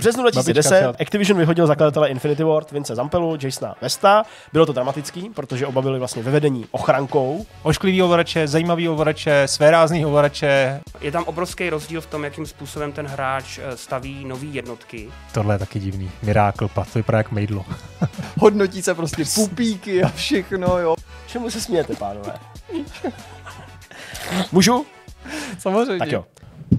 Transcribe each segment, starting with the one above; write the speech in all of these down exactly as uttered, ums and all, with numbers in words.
březnu dva tisíce deset Activision vyhodil zakladatele Infinity Ward Vince Zampellu, Jasona Westa. Bylo to dramatický, protože oba byli vlastně ve vedení ochrankou. Ošklivý ovladače, zajímavý ovladače, svérázný ovladače. Je tam obrovský rozdíl v tom, jakým způsobem ten hráč staví nový jednotky. Tohle je taky divný. Miracle Path, to vypadá jak mejdlo. Hodnotí se prostě pupíky a všechno, jo. Čemu se smějete, pánové? Můžu? Samozřejmě. Tak jo.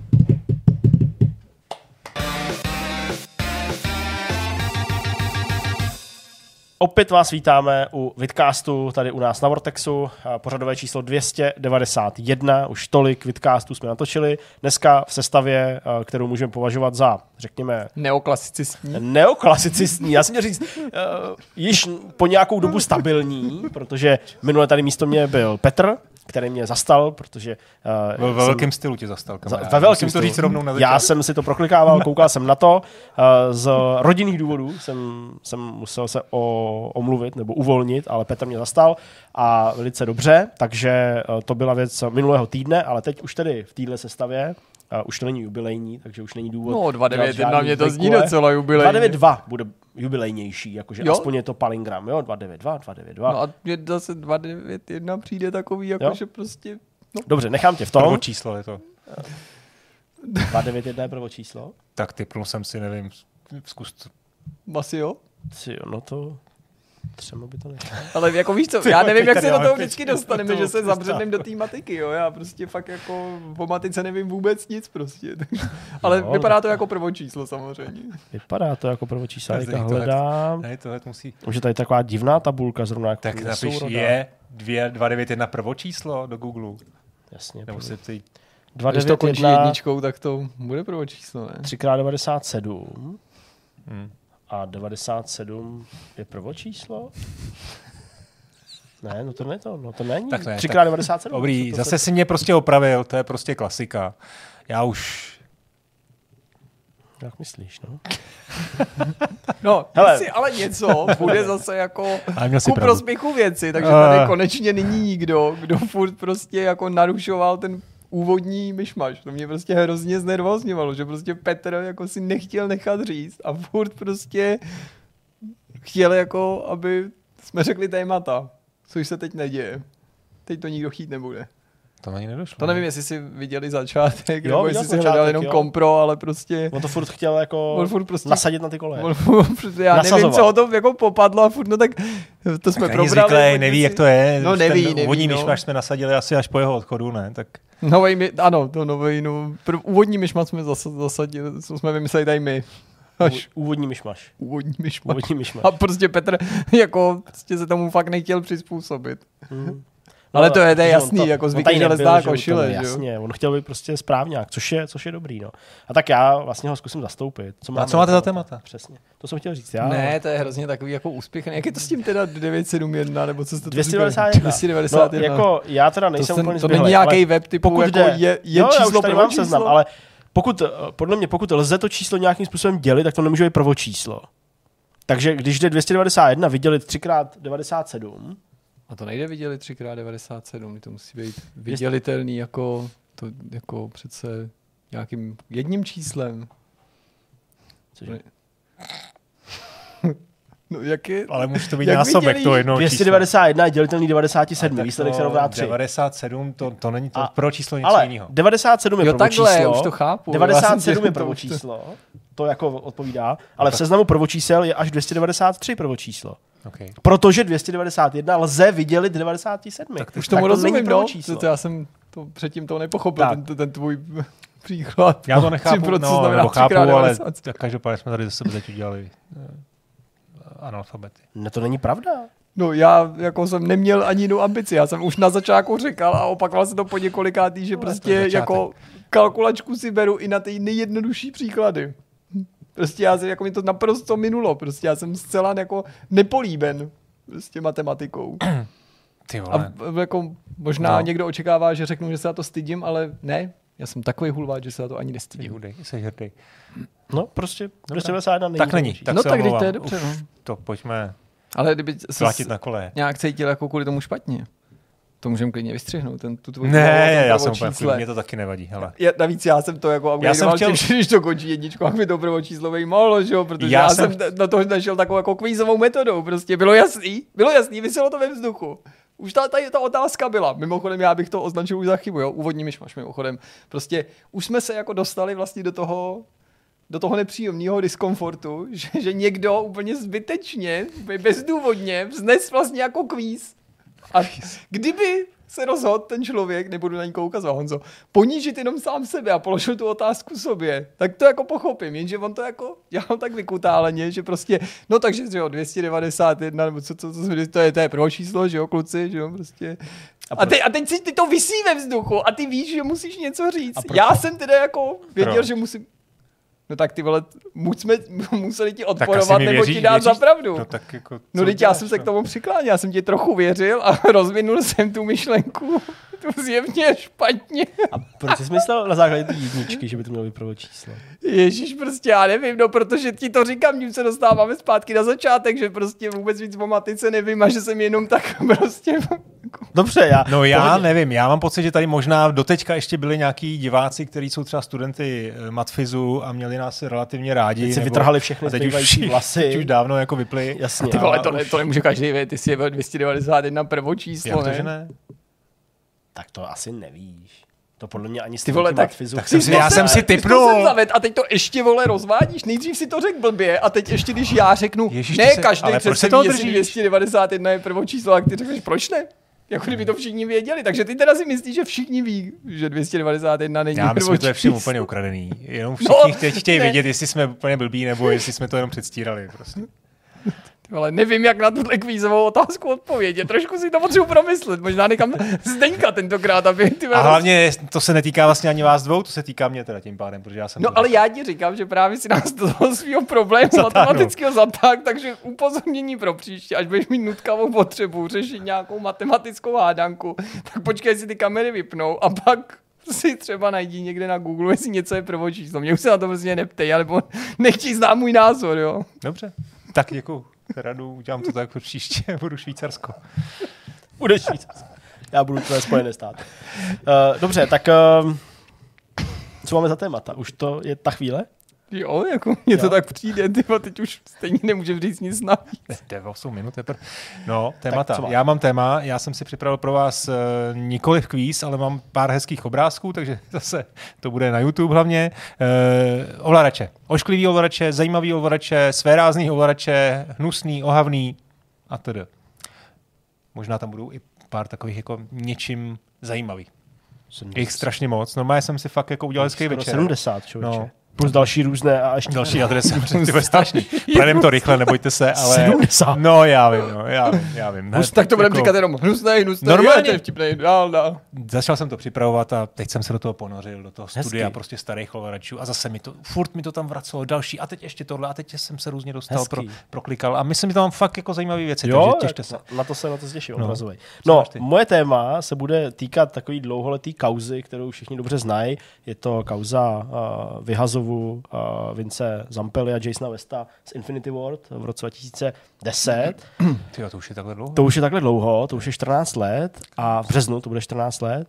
Opět vás vítáme u Vidcastu, tady u nás na Vortexu, pořadové číslo dvě stě devadesát jedna, už tolik Vidcastů jsme natočili. Dneska v sestavě, kterou můžeme považovat za, řekněme... Neoklasicistní. Neoklasicistní, já jsem měl říct, uh, již po nějakou dobu stabilní, protože minule tady místo mě byl Petr, který mě zastal, protože... Uh, ve velkém stylu tě zastal, kamarád. Ve velkém stylu. To říct rovnou na já jsem si to proklikával, koukal jsem na to. Uh, z rodinných důvodů jsem, jsem musel se o, omluvit nebo uvolnit, ale Petr mě zastal a velice dobře, takže uh, to byla věc minulého týdne, ale teď už tedy v téhle sestavě, uh, už to není jubilejní, takže už není důvod... No, dva devět jedna mě to zní docela jubilejní. dva devět dva bude jubilejnější, jakože jo? Aspoň je to palingram, jo, dva devět dva, dva devět dva. No a mě zase dva devět jedna přijde takový, jakože prostě... No. Dobře, nechám tě v tom. Prvo číslo je to. dva devět jedna je prvo číslo? Tak typnul jsem si, nevím, zkus to. Asi jo? Si jo, no to... Třeba by to nechal. Ale jako víš co, já nevím, jak se do toho vždycky dostaneme, že se zabředneme do té matiky, jo, já prostě fakt jako po matice nevím vůbec nic prostě. Ale jo, vypadá to jako prvočíslo samozřejmě. Vypadá to jako prvočíslo, já hledám. Ne, tohle musí. Už je tady taková divná tabulka zrovna. Jako tak napiš je dva devět jedna prvočíslo do Google. Jasně. Nebo se ty... Když to končí jedničkou, tak to bude prvočíslo, ne? tři krát devadesát sedm. Hmm. A devadesát sedm je prvočíslo? Ne, no to ne to, no to není. tři krát devadesát sedm. Dobrý, zase se... si mě prostě opravil, to je prostě klasika. Já už... Jak myslíš, no? No, jestli ale něco bude zase jako ku prospěchu věci, takže tady konečně není nikdo, kdo furt prostě jako narušoval ten úvodní myšmaš. To mě prostě hrozně znervózňovalo, že prostě Petr jako si nechtěl nechat říct a furt prostě chtěl jako, aby jsme řekli témata, což se teď neděje. Teď to nikdo chtít nebude. To ani nedošlo. To nevím, jestli si viděli začátek, jo, nebo jestli si hledal jenom jo. kompro, ale prostě... On to furt chtěl jako furt prostě nasadit na ty koleje. On furt, já Nasazovat. nevím, co ho to jako popadlo a furt, no tak to jsme tak probrali. Zvyklý, neví, jak to je. No neví, Ten neví. Úvodní no. myšmaš jsme nasadili asi až po jeho odchodu, ne? Tak... Novej, my, ano, to novej, no. Prv, úvodní myšmaš jsme zasadili, co jsme vymysleli tady my. Až. Úvodní myšmaš. Úvodní myšmaš. Úvodní myšmaš. A prostě Petr jako prostě se tomu fakt nechtěl přizpůsobit. Hmm. No, ale to je, to je jasný, to, jako zvyklý železná košile. Jasně, on chtěl být prostě správňák, což je, což je dobrý. No. A tak já vlastně ho zkusím zastoupit. Co, a co máte za témata? Přesně, to jsem chtěl říct já. Ne, to je hrozně takový jako úspěch. Jak je to s tím teda devět sedm jedna, nebo co jste to dvě stě devadesát jedna. dvě stě devadesát jedna. No, jako já teda nejsem úplně zběhlej. To není nějaký web typu, jako je, je jo, číslo prvo číslo. Seznam, ale pokud, podle mě, pokud lze to číslo nějakým způsobem dělit, tak to nemůže být prvočíslo. Takže když jde dvě stě devadesát jedna vydělit tři krát devadesát sedm, a to nejde viděli tři krát devadesát sedm, to musí být vidělitelný jako, to, jako přece nějakým jedním číslem. Cože? No jak je? Ale může to být násobek toho jednoho čísla. dvě stě devadesát jedna je dělitelný devadesát sedm, výsledek se rovná tři. devadesát sedm, to, to není to a, pro číslo nic ale jiného. devadesát sedm je jo, prvočíslo. Takhle, už to chápu. devadesát sedm je prvočíslo, to jako odpovídá, ale v seznamu prvočísel je až dvě stě devadesát tři prvočíslo. Okay. Protože dvě stě devadesát jedna lze vydělit devadesát sedm. Tak už tomu rozumím, no. To já jsem to předtím to nepochopil, ten, ten tvůj příklad. Já to nechápu, no, nebo chápu, ale každopádně jsme tady ze sebe teď udělali analfabety. Ne, to není pravda. No já jako jsem neměl ani jinou ambici, já jsem už na začátku říkal a opakoval se to po několikátý, že no, prostě jako kalkulačku si beru i na ty nejjednodušší příklady. Prostě já jsem, jako mi to naprosto minulo, prostě já jsem zcela jako nepolíben prostě matematikou. Ty vole. A jako možná no. někdo očekává, že řeknu, že se za to stydím, ale ne, já jsem takový hulváč, že se za to ani nestydím. Hudej, jsi hrdý. No prostě dvě stě devadesát jedna není. Tak není, tak no se tak když omlouvám. to je dobře, no. To pojďme ale kdyby platit na kole. Nějak cítil jako kvůli tomu špatně, To můžeme klidně vystřihnout, ten tu tvoji. Ne, já jsem úplně, mě to taky nevadí, hele. Já, navíc já jsem to jako upgradeoval, chtěl... když to končí jedničku, jak mi to prvočíslo vejmalo, že jo, protože já, já jsem t... na to našel takovou jako kvízovou metodou, prostě bylo jasný, bylo jasný, vyselo to ve vzduchu. Už ta, ta, ta otázka byla, mimochodem já bych to označil už za chybu, jo, úvodní myšmaš mimochodem. Prostě už jsme se jako dostali vlastně do toho, do toho nepříjemného diskomfortu, že, že někdo úplně zbytečně, bezdůvodně vznes vlastně jako kvíz. A kdyby se rozhodl ten člověk, nebudu na ní koukat, Honzo, ponížit jenom sám sebe a položil tu otázku sobě, tak to jako pochopím, jenže on to jako dělal tak vykutáleně, že prostě, no takže, že jo, dvě stě devadesát jedna, nebo co, co, co, to je, to je prvo číslo, že jo, kluci, že jo, prostě. A, te, a teď si ty to visí ve vzduchu a ty víš, že musíš něco říct. Já jsem teda jako věděl, Pro. že musím... No tak ty vole, buď jsme museli ti odporovat, nebo věříš, ti dát věříš? za pravdu. No tak jako, no teď já jsem se k tomu přikláněl, já jsem ti trochu věřil a rozvinul jsem tu myšlenku. To zjevně špatně. A proč jsi myslel na základě té jedničky, že by to mělo být prvé číslo? Ježíš, prostě já nevím, no protože ti to říkám, tím se dostáváme zpátky na začátek, že prostě vůbec víc o matice nevím a že jsem jenom tak prostě... Dobře, já... No já pohodě. nevím, já mám pocit, že tady možná doteďka ještě byli nějaký diváci, kteří jsou třeba studenty matfizu a měli nás relativně rádi. Teď si vytrhali všechny zbývající vlasy. Teď už dávno jako vyply. Jasně. Ty vole, to, ne, to nemůže každý vědět, ty jsi dvě stě devadesát jedna prvo číslo, ne? že ne? Tak to asi nevíš. To podle mě ani ty vole, tak, matfizu. Tak jsem si, já jsem si tipnul. A teď to ještě, vole, rozvádíš. Nejdřív si to řekl blbě a teď ještě, když já řeknu, Ježiš, ne, se, každý přece ví, jestli dvě stě devadesát jedna je prvo číslo, a ty řekneš, proč ne? Jako kdyby to všichni věděli. Takže ty teda si myslíš, že všichni ví, že dvě stě devadesát jedna není já myslím, že to je všem úplně ukradený. Jenom všichni no, chtějí vědět, jestli jsme úplně blbí, nebo jestli jsme to jenom předstírali. Prostě. Ale nevím, jak na tuhle kvízovou otázku odpovědět. Trošku si to potřebuji promyslet. Možná nechám Zdeňka tentokrát, aby ty... A hlavně to se netýká vlastně ani vás dvou, to se týká mě teda tím pádem, protože já jsem... No ale já ti říkám, že právě si nás do toho svého problému matematického zatáh, takže upozornění pro příště, až budeš mít nutkavou potřebu řešit nějakou matematickou hádanku, tak počkej, si ty kamery vypnou a pak si třeba najdi někde na Google, jestli něco je prvočíslo. Mě už se na to vlastně neptej, alebo nechtěj znát můj názor, jo. Dobře, tak děkuju. Radu, udělám to tak příště, budu Švýcarsko. Budeš Švýcarsko. Já budu tvoje Spojené státy. Uh, dobře, tak uh, co máme za témata? Už to je ta chvíle? Jo, jako mě to tak přijde, tyba, teď už stejně nemůžeme říct nic navíc. Jde osm minut teprve. No, témata. Já mám téma, já jsem si připravil pro vás uh, nikoliv kvíz, ale mám pár hezkých obrázků, takže zase to bude na YouTube hlavně. Uh, ovladače. Ošklivý ovladače, zajímavý ovladače, svérázný ovladače, hnusný, ohavný a tedy. Možná tam budou i pár takových jako něčím zajímavých. Jich strašně moc. Normálně jsem si fakt jako udělal hezký večer. sedmdesát, člověče. No. Plus další různé a ještě... Další adrese, ty bude strašný. Projdeme to rychle, nebojte se, ale... sedmdesát. No, já vím, no, já vím, já vím. Ne, tak to budeme jako... říkat jenom hnusnej, hnusnej, normálně je vtipnej, dál, dál. Začal jsem to připravovat a teď jsem se do toho ponořil, do toho studia Hezky. Prostě starých ovladačů a zase mi to, furt mi to tam vracelo další a teď ještě tohle a teď jsem se různě dostal, pro, proklikal a myslím, že tam fakt jako zajímavé věci, jo, takže těšte se. Na to se na to těším, no. obrazovej. No, moje téma se bude týkat takový dlouholetý kauzy, kterou všichni dobře znají. Je to kauza uh, Vyhazovu, uh, Vince Zampelli a Jasona Westa z Infinity Ward v roce dva tisíce deset. Tyjo, to už je takhle dlouho? To už je takhle dlouho, to už je čtrnáct let a v březnu to bude čtrnáct let.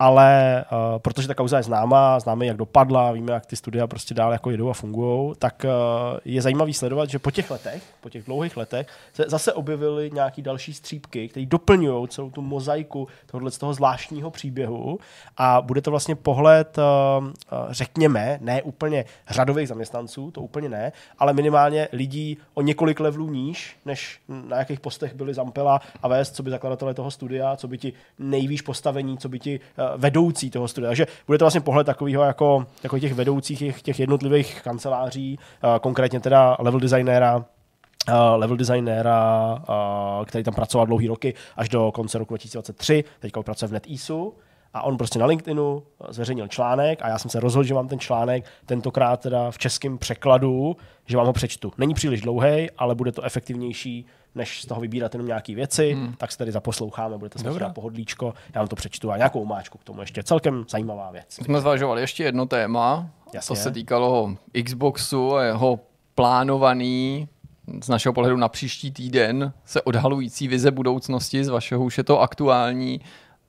Ale uh, protože ta kauza je známá, známe, jak dopadla, víme, jak ty studia prostě dál jako jedou a fungujou, tak uh, je zajímavý sledovat, že po těch letech, po těch dlouhých letech, se zase objevily nějaký další střípky, které doplňují celou tu mozaiku tohohle z toho zvláštního příběhu a bude to vlastně pohled, uh, uh, řekněme, ne úplně řadových zaměstnanců, to úplně ne, ale minimálně lidí o několik levelů níž, než na jakých postech byli Zampella a West, co by zakladatelé toho studia, co by ti nejvýš postavení, co by ti uh, vedoucí toho studia. Takže bude to vlastně pohled takového jako, jako těch vedoucích těch, těch jednotlivých kanceláří, uh, konkrétně teda level designéra, uh, level designéra, uh, který tam pracoval dlouhý roky, až do konce roku dva tisíce dvacet tři, teďka pracuje v NetEasu. A on prostě na LinkedInu zveřejnil článek a já jsem se rozhodl, že mám ten článek tentokrát teda v českém překladu, že vám ho přečtu. Není příliš dlouhý, ale bude to efektivnější, než z toho vybírat jenom nějaké věci, hmm. tak se tady zaposloucháme, budete se na pohodlíčko, já vám to přečtu a nějakou máčku k tomu ještě. Celkem zajímavá věc. Jsme zvažovali ještě jedno téma, Jasně. to se týkalo Xboxu a jeho plánovaný, z našeho pohledu na příští týden, se odhalující vize budoucnosti, z vašeho už je to aktuální,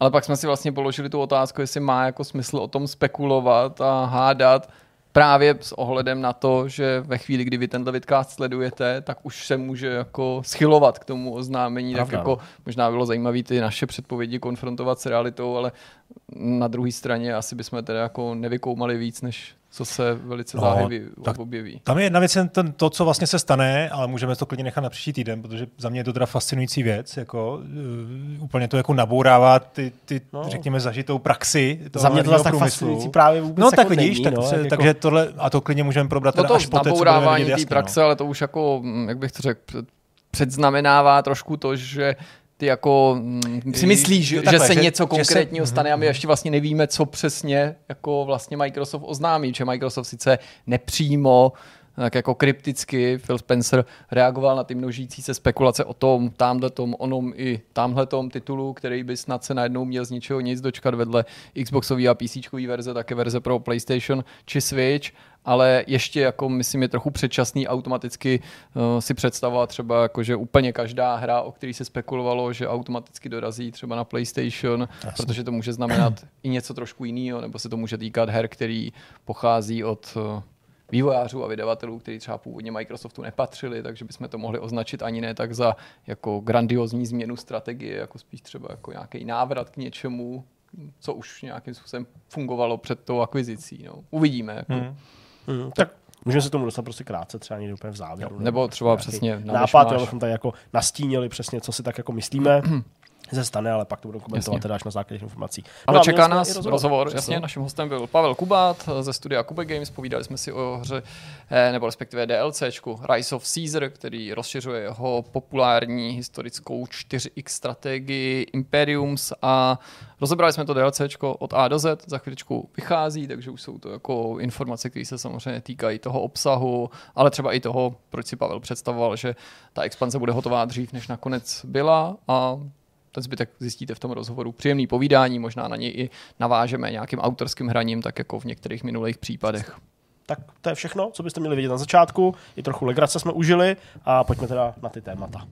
Ale pak jsme si vlastně položili tu otázku, jestli má jako smysl o tom spekulovat a hádat, právě s ohledem na to, že ve chvíli, kdy vy tenhle vidcast sledujete, tak už se může jako schylovat k tomu oznámení, Pravda. Tak jako možná bylo zajímavé ty naše předpovědi konfrontovat s realitou, ale na druhé straně asi bychom teda jako nevykoumali víc, než co se velice no, záhy objeví. Tam je jedna věc ten, to, co vlastně se stane, ale můžeme to klidně nechat na příští týden, protože za mě je to teda fascinující věc, jako uh, úplně to jako nabourává ty, ty no. řekněme, zažitou praxi. Za mě to zase tak fascinující právě vůbec No tak jako vidíš, není, tak, no, se, jako... takže tohle, a to klidně můžeme probrat no teda až poté, co budeme vidět jasně. té praxe, no. Ale to už jako, jak bych to řekl, předznamenává trošku to, že ty jako mm, si myslíš, že, takhle, že se že, něco konkrétního se... stane a my ještě vlastně nevíme, co přesně jako vlastně Microsoft oznámí, že Microsoft sice nepřímo, tak jako krypticky Phil Spencer reagoval na ty množící se spekulace o tom, támhletom, onom i támhletom titulu, který by snad se najednou měl z ničeho nic dočkat vedle Xboxový a PCčkový verze, také verze pro PlayStation či Switch, ale ještě jako myslím je trochu předčasný automaticky uh, si představovat třeba jako, že úplně každá hra, o který se spekulovalo, že automaticky dorazí třeba na PlayStation, Jasně. protože to může znamenat i něco trošku jiného, nebo se to může týkat her, který pochází od uh, vývojářů a vydavatelů, kteří třeba původně Microsoftu nepatřili, takže bychom to mohli označit ani ne tak za jako grandiozní změnu strategie, jako spíš třeba jako nějaký návrat k něčemu, co už nějakým způsobem fungovalo před tou akvizicí. No. Uvidíme. Jako. Hmm. Hmm, tak můžeme se tomu dostat prostě krátce, třeba někdy úplně v závěru. Jo, nebo třeba přesně nápad, abychom tady jako nastínili přesně, co si tak jako myslíme. se stane, ale pak to budou komentovat teda až na základě informací. Ale no, čeká nás rozhovor, rozhovor jasně, naším hostem byl Pavel Kubát ze studia Kubek Games, povídali jsme si o hře, nebo respektive DLCčku Rise of Caesar, který rozšiřuje jeho populární historickou čtyři x strategii Imperiums a rozebrali jsme to DLCčko od A do Z, za chvíličku vychází, takže už jsou to jako informace, které se samozřejmě týkají toho obsahu, ale třeba i toho, proč si Pavel představoval, že ta expanze bude hotová dřív, než nakonec byla a ten zbytek zjistíte v tom rozhovoru. Příjemný povídání, možná na něj i navážeme nějakým autorským hraním, tak jako v některých minulých případech. Tak to je všechno, co byste měli vědět na začátku. I trochu legrace jsme užili a pojďme teda na ty témata.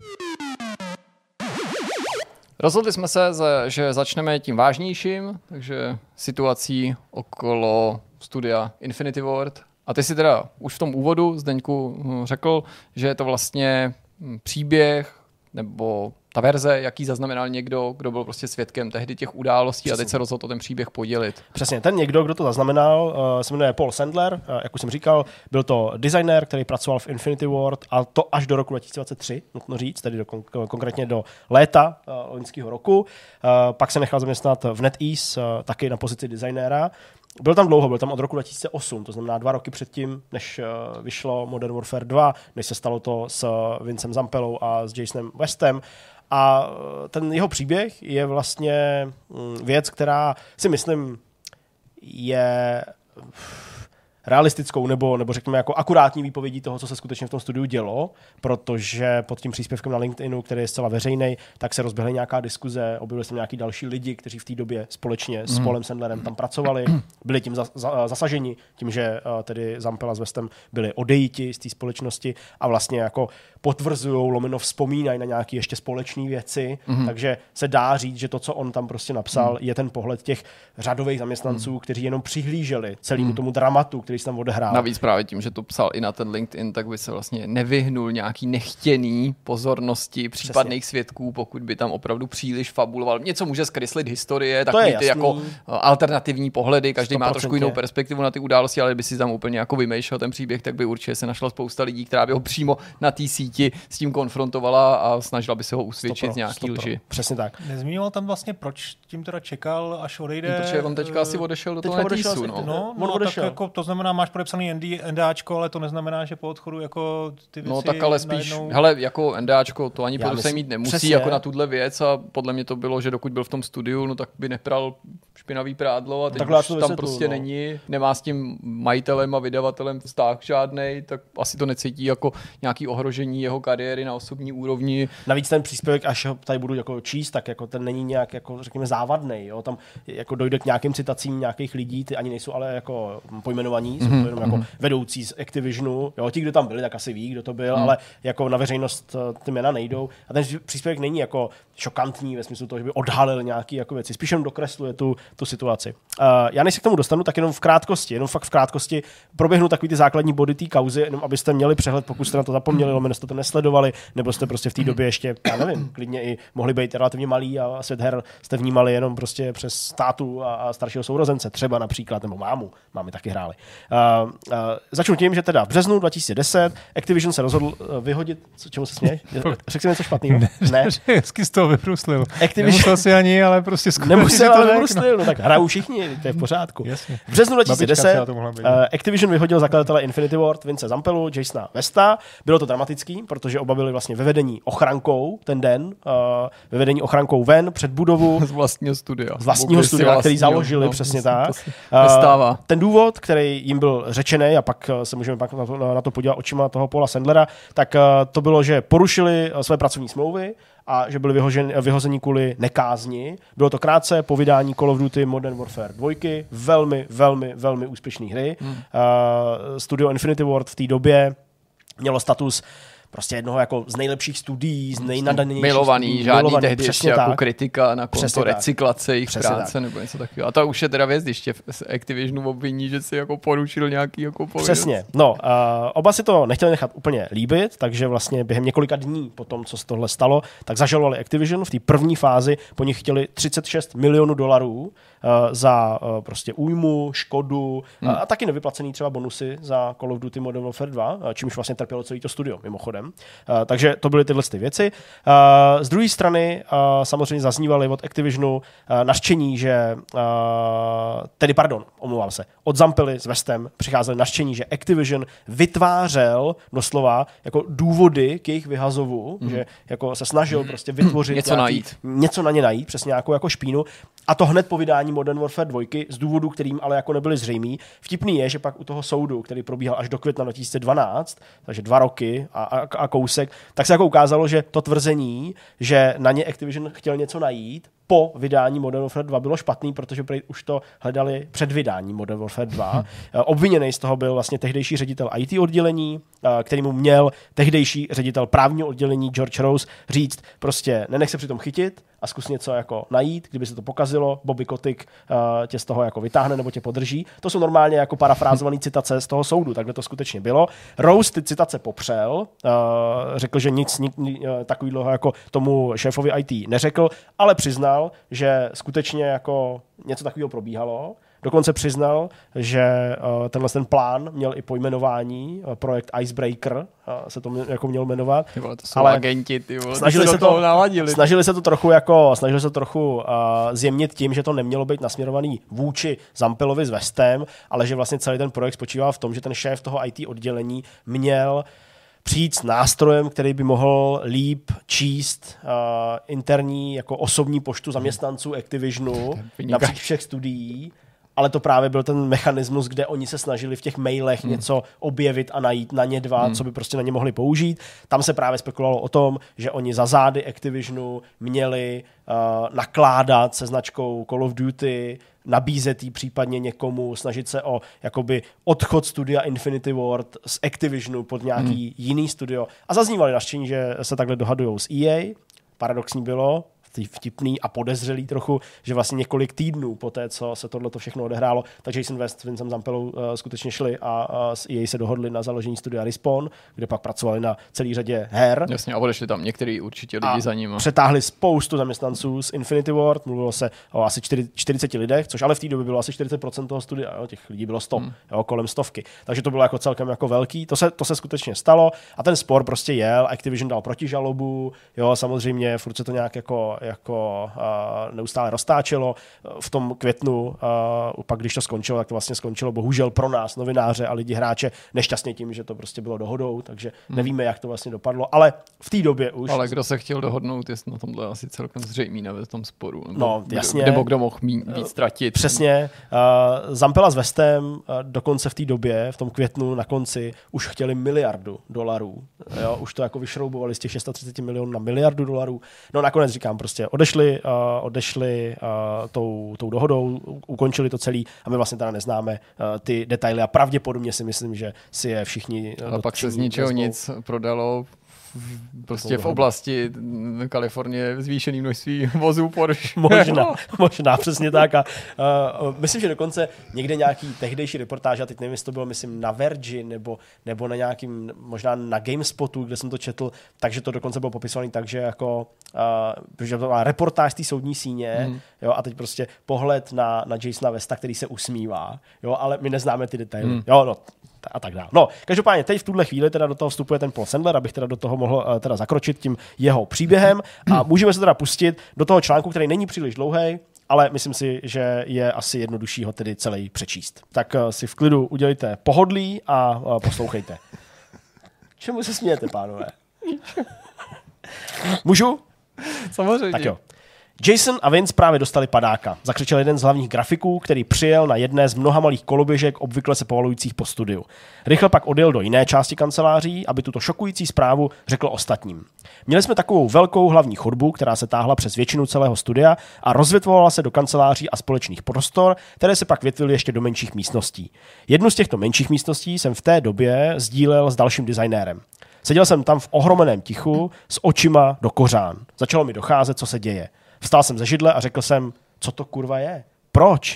Rozhodli jsme se, že začneme tím vážnějším, takže situací okolo studia Infinity Ward. A ty si teda už v tom úvodu, Zdeňku, řekl, že je to vlastně příběh nebo ta verze, jaký zaznamenal někdo, kdo byl prostě svědkem tehdy těch událostí Přesně. a teď se rozhodl o ten příběh podělit. Přesně, ten někdo, kdo to zaznamenal, uh, se jmenuje Paul Sandler, uh, jak už jsem říkal, byl to designér, který pracoval v Infinity Ward a to až do roku dva tisíce dvacet tři, nutno říct, tedy do, kon- konkrétně do léta uh, loňského roku. Uh, pak se nechal zaměstnat v NetEase, uh, taky na pozici designéra. Byl tam dlouho, byl tam od roku dva tisíce osm, to znamená dva roky předtím, než uh, vyšlo Modern Warfare dva, než se stalo to s uh, Vincem Zampellou a s Jasonem Westem. A ten jeho příběh je vlastně věc, která si myslím je realistickou nebo, nebo řekněme jako akurátní výpovědí toho, co se skutečně v tom studiu dělo, protože pod tím příspěvkem na LinkedInu, který je zcela veřejný, tak se rozběhly nějaká diskuze, objevili se nějaký další lidi, kteří v té době společně s Paulem Sandlerem tam pracovali, byli tím za, za, zasaženi, tím, že uh, tedy Zampella s Westem byli odejiti z té společnosti a vlastně jako potvrzujou, lomeno vzpomínají na nějaké ještě společné věci, mm-hmm. takže se dá říct, že to, co on tam prostě napsal, mm. je ten pohled těch řadových zaměstnanců, mm. kteří jenom přihlíželi celému mm. tomu dramatu, který se tam odehrál. Navíc právě tím, že to psal i na ten LinkedIn, tak by se vlastně nevyhnul nějaký nechtěný pozornosti případných Přesně. svědků, pokud by tam opravdu příliš fabuloval. Něco může zkreslit historie, takový ty jako alternativní pohledy, každý sto procent má trošku jinou perspektivu na ty události, ale kdyby si tam úplně jako vymýšlel ten příběh, tak by určitě se našla spousta lidí, která by ho přímo na té síti s tím konfrontovala a snažila by se ho usvědčit z nějaký lži. Přesně tak. Nezmínil tam vlastně, proč tím teda čekal, až odejde. Protože on teďka asi odešel do toho NetEaseu. No, no, no tak jako, to znamená, máš podepsaný NDAčko, ale to neznamená, že po odchodu jako ty věci. No tak ale spíš, najednou... hele, jako NDAčko to ani producent mít nemusí přesně. jako na tuhle věc a podle mě to bylo, že dokud byl v tom studiu, no tak by nepral špinavý prádlo a teď už tam vysvětlu, prostě no. není, nemá s tím majitelem a vydavatelem vztah žádnej, tak asi to necítí jako nějaký ohrožení jeho kariéry na osobní úrovni. Navíc ten příspěvek, až ho tady budu jako číst, tak jako ten není nějak jako řekněme závadný, jo, tam jako dojde k nějakým citacím nějakých lidí, ty ani nejsou ale jako pojmenovaní známí, jsou to jenom mm-hmm. jako vedoucí z Activisionu. Jo, ti, kdo tam byli, tak asi ví, kdo to byl, mm. ale jako na veřejnost ty jména nejdou. A ten příspěvek není jako šokantní ve smyslu toho, že by odhalil nějaké jako věci. Spíš jenom dokresluje tu, tu situaci. Uh, já než se k tomu dostanu, tak jenom v krátkosti, jenom fakt v krátkosti proběhnu takový ty základní body té kauzy, jenom abyste měli přehled, pokud jste na to zapomněli, nebo jste to nesledovali, nebo jste prostě v té době ještě, já nevím, klidně i mohli být relativně malí a svět her jste vnímali jenom prostě přes tátu a, a staršího sourozence, třeba například, nebo mámu, mámy taky hráli. Uh, uh, začnu tím, že teda v březnu dva tisíce deset Activision se rozhodl vyhodit, co, čemu se směješ? Řekl jsi něco špatného? Ne. ne. Hezky z toho vypruslil. Activision... Nemusel si ani, ale prostě skutečně. Nemusel, ale vypruslil, no tak hrajou všichni, to je v pořádku. Jasně. V březnu dva tisíce deset uh, Activision vyhodil zakladatele Infinity Ward, Vince Zampellu, Jasona Westa. Bylo to dramatický, protože oba byli vlastně ve vedení ochrankou ten den, uh, ve vedení ochrankou ven před budovu. Z vlastního studia. Z vlastního studia, vlastního, který založili, no, přesně tak. Uh, ten důvod, který jim byl řečený, a pak se můžeme pak na to, na to podívat očima toho Paula Sandlera, tak uh, to bylo, že porušili své pracovní smlouvy a že byli vyhoženi, vyhozeni kvůli nekázni. Bylo to krátce po vydání Call of Duty Modern Warfare dva, velmi, velmi, velmi úspěšné hry. Hmm. Uh, studio Infinity Ward v té době mělo status prostě jednoho jako z nejlepších studií, z nejnadanějších milovaný, studií. Žádný Milovaný, tehdy ještě jako kritika na konto recyklace jejich přesně práce tak. nebo něco takového. A to už je teda věc, když tě z Activisionu obviní, že si jako porušil nějaký jako povinnost. Přesně. No, uh, oba si to nechtěli nechat úplně líbit, takže vlastně během několika dní po tom, co se tohle stalo, tak zažalovali Activision. V té první fázi po nich chtěli třicet šest milionů dolarů uh, za uh, prostě újmu, škodu hmm. uh, a taky nevyplacený třeba bonusy za Call of Duty Modern Warfare dva, uh, čímž vlastně trpělo celé to studio, mimochodem. Uh, takže to byly tyhle ty věci. Uh, z druhé strany uh, samozřejmě zaznívaly od Activisionu uh, nařčení, že uh, tedy pardon, omlouvám se, od Zampelly s Westem přicházely nařčení, že Activision vytvářel doslova jako důvody k jejich vyhazovu, mm. že jako se snažil prostě vytvořit něco, nějaký, najít. něco na ně najít, přesně nějakou jako špínu. A to hned po vydání Modern Warfare dva z důvodů, kterým ale jako nebyly zřejmý. Vtipný je, že pak u toho soudu, který probíhal až do května dva tisíce dvanáct, takže dva roky a, a, a kousek, tak se jako ukázalo, že to tvrzení, že na ně Activision chtěl něco najít, po vydání Modern Warfare dva bylo špatný, protože už to hledali před vydáním Modern Warfare dva. Hmm. Obviněný z toho byl vlastně tehdejší ředitel í té oddělení, který mu měl tehdejší ředitel právního oddělení George Rose říct, prostě nenech se přitom chytit a zkus něco jako najít, kdyby se to pokazilo, Bobby Kotick uh, tě z toho jako vytáhne nebo tě podrží. To jsou normálně jako parafrázované citace z toho soudu, takhle to skutečně bylo. Rose ty citace popřel, uh, řekl, že nic, nic uh, takového jako tomu šéfovi í té neřekl, ale přiznal, že skutečně jako něco takového probíhalo. Dokonce přiznal, že uh, tenhle ten plán měl i pojmenování, uh, projekt Icebreaker uh, se to mě, jako měl jmenovat. Ty vole, to jsou ale agenti, ty vole, snažili se to naladili. Snažili se to trochu jako, snažili se to trochu uh, zjemnit tím, že to nemělo být nasměrovaný vůči Zampellovi s Westem, ale že vlastně celý ten projekt spočíval v tom, že ten šéf toho í té oddělení měl přijít s nástrojem, který by mohl líp číst uh, interní jako osobní poštu zaměstnanců Activisionu napříč všech studií, ale to právě byl ten mechanismus, kde oni se snažili v těch mailech hmm. něco objevit a najít na ně dva, hmm. co by prostě na ně mohli použít. Tam se právě spekulovalo o tom, že oni za zády Activisionu měli uh, nakládat se značkou Call of Duty, nabízet jí případně někomu, snažit se o jakoby odchod studia Infinity Ward z Activisionu pod nějaký hmm. jiný studio. A zaznívali nařčení, že se takhle dohadujou s í ej. Paradoxní bylo, vtipný a podezřelý trochu, že vlastně několik týdnů po té, co se tohleto všechno odehrálo, tak Jason West s Vincem Zampellou uh, skutečně šli a uh, s í ej se dohodli na založení studia Respawn, kde pak pracovali na celý řadě her. Jasně, a odešli tam některý určitě lidi a za ním. Přetáhli spoustu zaměstnanců z Infinity Ward, mluvilo se o asi čtyřiceti lidech, což ale v té době bylo asi čtyřicet procent toho studia, jo, těch lidí bylo sto, hmm. jo, kolem stovky. Takže to bylo jako celkem jako velký, to se, to se skutečně stalo a ten spor prostě jel, Activision dal protižalobu, jo, samozřejmě furt se to nějak jako jako uh, neustále roztáčelo. V tom květnu, uh, pak když to skončilo, tak to vlastně skončilo bohužel pro nás, novináře a lidi hráče, nešťastně tím, že to prostě bylo dohodou, takže hmm. nevíme, jak to vlastně dopadlo, ale v té době už... Ale kdo se chtěl dohodnout, je na tomhle asi celkem zřejmý na tom sporu. Nebo, no, jasně. Nebo kdo mohl mít, víc ztratit. Přesně. Uh, Zampella s Westem uh, dokonce v té době, v tom květnu na konci, už chtěli miliardu dolarů. Jo? Už to jako vyšroubovali z těch třicet šest milionů na miliardu dolarů. No nakonec říkám, prostě prostě odešli, uh, odešli uh, tou, tou dohodou, ukončili to celý a my vlastně teda neznáme uh, ty detaily a pravděpodobně si myslím, že si je všichni... Ale pak se z ničeho vezmou. Nic prodalo prostě v oblasti Kalifornie zvýšený množství vozů Porsche. Možná, možná, přesně tak. A, uh, myslím, že dokonce někde nějaký tehdejší reportáž, a teď nevím, jestli to bylo, myslím, na Verge nebo, nebo na nějakým, možná na GameSpotu, kde jsem to četl, takže to dokonce bylo popisované tak, že jako uh, že to má reportáž z té soudní síně, mm. jo, a teď prostě pohled na, na Jasona Westa, který se usmívá, jo, ale my neznáme ty detaily. Mm. Jo, no, a tak dále. No, každopádně teď v tuhle chvíli teda do toho vstupuje ten Paul Sandler, abych teda do toho mohl uh, teda zakročit tím jeho příběhem a můžeme se teda pustit do toho článku, který není příliš dlouhý, ale myslím si, že je asi jednodušší ho tedy celý přečíst. Tak uh, si v klidu udělejte pohodlí a uh, poslouchejte. Čemu se smějete, pánové? Můžu? Samozřejmě. Tak jo. Jason a Vince právě dostali padáka, zakřičel jeden z hlavních grafiků, který přijel na jedné z mnoha malých koloběžek obvykle se povalujících po studiu. Rychle pak odjel do jiné části kanceláří, aby tuto šokující zprávu řekl ostatním. Měli jsme takovou velkou hlavní chodbu, která se táhla přes většinu celého studia a rozvětvovala se do kanceláří a společných prostor, které se pak větvily ještě do menších místností. Jednu z těchto menších místností jsem v té době sdílel s dalším designérem. Seděl jsem tam v ohromeném tichu s očima do kořán. Začalo mi docházet, co se děje. Vstál jsem ze židle a řekl jsem, co to kurva je? Proč?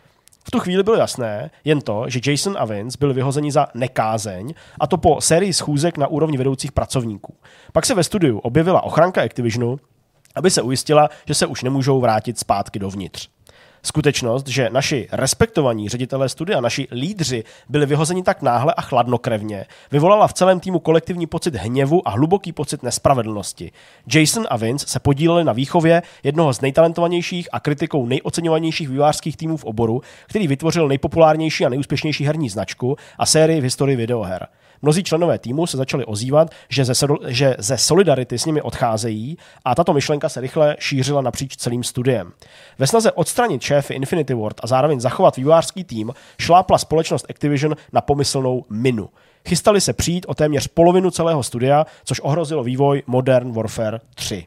V tu chvíli bylo jasné jen to, že Jason a Vince byli vyhozeni za nekázeň, a to po sérii schůzek na úrovni vedoucích pracovníků. Pak se ve studiu objevila ochranka Activisionu, aby se ujistila, že se už nemůžou vrátit zpátky dovnitř. Skutečnost, že naši respektovaní ředitelé studia, naši lídři byli vyhozeni tak náhle a chladnokrevně, vyvolala v celém týmu kolektivní pocit hněvu a hluboký pocit nespravedlnosti. Jason a Vince se podíleli na výchově jednoho z nejtalentovanějších a kritikou nejoceňovanějších vývojářských týmů v oboru, který vytvořil nejpopulárnější a nejúspěšnější herní značku a sérii v historii videoher. Mnozí členové týmu se začali ozývat, že ze, že ze solidarity s nimi odcházejí a tato myšlenka se rychle šířila napříč celým studiem. Ve snaze odstranit šéfy Infinity Ward a zároveň zachovat vývojářský tým šlápla společnost Activision na pomyslnou minu. Chystali se přijít o téměř polovinu celého studia, což ohrozilo vývoj Modern Warfare tři.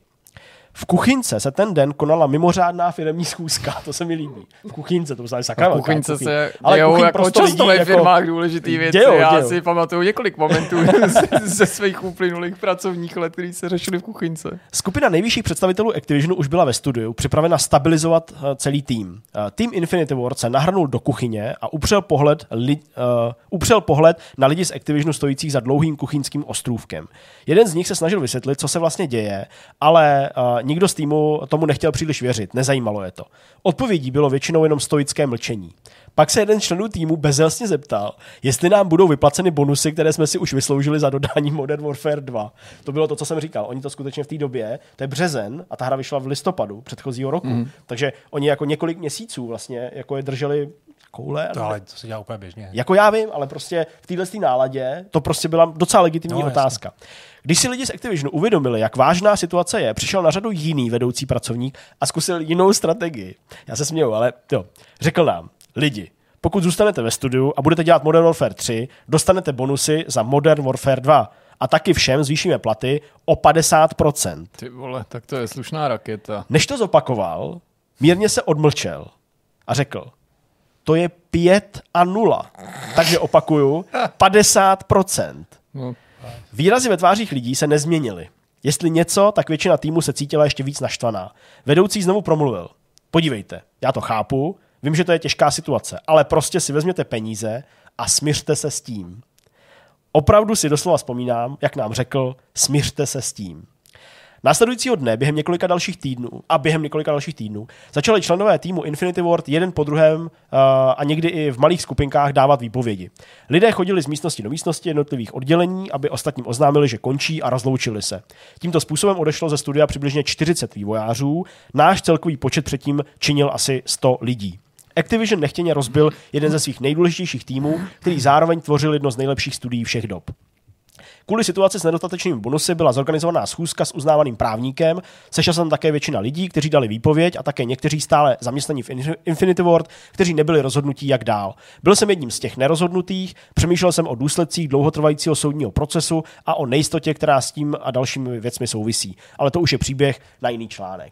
V kuchynce se ten den konala mimořádná firemní schůzka, to se mi líbí. V kuchynce, to znamená sakra. V kuchynce se dějou jako často ve firmách jako důležitý věci. Dějou, Já dějou. si pamatuju několik momentů ze svých uplynulých pracovních let, který se řešili v kuchynce. Skupina nejvyšších představitelů Activisionu už byla ve studiu, připravena stabilizovat celý tým. Tým Infinity Ward se nahrnul do kuchyně a upřel pohled, li, uh, upřel pohled na lidi z Activisionu stojících za dlouhým kuchyňským ostrůvkem. Jeden z nich se snažil vysvětlit, co se vlastně děje, ale uh, nikdo z týmu tomu nechtěl příliš věřit, nezajímalo je to. Odpovědí bylo většinou jenom stoické mlčení. Pak se jeden z členů týmu bezelstně zeptal, jestli nám budou vyplaceny bonusy, které jsme si už vysloužili za dodání Modern Warfare dva. To bylo to, co jsem říkal. Oni to skutečně v té době, to je březen a ta hra vyšla v listopadu předchozího roku. Mm. Takže oni jako několik měsíců vlastně jako je drželi koule. To, ale to se dělá úplně běžně. Jako já vím, ale prostě v téhle náladě to prostě byla docela legitimní no, otázka. Jasně. Když si lidi z Activisionu uvědomili, jak vážná situace je, přišel na řadu jiný vedoucí pracovník a zkusil jinou strategii. Já se směju, ale jo, řekl nám, lidi, pokud zůstanete ve studiu a budete dělat Modern Warfare tři, dostanete bonusy za Modern Warfare dva. A taky všem zvýšíme platy o padesát procent. Ty vole, tak to je slušná raketa. Než to zopakoval, mírně se odmlčel a řekl, to je pět a nula. Takže opakuju, padesát procent. No. Výrazy ve tvářích lidí se nezměnily. Jestli něco, tak většina týmu se cítila ještě víc naštvaná. Vedoucí znovu promluvil. Podívejte, já to chápu, vím, že to je těžká situace, ale prostě si vezměte peníze a smiřte se s tím. Opravdu si doslova vzpomínám, jak nám řekl, smiřte se s tím. Následujícího dne během několika dalších týdnů a během několika dalších týdnů začali členové týmu Infinity Ward jeden po druhém uh, a někdy i v malých skupinkách dávat výpovědi. Lidé chodili z místnosti do místnosti jednotlivých oddělení, aby ostatním oznámili, že končí a rozloučili se. Tímto způsobem odešlo ze studia přibližně čtyřicet vývojářů, náš celkový počet předtím činil asi sto lidí. Activision nechtěně rozbil jeden ze svých nejdůležitějších týmů, který zároveň tvořil jedno z nejlepších studií všech dob. Kvůli situaci s nedostatečnými bonusy byla zorganizovaná schůzka s uznávaným právníkem, sešla se tam také většina lidí, kteří dali výpověď a také někteří stále zaměstnaní v Infinity Ward, kteří nebyli rozhodnutí jak dál. Byl jsem jedním z těch nerozhodnutých, přemýšlel jsem o důsledcích dlouhotrvajícího soudního procesu a o nejistotě, která s tím a dalšími věcmi souvisí. Ale to už je příběh na jiný článek.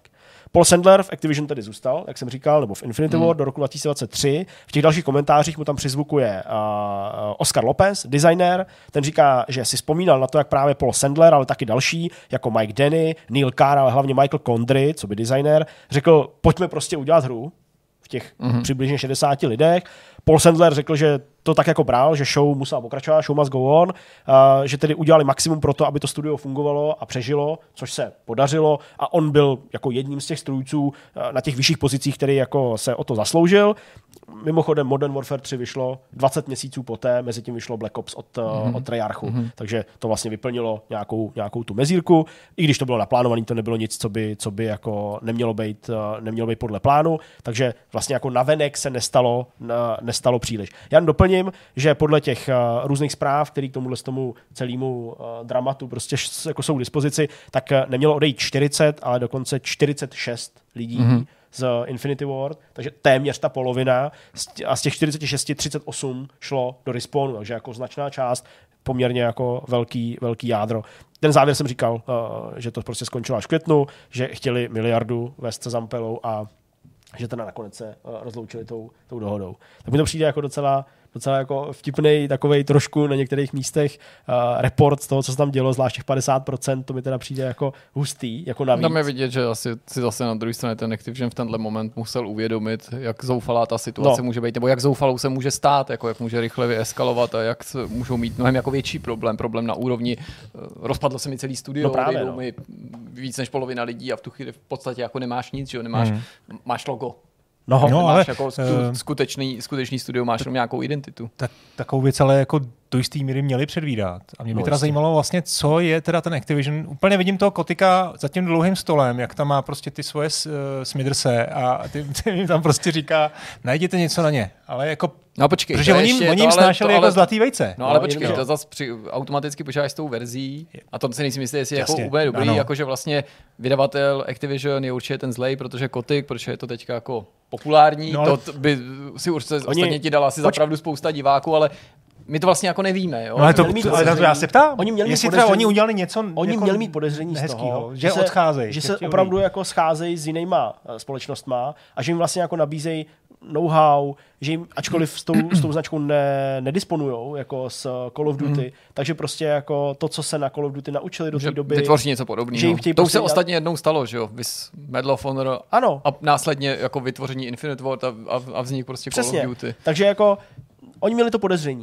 Paul Sandler v Activision tedy zůstal, jak jsem říkal, nebo v Infinity Ward hmm. do roku dva tisíce dvacet tři. V těch dalších komentářích mu tam přizvukuje uh, Oscar Lopez, designér. Ten říká, že si vzpomínal na to, jak právě Paul Sandler, ale taky další, jako Mike Denny, Neil Carr, ale hlavně Michael Condrey, co by designér, řekl, pojďme prostě udělat hru v těch mm-hmm. přibližně šedesáti lidech. Paul Sandler řekl, že to tak jako bral, že show musela pokračovat, show must go on, uh, že tedy udělali maximum pro to, aby to studio fungovalo a přežilo, což se podařilo a on byl jako jedním z těch strůjců uh, na těch vyšších pozicích, který jako se o to zasloužil. Mimochodem Modern Warfare tři vyšlo dvacet měsíců poté, mezi tím vyšlo Black Ops od, uh, mm-hmm. od Treyarchu, mm-hmm. takže to vlastně vyplnilo nějakou, nějakou tu mezírku. I když to bylo naplánované, to nebylo nic, co by, co by jako nemělo být, uh, nemělo být podle plánu, takže vlastně jako navenek se nestalo, uh, nestalo příliš. Já doplním, že podle těch uh, různých zpráv, které k tomuhle tomu celému uh, dramatu prostě š, jako jsou k dispozici, tak uh, nemělo odejít čtyřicet, ale dokonce čtyřicet šest lidí mm-hmm. z Infinity Ward, takže téměř ta polovina a z těch čtyřicet šest třicet osm šlo do Respawnu, takže jako značná část, poměrně jako velký, velký jádro. Ten závěr jsem říkal, uh, že to prostě skončilo až v květnu, že chtěli miliardu vést se Zampelou a že teda nakonec se uh, rozloučili tou, tou dohodou. Tak mi to přijde jako docela docela jako vtipnej takovej trošku na některých místech uh, report z toho, co se tam dělo, zvlášť těch padesát procent, to mi teda přijde jako hustý, jako navíc. Tam je vidět, že asi si zase na druhé straně ten Activision v tenhle moment musel uvědomit, jak zoufalá ta situace no. může být, nebo jak zoufalou se může stát, jako jak může rychle vyeskalovat a jak můžou mít mnohem jako větší problém, problém na úrovni, rozpadlo se mi celý studio, no právě, no. mi víc než polovina lidí a v tu chvíli v podstatě jako nemáš nic, že jo, nemáš, hmm. máš logo. No, no ale jako stu, skutečný, skutečný studio, máš tam nějakou identitu. Tak, takovou věc ale jako do jistý míry měli předvídat. A mě by no teda zajímalo vlastně, co je teda ten Activision. Úplně vidím toho kotika za tím dlouhým stolem, jak tam má prostě ty svoje uh, smidrse a ty, ty jim tam prostě říká, najděte něco na ně. Ale jako no počkej, protože oni, ještě, oni jim snášeli jako zlatý vejce. No ale no, počkej, to zase při, automaticky počítáš s tou verzí a to si nejsem jistý, jestli je jako úplně dobrý, ano. Jakože vlastně vydavatel Activision je určitě ten zlej, protože kotik, protože je to teďka jako populární, no, ale to by si určitě oni, ostatně ti dala asi zapravdu spousta diváků, ale my to vlastně jako nevíme, jo. No, ale to, to, ale to já se ptám, oni měli jestli třeba oni udělali něco oni jako měli mít podezření z toho, že, že se odcházejí, že se opravdu jako scházejí s jinýma společnostma a že jim vlastně jako nabízejí know-how, že jim, ačkoliv s tou, s tou značkou ne, nedisponujou, jako s Call of Duty, mm. takže prostě jako to, co se na Call of Duty naučili do té doby. Vytvoří něco podobného. To prostě už se ostatně jednou stalo, že jo? Vys Medal of Honor ano. a následně jako vytvoření Infinite Ward a, a, a vznik prostě přesně. Call of Duty. Takže jako oni měli to podezření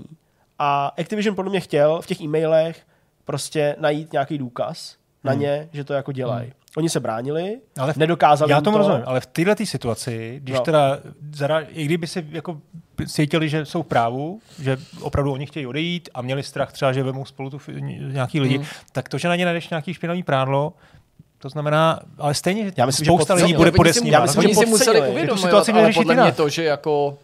a Activision podle mě chtěl v těch e-mailech prostě najít nějaký důkaz na hmm. ně, že to jako dělají. Hmm. Oni se bránili, ale v, nedokázali já tomu to. rozumím, ale v této situaci, když no. teda, zara, i kdyby si jako cítili, že jsou v právu, že opravdu oni chtějí odejít a měli strach třeba, že vemou spolu tu nějaký lidi, hmm. tak to, že na ně najdeš nějaký špinavý prádlo, to znamená, ale stejně, že já myslím, spousta že lidí bude podesnívat. Já myslím, že oni si museli uvědomit, ale podle mě to, že jako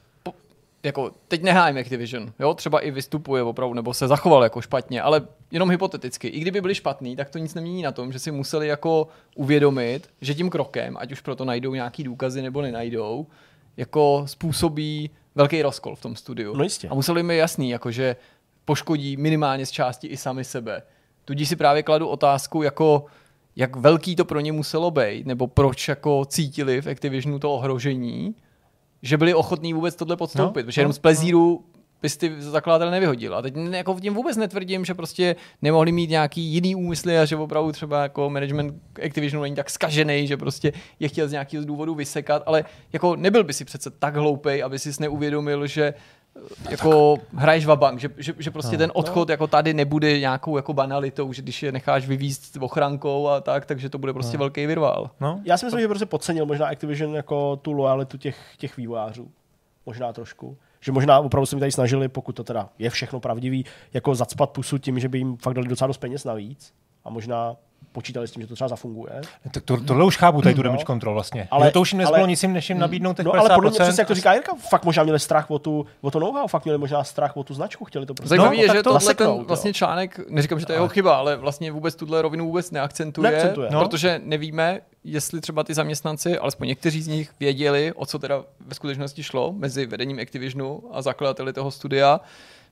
jako teď nehájím Activision, jo, třeba i vystupuje opravdu, nebo se zachoval jako špatně, ale jenom hypoteticky. I kdyby byli špatný, tak to nic nemění na tom, že si museli jako uvědomit, že tím krokem, ať už proto najdou nějaký důkazy nebo nenajdou, jako způsobí velký rozkol v tom studiu. No jistě. A museli mi jasný, jako že poškodí minimálně z části i sami sebe. Tudíž si právě kladu otázku, jako jak velký to pro ně muselo být, nebo proč jako cítili v Activisionu to ohrožení, že byli ochotní vůbec tohle podstoupit, no, protože jenom z plezíru bys ty zakladatel nevyhodil. A teď jako v tím vůbec netvrdím, že prostě nemohli mít nějaký jiný úmysly a že opravdu třeba jako management Activisionu není tak zkažený, že prostě je chtěl z nějakého důvodu vysekat, ale jako nebyl by si přece tak hloupej, aby si neuvědomil, že jako hraješ vabank, že, že, že prostě no, ten odchod no. jako tady nebude nějakou jako banalitou, že když je necháš vyvízt ochrankou a tak, takže to bude prostě no. velký virvál. No. Já si myslím, že prostě podcenil možná Activision jako tu lojalitu těch, těch vývojářů. Možná trošku. Že možná opravdu se mi tady snažili, pokud to teda je všechno pravdivý, jako zacpat pusu tím, že by jim fakt dali docela dost peněz navíc. A možná počítali s tím, že to třeba zafunguje. Tak to, tohle už chápu, tady tu damage control vlastně. Ale to už jim nezbylo nic jim, než jim nabídnout těch no, padesát procent. Ale podle mě přesně, jak to říká Jirka, fakt možná měli strach o tu, o to know-how, fakt měli možná strach o tu značku, chtěli to prostě. Zajímavý no, je, že to tohle ten vlastně článek, neříkám, že to je jeho chyba, ale vlastně vůbec tuhle rovinu vůbec neakcentuje, neakcentuje. No. Protože nevíme, jestli třeba ty zaměstnanci, alespoň někteří z nich věděli, o co teda ve skutečnosti šlo mezi vedením Activisionu a zakladateli toho studia.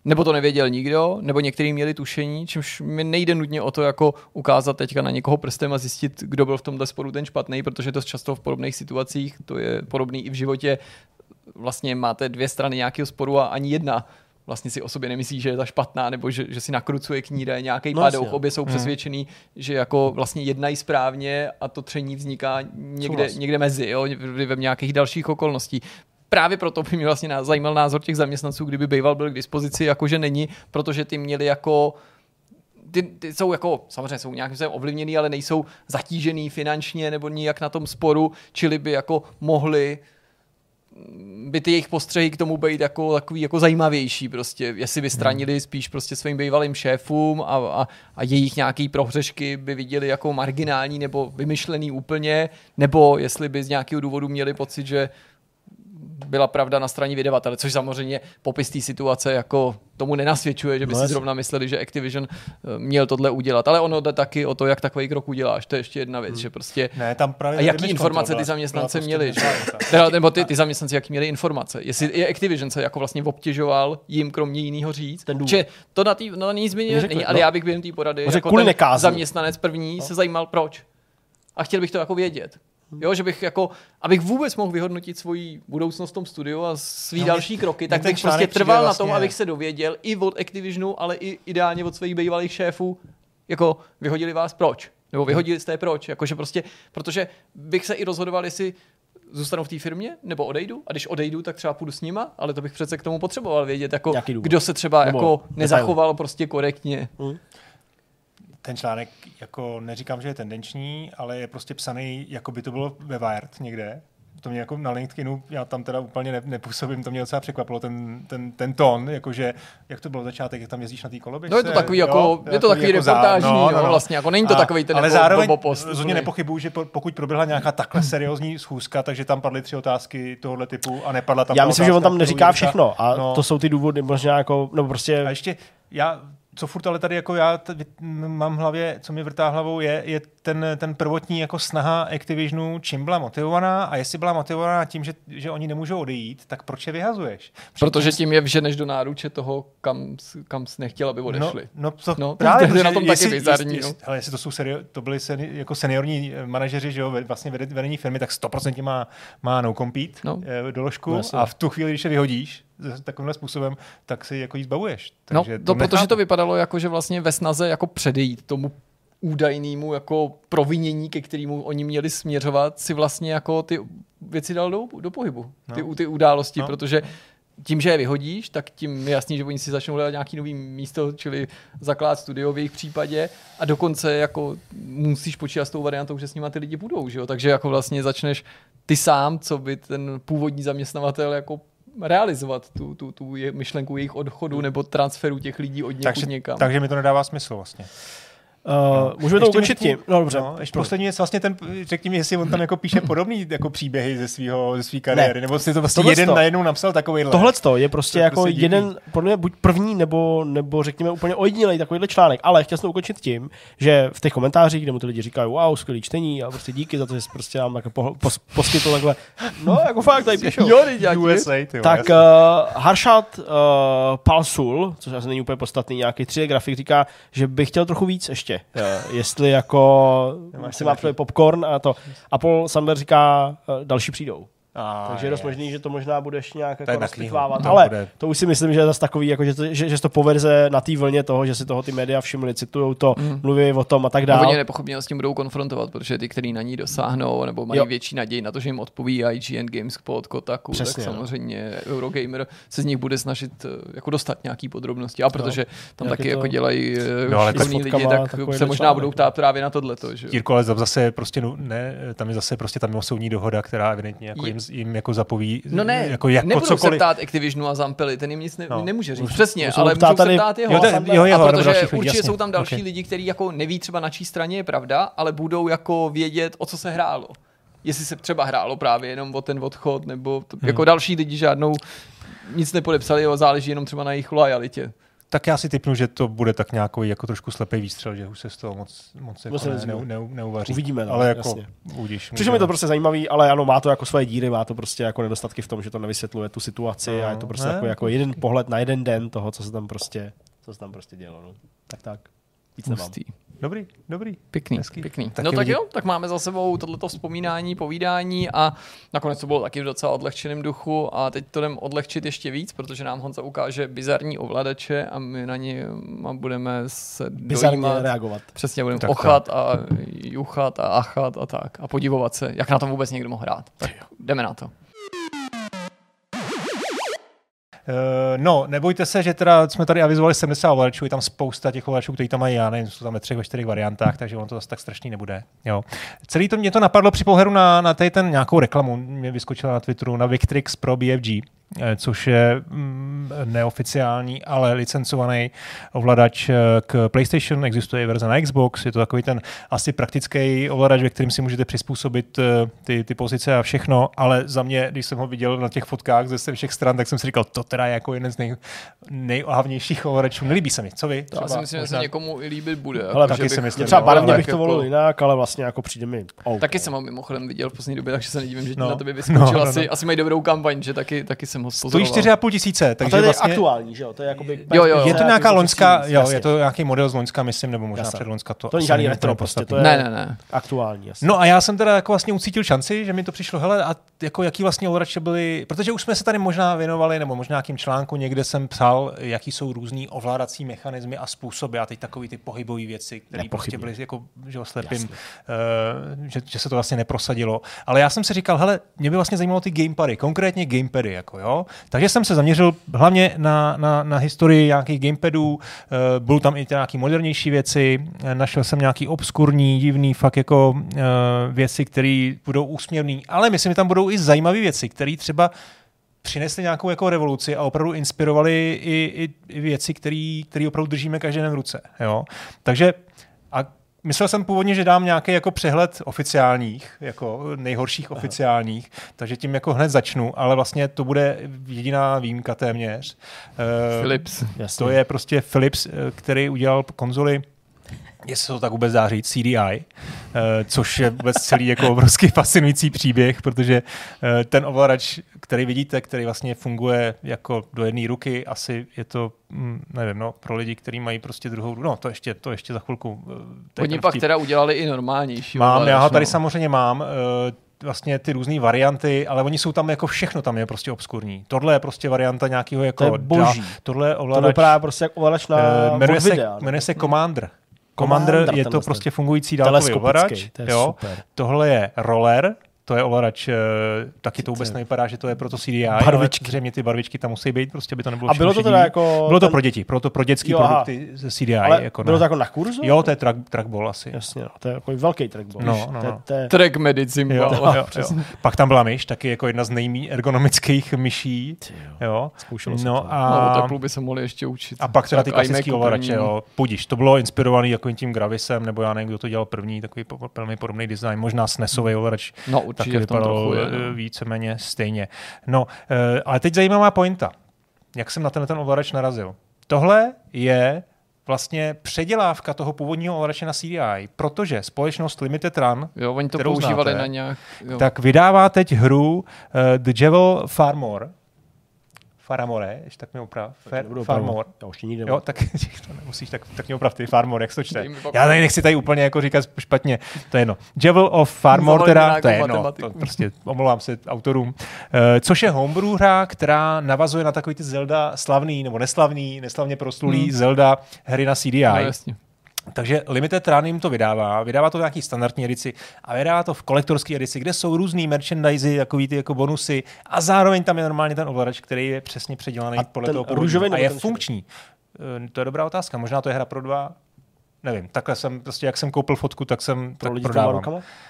nebo to nevěděl nikdo, nebo některý měli tušení, čímž mi nejde nutně o to jako ukázat teďka na někoho prstem a zjistit, kdo byl v tomhle sporu ten špatný, protože to často v podobných situacích, to je podobný i v životě, vlastně máte dvě strany nějakého sporu a ani jedna vlastně si o sobě nemyslí, že je ta špatná, nebo že, že si nakrucuje kníre nějaký no padouch. Obě jsou hmm. přesvědčený, že jako vlastně jednají správně a to tření vzniká někde, někde mezi, jo, v nějakých dalších okolností. Právě proto by mě vlastně zajímal názor těch zaměstnanců, kdyby býval byl k dispozici, jakože není, protože ty měli jako Ty, ty jsou jako, samozřejmě jsou nějakým způsobem ovlivněný, ale nejsou zatížený finančně nebo nijak na tom sporu, čili by jako mohli by ty jejich postřehy k tomu být jako takový jako zajímavější prostě, jestli by stranili spíš prostě svým bývalým šéfům a, a, a jejich nějaký prohřešky by viděli jako marginální nebo vymyšlený úplně, nebo jestli by z nějakého důvodu měli pocit, že byla pravda na straně vydavatele, což samozřejmě popis té situace jako tomu nenasvědčuje, že by no si zrovna mysleli, že Activision měl tohle udělat. Ale ono jde taky o to, jak takový krok uděláš. To je ještě jedna věc, hmm. že prostě... Ne, tam právě a jaký informace ty zaměstnance měli? Teda, nebo ty, ty zaměstnanci, jaký měli informace? Jestli je Activision se jako vlastně obtěžoval jim kromě jiného říct. Že to na, tý, na ní změně není, ale no. já bych během té porady jako ten nekázal. Zaměstnanec první no. se zajímal proč. A chtěl bych to jako vědět. Jo, že bych jako, abych vůbec mohl vyhodnotit svoji budoucnost v tom studiu a svý no, další kroky, tak bych prostě trval vlastně na tom, abych se dověděl i od Activisionu, ale i ideálně od svých bývalých šéfů, jako vyhodili vás proč? Nebo vyhodili jste proč? Jakože prostě, protože bych se i rozhodoval, jestli zůstanu v té firmě, nebo odejdu. A když odejdu, tak třeba půjdu s nima, ale to bych přece k tomu potřeboval vědět, jako kdo se třeba nebo jako nezachoval prostě korektně. Hmm. Ten článek, jako neříkám, že je tendenční, ale je prostě psaný, jako by to bylo ve Wired někde. To mě jako na LinkedInu, já tam teda úplně ne, nepůsobím, to mě docela překvapilo, ten, ten, ten tón, jakože, jak to bylo začátek, jak tam jezdíš na té koloběžce. No je to takový, jako, jo, je to takový jako reportážní, no, no, no. vlastně, jako není to a, takový ten ale zároveň rozhodně nepochybuju, že pokud proběhla nějaká takhle seriózní schůzka, takže tam padly tři otázky tohohle typu a nepadla tam. Já myslím, otázka, že on tam neříká všechno a no. to jsou ty důvody, možná jako, nebo prostě... A ještě, já... Co furt ale tady jako já tady mám v hlavě, co mi vrtá hlavou, je, je ten, ten prvotní jako snaha Activisionu, čím byla motivovaná a jestli byla motivovaná tím, že, že oni nemůžou odejít, tak proč je vyhazuješ? Protože tím je vženeš do náruče toho, kam, kam jsi nechtěl, aby odešli. No, no, to, no právě, to je na tom jestli, taky bizarní. Jestli, no. jestli to jsou seri- to byli seni, jako seniorní manažeři, že jo, vlastně vedení firmy, tak sto procent má, má no compete no. doložku no, a v tu chvíli, když je vyhodíš, takovýmhle způsobem, tak si jako jí zbavuješ. Takže no, to, protože to vypadalo jako, že vlastně ve snaze jako předejít tomu údajnému jako provinění, ke kterému oni měli směřovat, si vlastně jako ty věci dal do, do pohybu. Ty, no. ty události, no. protože tím, že je vyhodíš, tak tím je jasný, že oni si začnou hledat nějaký nový místo, čili zakládat studio v jejich případě a dokonce jako musíš počítat s tou variantou, že s nima ty lidi budou, že jo? Takže jako vlastně začneš ty sám, co by ten původní zaměstnavatel jako realizovat tu, tu, tu je, myšlenku jejich odchodu nebo transferu těch lidí od někud někam. Takže mi to nedává smysl vlastně. Uh, no. Můžeme to ukončit tím. No dobře. No, ještě poslední věc, vlastně ten, řekni mi, jestli on tam jako píše podobný jako příběhy ze svého ze své kariéry, ne. nebo si to vlastně jeden to. na jednou napsal takovýhle. Tohleto je prostě to jako prostě jeden, podle mě buď první, nebo, nebo řekněme úplně ojedinělej takovýhle článek, ale chtěl jsem to ukončit tím, že v těch komentářích, kde mu ty lidi říkají, wow, skvělý čtení a prostě díky za to, že jsi prostě nám jako po, pos, poskytl takhle. No, jako fakt tady píšou. Jo, U S A, ty tak uh, Harshad uh, Palsul, což asi není úplně podstatný, nějaký tři D grafik, říká, že by chtěl trochu víc ještě. Uh, jestli jako si má přijít popcorn a to. A Paul Sander říká, uh, další přijdou. A takže je dost možný, že to možná budeš nějak jako rozpitvávat. Ale bude. To už si myslím, že je zase takový, jako, že, to, že, že to poverze na té vlně toho, že si toho ty média všimli, citujou to, mm. mluví o tom a tak dále. Oni nepochopně s tím budou konfrontovat, protože ty, kteří na ní dosáhnou, nebo mají jo. větší naději na to, že jim odpoví I G N, GameSpot, Kotaku, přesně, tak samozřejmě no. Eurogamer se z nich bude snažit jako dostat nějaký podrobnosti. A protože tam taky to... jako dělají no, šikovní lidi, tak se možná článek. budou ptát právě na tohleto. Jirko, ale zase prostě ne, tam je zase prostě ta mimosoudní dohoda, která evidentně jako jim, jim jako zapoví. No ne, jako, jako nebudou cokoliv. se ptát Activisionu a Zampeli, ten jim nic ne, no. nemůže říct. Přesně, můžou ale můžou tady... se ptát jeho. Jo, ten, jo, jeho a protože lidí, určitě jasně. jsou tam další okay. lidi, kteří jako neví třeba na čí straně je pravda, ale budou jako vědět, o co se hrálo. Jestli se třeba hrálo právě jenom o ten odchod, nebo to, hmm. jako další lidi žádnou nic nepodepsali, jo, záleží jenom třeba na jejich lojalitě. tak já si tipnu, že to bude tak nějaký jako trošku slepý výstřel, že už se z toho moc, moc jako ne, ne, ne, neuvaří. Uvidíme, no, ale jako udíš. Přišlo mi to prostě zajímavý, ale ano, má to jako svoje díry, má to prostě jako nedostatky v tom, že to nevysvětluje tu situaci no, a je to prostě ne, jako, jako jeden pohled na jeden den toho, co se tam prostě, co se tam prostě dělo. No. Tak tak. Víc nemám. Dobrý, dobrý. Pěkný, hezký. Pěkný. Taky no tak jo, tak máme za sebou tohleto vzpomínání, povídání a nakonec to bylo taky v docela odlehčeném duchu a teď to jdem odlehčit ještě víc, protože nám Honza ukáže bizarní ovladače a my na ně budeme se dojímat. Reagovat. Přesně, budeme tak ochat tak. a juchat a achat a tak a podivovat se, jak na tom vůbec někdo mohl hrát. Tak jdeme na to. Uh, no, nebojte se, že teda jsme tady avizovali sedmdesát ovladačů, je tam spousta těch ovladačů, který tam mají, já nevím, jsou tam ve třech, ve čtyřech variantách, takže ono to zase tak strašný nebude. Jo. Celý to mě to napadlo při pohledu na, na tady ten nějakou reklamu, mě vyskočila na Twitteru, na Victrix Pro B F G, což je mm, neoficiální, ale licencovaný ovladač k PlayStation, existuje i verze na Xbox, je to takový ten asi praktický ovladač, ve kterým si můžete přizpůsobit ty, ty pozice a všechno, ale za mě, když jsem ho viděl na těch fotkách ze všech stran, tak jsem si říkal, to teda je jako jeden z nej, nejohavnějších ovladačů. Nelíbí se mi, co vy? To já si myslím, možná... že se někomu i líbit bude. Ale taky si myslím. Třeba barevně bych to volil jako... jinak, ale vlastně jako přijde mi okay. Taky jsem ho mimochodem viděl v poslední době, takže se nedivím, že no. na tebe vyskočil. No, no, no. Asi, asi mají dobrou kampaň, že taky, taky jsem ho stojí čtyři a půl tisíce, takže a to je vlastně... aktuální, že jo? To je jakoby jo, jo, je to nějaká loňská, jo, je to nějaký model z loňska, myslím, nebo možná před loňska to. To není žádný retro, prostě, to je ne, ne, ne. aktuální, jasně. No a já jsem teda jako vlastně ucítil šanci, že mi to přišlo, hele, a jako jaký vlastně ovladače byly, protože už jsme se tady možná věnovali, nebo možná nějakým článku někde jsem psal, jaký jsou různý ovládací mechanismy a způsoby a teď takový ty pohybové věci, které prostě byly jako, že ho slepím, uh, že, že se to vlastně neprosadilo. Ale já jsem si říkal, hele, mě by vlastně zajímalo ty gamepady, konkrétně gamepady, jako jo. Takže jsem se zaměřil hlavně na, na, na historii nějakých gamepadů, uh, budou tam i nějaké modernější věci, našel jsem nějaký obskurní, divný fakt jako uh, věci, které budou úsměvný, ale myslím, že tam budou i zajímavé věci, které třeba přinesly nějakou jako revoluci a opravdu inspirovaly i, i, i věci, které opravdu držíme každý den v ruce. Jo? Takže a myslel jsem původně, že dám nějaký jako přehled oficiálních, jako nejhorších Aha. oficiálních, takže tím jako hned začnu, ale vlastně to bude jediná výjimka téměř. Philips. Uh, to je prostě Philips, který udělal konzoli, jestli to tak vůbec dá říct, C D I, uh, což je vůbec celý jako obrovský fascinující příběh, protože uh, ten ovladač, který vidíte, který vlastně funguje jako do jedné ruky, asi je to, mm, nevím, no, pro lidi, kteří mají prostě druhou, no to ještě, to ještě za chvilku. Uh, Oni pak teda udělali i normálnější. Mám, ovladač, já ho tady no. samozřejmě mám, uh, vlastně ty různé varianty, ale oni jsou tam jako všechno tam je prostě obskurní. Tohle je prostě varianta nějakého jako... To je boží. Da, tohle je ovladač... To vypadá prostě jak ovladač na uh, jmenuje, se, videa, jmenuje se Commander. Commander, Commander je to prostě fungující dálkový ovladač. To je jo. super. Tohle je roller, to je ovladač, taky to vůbec nevypadá, že to je pro to C D I, barvičky. Ale zřejmě ty barvičky tam musí být, prostě by to nebylo. A bylo to teda jako... Bylo to pro děti, bylo to pro dětský jo, produkty ze C D I. Ale jako bylo ne. to jako na kurzu? Jo, to je track, trackball asi. Jasně, no, to je jako velký trackball. No, no, no. To je... Track medicine. Jo, jo, jo, jo. Pak tam byla myš, taky jako jedna z nejméně ergonomických myší. Jo. Zkoušelo se no, to. A... No, takhle by se mohli ještě učit. A pak teda ty klasický ovladače, jo. Pudíš, to bylo inspirovaný jako tím Gravisem, nebo já nevím, kdo to dělal první, takový velmi podobný design, možná SNESový ovladač. No, určitě v tom trochu je, no. Víceméně stejně. No, ale teď zajímavá pointa. Jak jsem na ten, ten ovladač narazil? Tohle je vlastně předělávka toho původního ovladače na C D I, protože společnost Limited Run, jo, oni to používali znáte, na nějak... Jo. tak vydává teď hru uh, The Jewel Farmore, Faramore, ještě tak mě oprav. Farmore. Já už nikdy jo, tak to nemusíš, tak, tak mě oprav ty Farmore, jak se to čte. Já tady nechci tady úplně jako říkat špatně, to je jedno. Jewel of Farmore teda, to je jedno, to prostě omlouvám se autorům. Uh, což je homebrew hra, která navazuje na takový ty Zelda slavný, nebo neslavný, neslavně proslulý hmm. Zelda hry na C D I. No, jasně. Takže Limited Run jim to vydává, vydává to v nějaký standardní edici a vydává to v kolektorské edici, kde jsou různý merchandisey, takový ty jako bonusy a zároveň tam je normálně ten ovladač, který je přesně předělaný a podle toho původu a je funkční. Uh, to je dobrá otázka, možná to je hra pro dva, nevím, takhle jsem, prostě jak jsem koupil fotku, tak jsem pro tak prodávám.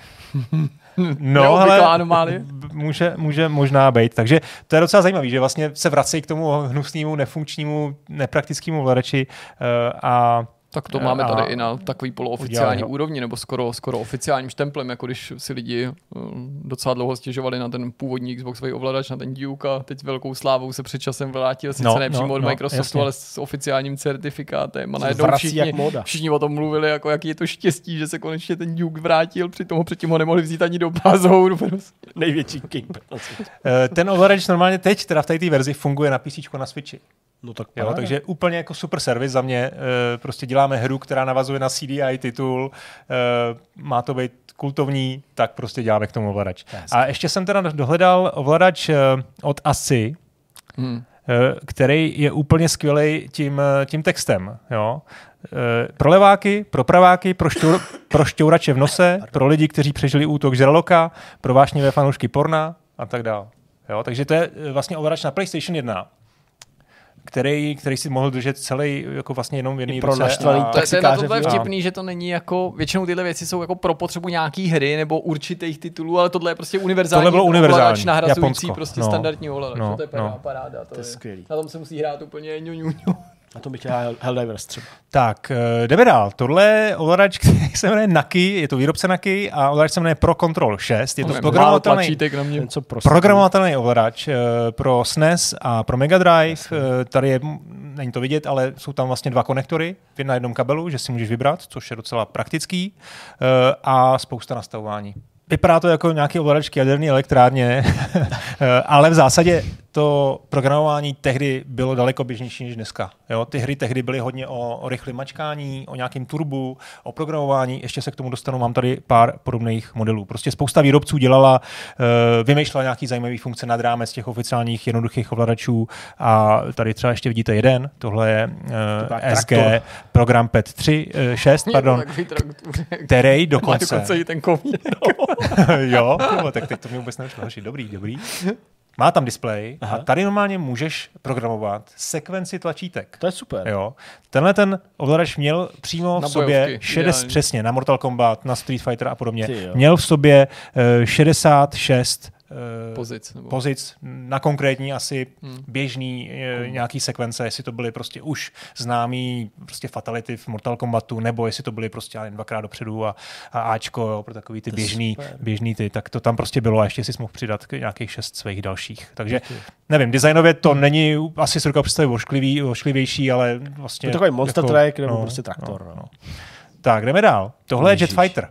No, ale může, může možná být. Takže to je docela zajímavé, že vlastně se vracejí k tomu hnusnému, nefunkčnímu, nepraktickému ovladači uh, a Tak to máme tady i na takový polooficiální úrovni, nebo skoro, skoro oficiálním štemplem, jako když si lidi docela dlouho stěžovali na ten původní Xboxový ovladač, na ten Duke a teď velkou slávou se před časem vrátil, sice no, nepřímo no, od Microsoftu, no, ale s oficiálním certifikátem. A najednou všichni, všichni o tom mluvili, jako jaký je to štěstí, že se konečně ten Duke vrátil, přitom ho předtím ho nemohli vzít ani do Bazouru. Největší king. Ten ovladač normálně teď, teda v té verzi, funguje na PCčku na Switchi. No tak jo, takže úplně jako super servis za mě. E, prostě děláme hru, která navazuje na C D I titul, e, má to být kultovní, tak prostě děláme k tomu ovladač. A ještě jsem teda dohledal ovladač e, od Asi, hmm. e, který je úplně skvělej tím, tím textem. Jo. E, pro leváky, pro praváky, pro, šťour, pro šťourače v nose, pro lidi, kteří přežili útok žraloka, pro vášnivé fanoušky porna a tak dále. Jo, takže to je vlastně ovladač na PlayStation jedna. Který, který si mohl držet celý jako vlastně jenom v jedné ruce. A... To, to je na tohle vtipný, že to není jako, většinou tyhle věci jsou jako pro potřebu nějaký hry nebo určitých titulů, ale tohle je prostě univerzální ovladač nahrazující prostě no, standardní ovladač. No, to je no. paráda. To, to je skvělý. Na tom se musí hrát úplně ňu, ňu, ňu. Na tom bych chtěl Helldivers třeba. Tak, jdeme dál. Tohle je ovladač, který se jmenuje Naki, je to výrobce Naki a ovladač se jmenuje Pro Control šest. Je to programovatelný, programovatelný ovladač pro S N E S a pro Mega Drive. Tady je, není to vidět, ale jsou tam vlastně dva konektory na jednom kabelu, že si můžeš vybrat, což je docela praktický a spousta nastavování. Vypadá to jako nějaký ovladač k jaderné elektrárně, ale v zásadě to programování tehdy bylo daleko běžnější než dneska. Jo? Ty hry tehdy byly hodně o, o rychlém mačkání, o nějakém turbu, o programování. Ještě se k tomu dostanu, mám tady pár podobných modelů. Prostě spousta výrobců dělala, uh, vymýšlela nějaký zajímavý funkce nad rámec těch oficiálních jednoduchých ovladačů a tady třeba ještě vidíte jeden, tohle je uh, S G traktor. Program P E T tři, uh, šest, pardon, který dokonce... dokonce i ten komínek. Jo, no, tak teď to mě vůbec nevyšlo. Dobrý, dobrý. Má tam displej a tady normálně můžeš programovat sekvenci tlačítek. To je super. Jo. Tenhle ten ovladač měl přímo v sobě šedesát, přesně, na Mortal Kombat, na Street Fighter a podobně. Měl v sobě uh, šedesát šest uh, pozic, pozic na konkrétní asi hmm. běžný uh, nějaký sekvence, jestli to byly prostě už známý prostě fatality v Mortal Kombatu, nebo jestli to byly prostě jen dvakrát dopředu a, a Ačko, jo, pro takový ty běžný, běžný ty, tak to tam prostě bylo a ještě si mohl přidat nějakých šest svých dalších. Takže nevím, designově to hmm. není asi si dokážu představit ošklivý, ošklivější, ale vlastně... To je takový monster jako, track nebo no, prostě traktor. No, no. Tak, jdeme dál. Tohle Ježiš. je Jet Fighter.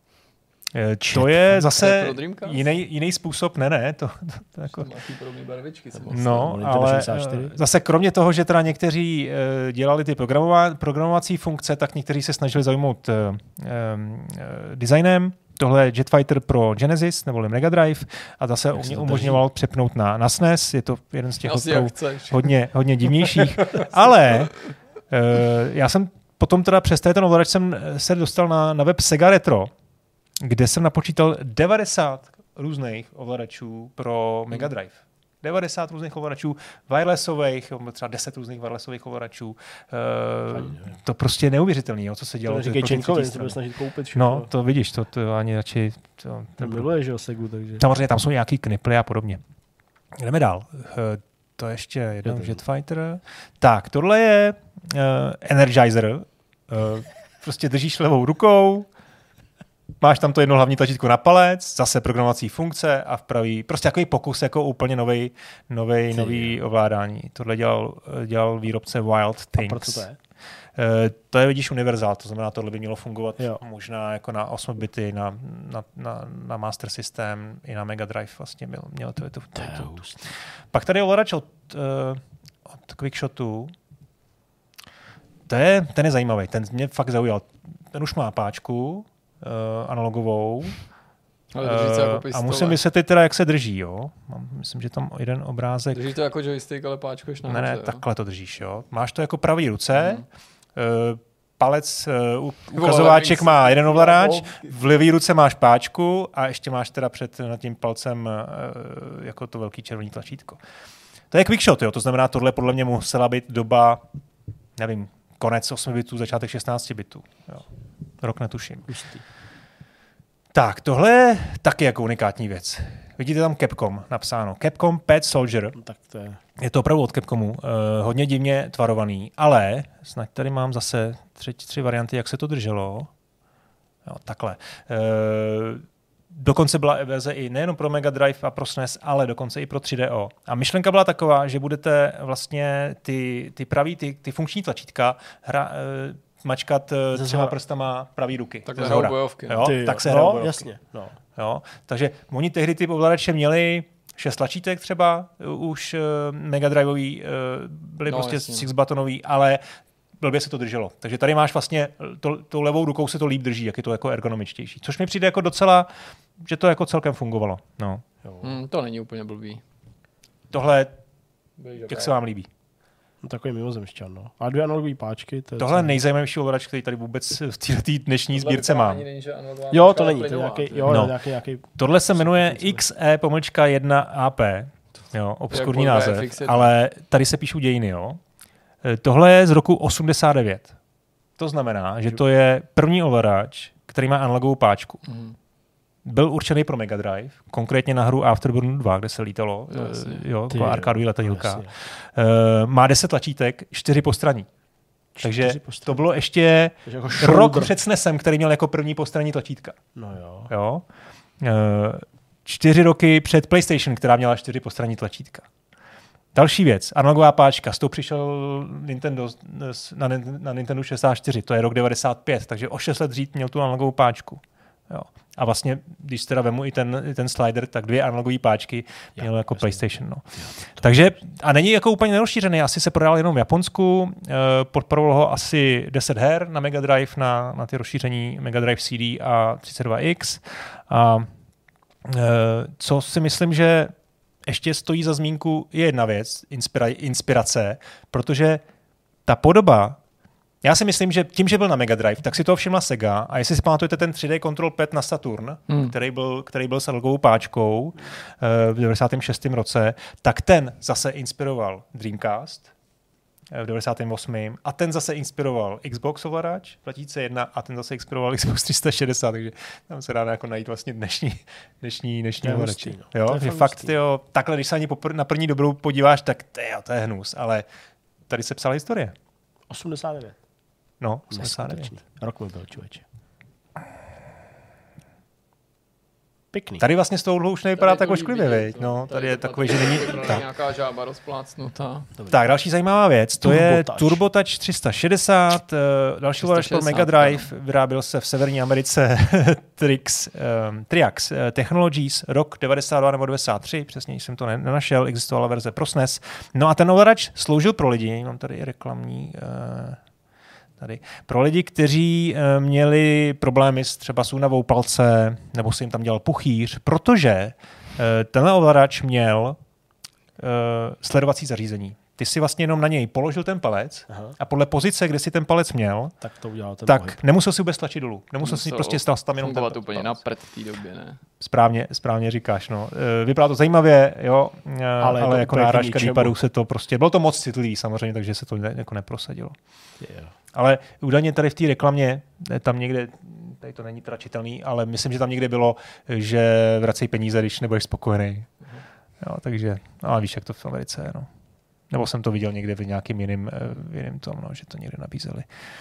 To je zase jiný, jiný způsob, ne, ne, to, to, to jako... barvičky, no, ale zase kromě toho, že teda někteří uh, dělali ty programova- programovací funkce, tak někteří se snažili zaujmout uh, um, designem. Tohle je Jet Fighter pro Genesis nebo Mega Drive a zase mě umožňoval přepnout na, na S N E S. Je to jeden z těch hodně, hodně divnějších. Ale uh, já jsem potom teda přes ten ovladač jsem se dostal na, na web Sega Retro, kde jsem napočítal devadesát různých ovladačů pro Mega Drive. devadesát různých ovladačů, wirelessových, třeba deset různých wirelessových ovladačů. E, to prostě je neuvěřitelný, jo, co se dělalo. To říkej Čenkovi, se bude snažit koupit všechno. No, to vidíš, to, to ani radši... To, to miluje, že jo, Segu, takže... Samozřejmě tam jsou nějaký kniply a podobně. Jdeme dál. E, to ještě jeden Jet Fighter. Tak, tohle je uh, Energizer. Uh, prostě držíš levou rukou, máš tam to jedno hlavní tlačítko na palec, zase programovací funkce a vpraví, prostě takový pokus jako úplně novej, novej, nový ovládání. Tohle dělal, dělal výrobce Wild Things. A proč to je? Uh, to je, vidíš, univerzál, to znamená, tohle by mělo fungovat jo. možná jako na osm bity, na, na, na, na Master System, i na Mega Drive vlastně mělo, mělo to. to, to, to, to. Pak tady ovladač od, uh, od Quickshotu. To je, ten je zajímavý, ten mě fakt zaujal. Ten už má páčku, Uh, analogovou. Ale uh, jako a musím vysvětlit teda, jak se drží, jo. Mám, myslím, že tam jeden obrázek. Drží to jako joystick, ale páčkuješ na Ne, ne, ruce, takhle to držíš, jo. Máš to jako pravý ruce, mm. uh, palec, uh, ukazováček má jeden ovladač, v levý ruce máš páčku a ještě máš teda před nad tím palcem uh, jako to velký červený tlačítko. To je quickshot, jo, to znamená, tohle podle mě musela být doba, nevím, konec osmi bitů, začátek šestnácti bitů, jo. Rok netuším. Tak, tohle je taky jako unikátní věc. Vidíte tam Capcom napsáno. Capcom Pet Soldier. No, tak to je... je to opravdu od Capcomu. Uh, hodně divně tvarovaný, ale snad tady mám zase tři, tři varianty, jak se to drželo. Jo, takhle. Uh, dokonce byla verze i nejenom pro Mega Drive a pro S N E S, ale dokonce i pro tři D O. A myšlenka byla taková, že budete vlastně ty, ty pravý, ty, ty funkční tlačítka hra, uh, mačkat uh, třema prstama pravý ruky. Tak se hrajou bojovky. Jo, ty, tak se no, hrajou bojovky. Jasně. No. Jo, takže oni tehdy ty ovladače měli šest tlačítek třeba, už uh, Mega Driveový, uh, byly no, prostě six buttonový, ale blbě se to drželo. Takže tady máš vlastně, to, tou levou rukou se to líp drží, jak je to jako ergonomičtější. Což mi přijde jako docela, že to jako celkem fungovalo. No. Hmm, to není úplně blbý. Tohle, jak se vám líbí? No, takový mimozemšťan, no. A dvě analogové páčky. To je Tohle je nejzajímavější ovladač, který tady vůbec v této dnešní sbírce mám. Jo, to není. To je nějaký, jo, no. nějaký, nějaký... Tohle se jmenuje X E pomlčka jedna A P. Jo, obskurní název. Ale tady se píšou dějiny, jo. Tohle je z roku osmdesát devět. To znamená, že to je první ovladač, který má analogovou páčku. Mm. Byl určený pro Mega Drive, konkrétně na hru Afterburner dva, kde se lítalo, no, jo, taková arkádový letadílka. Uh, má deset tlačítek, čtyři postranní. Takže to bylo ještě jako rok před S N E Sem, který měl jako první postranní tlačítka. No jo. jo? Uh, čtyři roky před PlayStation, která měla čtyři postranní tlačítka. Další věc, analogová páčka, s tou přišel Nintendo na, na Nintendo šedesát čtyři, to je rok devadesát pět, takže o šest let dřív měl tu analogovou páčku. Jo. A vlastně, když teda vemu i ten, i ten slider, tak dvě analogové páčky měl ja, jako jasný. PlayStation. No. Takže, a není jako úplně nerozšířený, asi se prodal jenom v Japonsku, podporovalo ho asi deset her na Mega Drive, na, na ty rozšíření Mega Drive C D a třicet dva X. A co si myslím, že ještě stojí za zmínku, je jedna věc, inspira, inspirace, protože ta podoba, já si myslím, že tím, že byl na Mega Drive, tak si toho všimla Sega a jestli si pamatujete ten tři D Control Pad na Saturn, hmm. který, byl, který byl s analogovou páčkou uh, v devadesátém šestém roce, tak ten zase inspiroval Dreamcast uh, v devadesátém osmém a ten zase inspiroval Xbox ovladač dva tisíce jedna a ten zase inspiroval Xbox tři sta šedesát, takže tam se dá jako najít vlastně dnešní, dnešní, dnešní ovladači. No. Jo, je fakt, tyjo, takhle, když se ani popr- na první dobrou podíváš, tak tyjo, to je hnus, ale tady se psala historie. osmdesát devět. No, osmdesát devět. Rok mi byl, člověče. Pěkný. Tady vlastně s tou dlouhou už nevypadá tak ošklivě, veď? No, tady, tady je takový, že není... Tak. Nějaká žába rozplácnutá. Tak, další zajímavá věc, to je TurboTouch tři sta šedesát, uh, další ovladač pro Mega Drive, vyráběl se v Severní Americe Trix, um, Triax uh, Technologies, rok devadesát dva nebo devadesát tři, přesně jsem to nenašel, existovala verze pro S N E S. No a ten ovladač sloužil pro lidi, mám tady reklamní... Uh, Tady. Pro lidi, kteří e, měli problémy s třeba s únavou palce, nebo se jim tam dělal puchýř, protože e, tenhle ovladač měl e, sledovací zařízení. Ty si vlastně jenom na něj položil ten palec. Aha. A podle pozice, kde si ten palec měl, tak, to udělal ten tak pohyb. Nemusel si vůbec tlačit dolů. Nemusel si prostě stát tam jenom ten palec. Úplně na prd v té době, ne? Správně, správně říkáš. No. E, vypadá to zajímavě, jo, ale, ale jako náražka výpadu se to prostě... Bylo to moc citlivý samozřejmě, takže se to ne, jako neprosadilo. Yeah. Ale údajně tady v té reklamě, tam někde, tady to není teda čitelný, ale myslím, že tam někde bylo, že vracej peníze, když nebudeš spokojený. Uh-huh. Jo, takže, ale víš, jak to v Americe je, no. Nebo jsem to viděl někde v nějakým jiným, v jiným tom, no, že to někde nabízeli.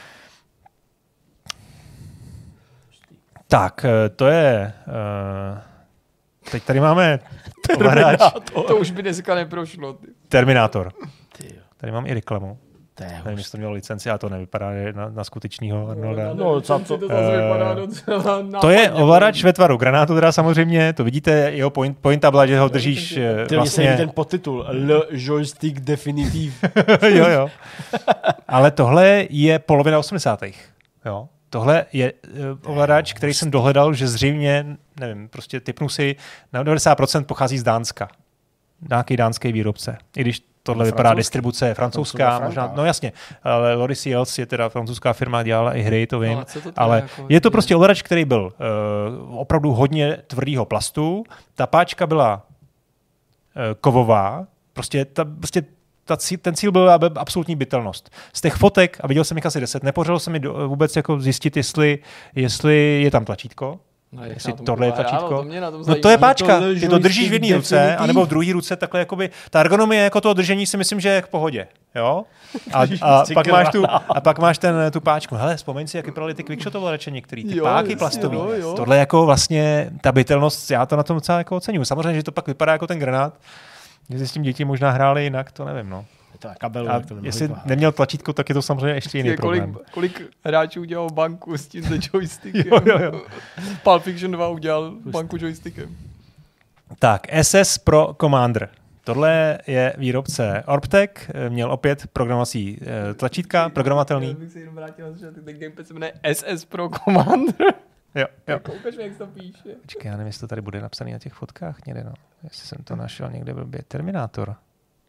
Tak, to je... Uh, teď tady máme... Terminátor. To už by dneska neprošlo. Ty. Terminátor. Tady mám i reklamu. Nevím, jestli to mělo licenci, a to nevypadá na, na skutečného Arnolda. No, co to, to, uh, to je ovladač ve tvaru granátu, teda samozřejmě, to vidíte, jeho point, pointable, že ho držíš ty vlastně... Ty ten podtitul, Le Joystick Definitive. jo, jo. Ale tohle je polovina osmdesátých. Jo. Tohle je uh, ovladač, který jsem dohledal, že zřejmě, nevím, prostě typnu si, na devadesát procent pochází z Dánska. Nějaký dánský výrobce. I když tohle vypadá distribuce francouzská, možná, no jasně, ale Lori Seals je teda francouzská firma, dělala i hry, to vím, no, to ale jako je to prostě ovladač, který byl uh, opravdu hodně tvrdýho plastu, ta páčka byla uh, kovová, prostě, ta, prostě ta cí, ten cíl byl absolutní bytelnost. Z těch fotek, a viděl jsem jich asi deset, nepořelo se mi do, vůbec jako zjistit, jestli, jestli je tam tlačítko, No, jestli tohle je tlačítko. To no to je páčka, to ty to držíš v jedné ruce, anebo v druhé ruce, takhle jakoby, ta ergonomie jako toho držení si myslím, že je k pohodě, jo? A, a, pak, máš tu, a pak máš ten, tu páčku. Hele, vzpomeň si, jak vypadaly ty quickshot ovladače některý, ty jo, páky jasný, plastový. Jo, jo. Tohle jako vlastně, ta bytelnost, já to na tom docela jako oceňuji. Samozřejmě, že to pak vypadá jako ten granát, že s tím děti možná hráli jinak, to nevím, no. To je kabel, a to jestli vypádat. Neměl tlačítko, tak je to samozřejmě ještě jiný kolik, problém. Kolik hráčů udělal banku s tím joystickem? jo, jo, jo. Pulp Fiction dva udělal banku joystickem. Tak, S S Pro Commander. Tohle je výrobce Orbtech, měl opět programovací e, tlačítka, programovatelný. Já bych se jenom vrátil, že ten gamepad se jmenuje S S Pro Commander. Jo, jo. Ukaž mi, jak to píše. Počkej, já nevím, jestli to tady bude napsaný na těch fotkách někde, no. Jestli jsem to našel někde blbě. Terminátor.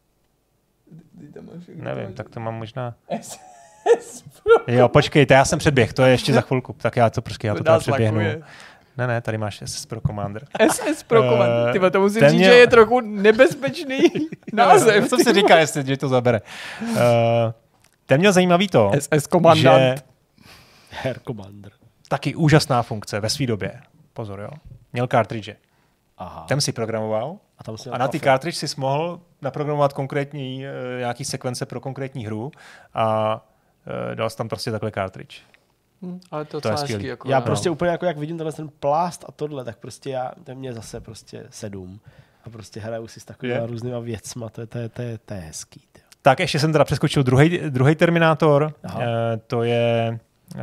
Nevím, tak to mám možná... S S Pro. Jo, počkejte, já jsem předběh, to je ještě za chvilku. Tak já to prostě, já to tady předběhnu. Ne, ne, tady máš S S Pro Commander. S S Pro Commander. Tyba, to musím říct, měl... že je trochu nebezpečný název. Co se říká, jestli že to zabere. Uh, ten měl zajímavý to, S S Commandant. Že... Herr Commander. Taky úžasná funkce ve své době. Pozor, jo. Měl cartridge. Aha. Ten si programoval a, tam si a na ty cartridge si mohl naprogramovat konkrétní uh, nějaký sekvence pro konkrétní hru a uh, dal jsi tam prostě takhle cartridge. Hmm, ale to, to je skvělý. Jako já prostě no. úplně jako jak vidím tenhle ten plást a tohle, tak prostě já, to mě zase prostě sedm a prostě hraju si s takovými různýma věcma, to je, to je, to je, to je hezký. Tě. Tak ještě jsem teda přeskočil druhý Terminátor, e, to je e,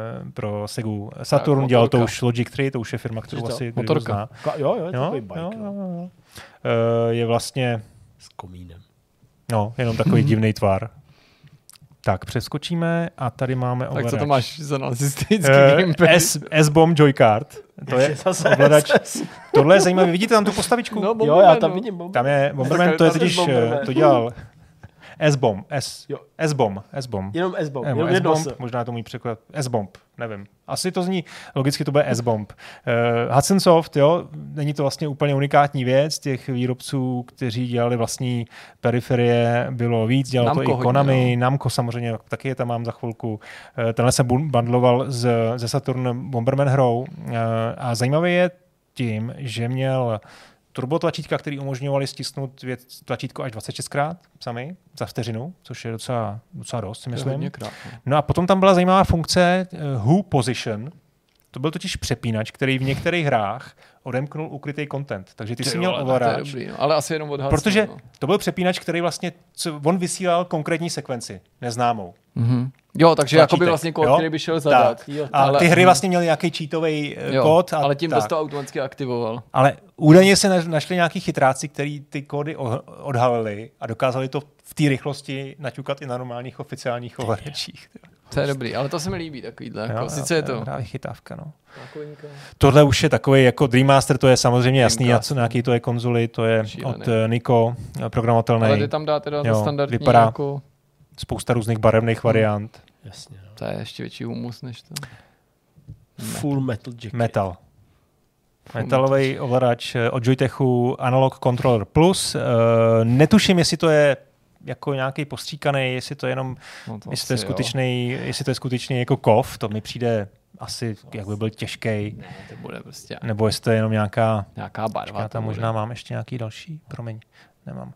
pro Segu Saturn, tak, dělal to už Logic tři, to už je firma, kterou asi motorka. Ka- jo, jo, je to takový bike. Jo, jo, jo. E, je vlastně... S komínem. No, jenom takový divný tvar. Tak, přeskočíme a tady máme ovladač. Tak co to máš za nazistický uh, gamepad? S-Bomb Joycard. To je ovladač. Tohle je zajímavé. Vidíte tam tu postavičku? No, jo, já tam vidím Bomberman. Tam je Bomberman, to je totiž, to dělal S-Bomb. S, S-Bomb. S-Bomb. Jenom S-Bomb. Jenom Jenom S-Bomb, možná to můj překlad. S-Bomb, nevím. Asi to zní, logicky to bude S-Bomb. Uh, Hudson Soft, jo, není to vlastně úplně unikátní věc. Těch výrobců, kteří dělali vlastní periferie, bylo víc. Dělalo Namco to i Konami, hodně, no. Namco samozřejmě, taky je tam mám za chvilku. Uh, tenhle se bundloval z, ze Saturn Bomberman hrou. Uh, a zajímavé je tím, že měl turbo tlačítka, který umožňovali stisknout věc, tlačítko až dvacet šest krát sami za vteřinu, což je docela, docela dost, si myslím. No a potom tam byla zajímavá funkce uh, Who Position. To byl totiž přepínač, který v některých hrách odemknul ukrytý content. Takže ty, ty jsi měl ovladač. No, ale asi jenom odhadl. Protože no. to byl přepínač, který vlastně, co, on vysílal konkrétní sekvenci, neznámou. Mm-hmm. Jo, takže jakoby vlastně kód, jo? který by šel zadat. Jo, a ale, ty hry vlastně měly nějaký cheatový jo, kód. A ale tím tak. bys to automaticky aktivoval. Ale údajně se našli nějaký chytráci, kteří ty kódy odhalili a dokázali to v té rychlosti naťukat i na normálních oficiálních ovladačích. To je dobrý, ale to se mi líbí takovýhle. Jako, jo, sice je to. Právě chytávka, no. Tohle už je takový jako Dream Master, to je samozřejmě jasný, Dreamcast. Nějaký to je konzoli, to je šílený. Od Nico, programovatelný. Ale ty tam dá teda jo, to standardní vypadá jako... spousta různých barevných variant. Jasně. No. To je ještě větší humus než to. Full Metal Jacket. Metal. Metalový ovladač od Joytechu Analog Controller Plus. Uh, netuším, jestli to je jako nějaký postříkaný, jestli to je jenom, no to jestli, to je skutečný, jestli to je skutečný jako kov, to mi přijde asi, jak by byl těžký. Ne, to bude prostě. Nebo jestli to je jenom nějaká, nějaká barva. Já tam možná mám ještě nějaký další, promiň, nemám.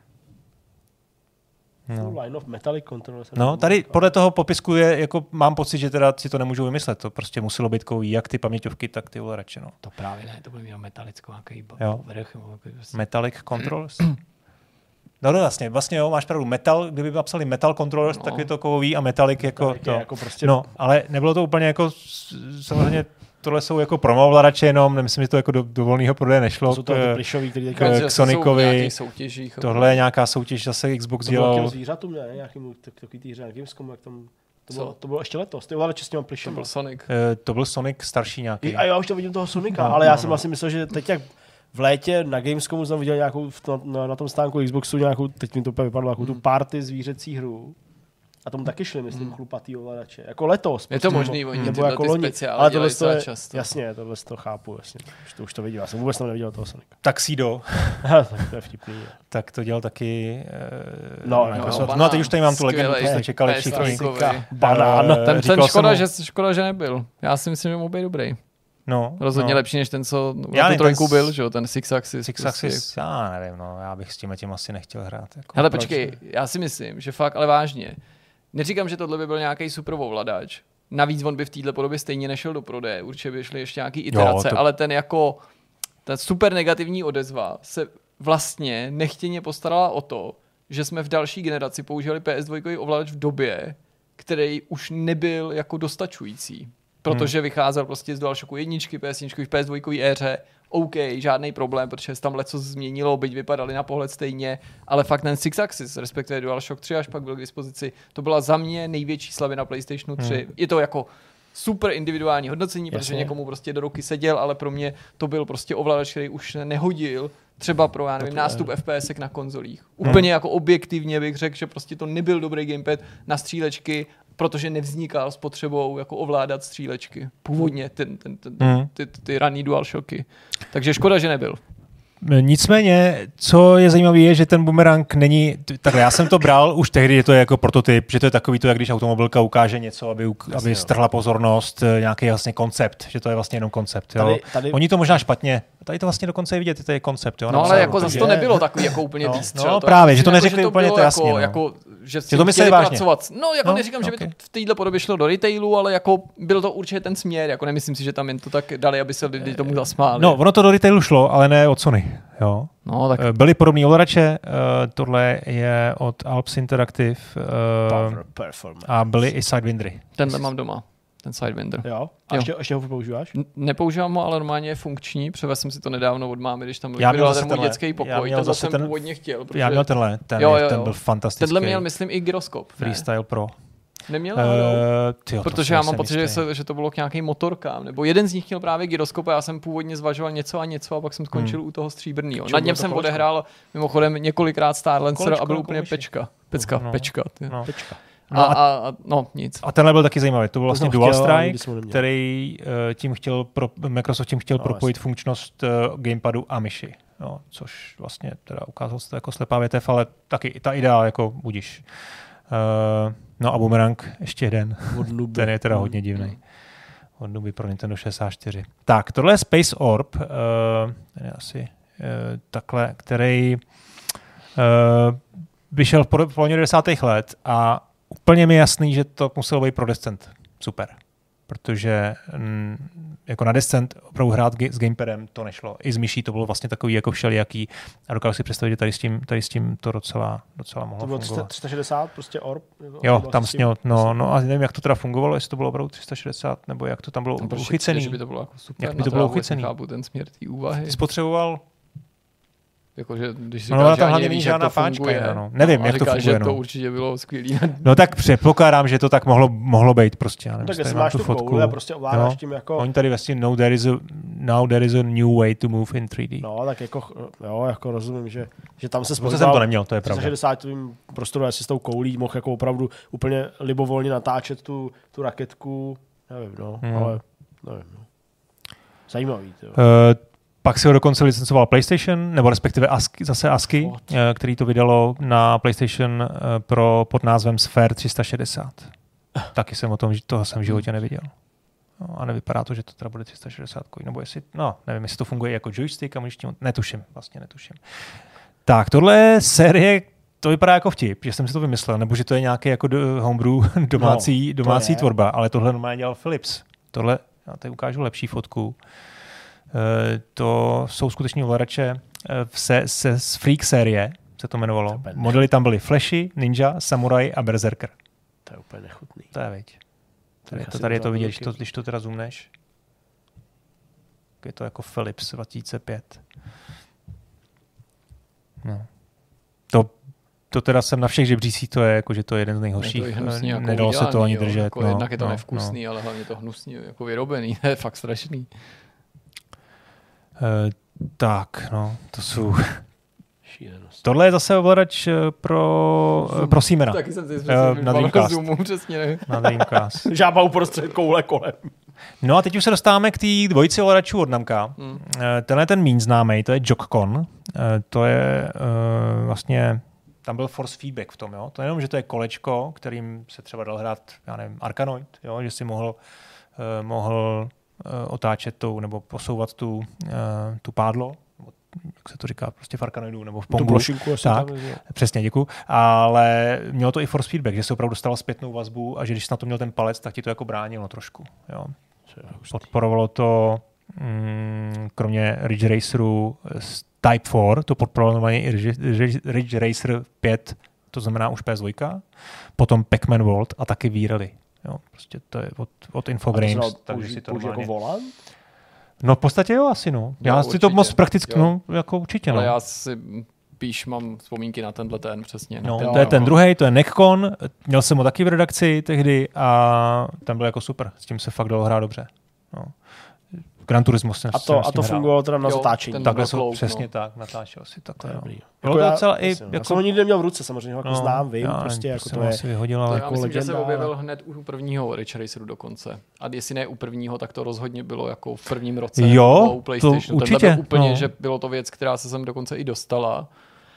No. Line of Metallic Controller. No, tady podle toho popisku je, jako mám pocit, že teda si to nemůžu vymyslet. To prostě muselo být kový, jak ty paměťovky, tak ty ovladače, no. To právě ne, to bude mít metalickou nějaký vrch. Metallic Controllers. No, no vlastně, vlastně jo, máš pravdu. Metal, kdyby napsali Metal Controllers, no. tak je to kovový a Metallic jako Metallic to. Jako prostě... No, ale nebylo to úplně jako, samozřejmě tohle jsou jako promo ovladače jenom, nemyslím, že to jako do, do volného prodeje nešlo. To jsou to k, plišový, který k, k Sonicovi. Soutěžích, tohle je nějaká soutěž, zase Xbox to dělal. To bylo zvířatům, ne? Nějakým takový týře na Gamescomu, jak tam... To bylo, to bylo ještě letos, ty ovladače s těma plišem. To byl Sonic. Uh, to byl Sonic starší nějaký. A já už to vidím toho Sonika, no, ale já no, jsem no. asi myslel, že teď jak v létě na Gamescomu jsem viděl nějakou, na, na, na tom stánku Xboxu nějakou, teď mi to úplně vypadlo, nějakou hmm. tu party zvířecí hru. A tomu taky šli, myslím, hmm. chlupatý ovladače. Jako letos. Je to možný, oni nebo jako loni. Ale tohle to je, často. Jasně, tohle to chápu, jasně. Už to, už to vidím, já jsem vůbec tam neviděl toho Sonika. Tuxedo. Tak to je vtipný. Je. Tak to dělal taky... Uh, no, no, no, no, a teď už tady mám tu legendu, to jste čekali všichni. Banán. Ten, ten škoda, že, škoda, že nebyl. Já si myslím, že mohl být dobrý. No, Rozhodně no. lepší, než ten, co na tu trojku byl, že jo, ten Six Axis. Six prostě. Axis, já nevím, no, já bych s tím tím asi nechtěl hrát. Jako. Hele, počkej, já si myslím, že fakt, ale vážně, neříkám, že tohle by byl nějaký super ovladač. Navíc on by v této podobě stejně nešel do prodeje, určitě by šly ještě nějaký iterace, jo, to... ale ten jako, ta super negativní odezva se vlastně nechtěně postarala o to, že jsme v další generaci používali P S dva ovladač v době, který už nebyl jako dostačující. Protože hmm. vycházel prostě z DualShocku jedničky, P S jedničky v P S dva éře, OK, žádný problém, protože se tam leco změnilo, byť vypadali na pohled stejně, ale fakt ten Six Axis, respektive DualShock tři, až pak byl k dispozici, to byla za mě největší slabina PlayStationu tři. Hmm. Je to jako super individuální hodnocení, Jasně. protože někomu prostě do ruky seděl, ale pro mě to byl prostě ovladač, který už nehodil třeba pro, já nevím, nástup FPSek na konzolích. Úplně hmm. jako objektivně bych řekl, že prostě to nebyl dobrý gamepad na střílečky, protože nevznikal s potřebou jako ovládat střílečky. Původně ten, ten, ten, hmm. ty, ty, ty raný DualShocky. Takže škoda, že nebyl. Nicméně, co je zajímavé, je, že ten bumerang není, takhle já jsem to bral už tehdy, že to je jako prototyp, že to je takový to, jak když automobilka ukáže něco, aby, aby strhla pozornost, nějaký vlastně koncept, že to je vlastně jenom koncept. Jo. Tady, tady... Oni to možná špatně, tady to vlastně dokonce je vidět, to je koncept. Jo. No ale jako zase to nebylo takový jako úplně no, výstřel. No, právě, že to neřekli jako, úplně to jasně. Jako, no. jako, že to mysleli vážně. Pracovat. No, jako no, neříkám, okay. že by to v této podobě šlo do retailu, ale jako byl to určitě ten směr, jako nemyslím si, že tam jen to tak dali, aby se lidi tomu zasmáli. No, ono to do retailu šlo, ale ne od Sony. Jo. No, tak... Byly podobné ovladače, uh, tohle je od Alps Interactive uh, a byly i Sidewindery. Tenhle mám doma, ten Sidewinder. Jo? A jo. Ještě, ještě ho používáš? N- nepoužívám ho, ale normálně je funkční. Převezl jsem si to nedávno od mámy, když tam byl ten můj dětský pokoj. Ten jsem ten... původně chtěl. Protože... Já měl tenhle, ten, jo, jo, jo. ten byl fantastický. Tenhle měl, myslím, i gyroskop. Freestyle ne. Pro. Neměl? Uh, tyjo, protože já mám pocit, že, se, že to bylo k nějakým motorkám. Nebo jeden z nich měl právě gyroskop a já jsem původně zvažoval něco a něco a pak jsem skončil hmm. u toho stříbrnýho. Nad něm jsem kolečko? odehrál mimochodem několikrát Star Lancer kolečko, a byl úplně kolečko. pečka. Pecka, no, pečka. No. Pečka. No a, a, a no, nic. A tenhle byl taky zajímavý. To byl vlastně Dual Strike, který uh, tím chtěl pro, Microsoft tím chtěl no, propojit vlastně. funkčnost uh, gamepadu a myši. No, což vlastně teda ukázalo se to jako slepá větev, ale taky ta idea jako budíš. Uh, no a Boomerang ještě jeden. Ten je teda hodně divný. Od Nuby pro Nintendo šedesát čtyři. Tak, tohle je Space Orb. Uh, ten je asi uh, takhle, který uh, vyšel v polovině devadesátých let a úplně mi jasný, že to muselo být pro Descent. Super. Protože mm, jako na Descent opravdu hrát ge- s gamepadem to nešlo. I s myší to bylo vlastně takový jako všelijaký a dokázal si představit, že tady s tím, tady s tím to docela, docela mohlo fungovat. To bylo tři sta šedesát, prostě Orb? Jo, tam sněl, no, no a nevím, jak to teda fungovalo, jestli to bylo opravdu tři sta šedesát, nebo jak to tam bylo no, uchycený. Že by to bylo jako super. Jak by to bylo uchycený. Chápu ten směr té úvahy. Spotřeboval Jakože, když si no, říkáš, tam hlavně není žádná páčka. No. Nevím, no, jak říká, to funguje. Že no. to určitě bylo skvělý. No tak předpokládám, že to tak mohlo, mohlo být prostě. Já nevím, no, tak jestli máš tu fotku a prostě ovládáš tím jako... Oni tady vlastně no, there is a, now there is a new way to move in tři dé. No, tak jako, jo, jako rozumím, že, že tam se spozoval... jsem to neměl, to je pravda. šedesátovým prostoru, jestli s tou koulí mohl jako opravdu úplně libovolně natáčet tu, tu raketku. Nevím, no, hmm. ale nevím, no. Zajímavý, to. Uh, Pak si ho dokonce licencoval PlayStation, nebo respektive ASCII, zase ASCII, What? který to vydalo na PlayStation pro, pod názvem Sphere tři sta šedesát. Taky jsem o tom, toho jsem v životě neviděl. No, a nevypadá to, že to teda bude tři sta šedesát, nebo jestli, no, nevím, jestli to funguje jako joystick a můžeš tím, netuším, vlastně netuším. Tak, tohle je série, to vypadá jako vtip, že jsem si to vymyslel, nebo že to je nějaký jako do, homebrew domácí, no, domácí tvorba, ale tohle normálně dělal Philips. Tohle, já tady ukážu lepší fotku. Uh, to jsou skutečně ovladače uh, se, se z Freak série, se to jmenovalo. To modely tam byly Flashy, Ninja, Samurai a Berserker. To je úplně nechutný. To je, veď. Tady, to, tady je to vidět, když, to, když to teda zoomneš. Je to jako Philips dva tisíce pět. No. To, to teda jsem na všech žebřících, to je jako, že to je jeden z nejhorších. Je hnusný, jako nedalo se to ani jo, držet. Jako no, jednak je to no, nevkusný, no. ale hlavně to hnusný, jako vyrobený. To je fakt strašný. Uh, tak, no, to jsou... Šílenost. Tohle je zase ovladač pro, pro Siemena. Taky jsem si uh, na Dreamcast. Zoomu, přesně ne. Na Dreamcast. Žába uprostřed koule kolem. No a teď už se dostáváme k té dvojici ovladačů od Namka. Hmm. Uh, tenhle ten míň známej, to je Joy-Con. Uh, to je uh, vlastně... Tam byl force feedback v tom, jo. To je jenom, že to je kolečko, kterým se třeba dal hrát, já nevím, Arkanoid, jo, že si mohl, uh, mohl otáčet tou, nebo posouvat tu, uh, tu pádlo, jak se to říká, prostě v Arkanoidu nebo v Pongu. Tu plošinku asi tak, tam je. Přesně, děkuju. Ale mělo to i force feedback, že se opravdu dostalo zpětnou vazbu a že když na to měl ten palec, tak ti to jako bránilo trošku. Jo. Podporovalo to mm, kromě Ridge Raceru Type čtyři, to podporovalo i Ridge Racer pět, to znamená už P S dva, potom Pac-Man World a taky V-Rally. Jo, prostě to je od, od Infogrames. Takže si to normálně... jako volant? No v podstatě jo, asi no. Já no, si určitě. To moc prakticky, jo. no, jako určitě ale no. já si píš mám vzpomínky na tenhle ten přesně. No, ten, to je ten druhý, to je Neckcon, měl jsem ho taky v redakci tehdy a ten byl jako super, s tím se fakt dalo hrát dobře. No. Gran Turismo jsem A to, a to fungovalo teda na jo, zatáčení. Takhle jsou přesně no. tak, natáčel si takhle. To je bylo jako to docela já, i... Jako, jako... jsem ho nikdy neměl v ruce, samozřejmě ho jako no, znám, vím, já, prostě jako to je... Vyhodil, ale to já jako myslím, legenda, že se objevil ale... hned u prvního Ridge Raceru dokonce. A jestli ne u prvního, tak to rozhodně bylo jako v prvním roce. Jo, u PlayStationu. to určitě. Byl úplně, no. že bylo to věc, která se sem dokonce i dostala.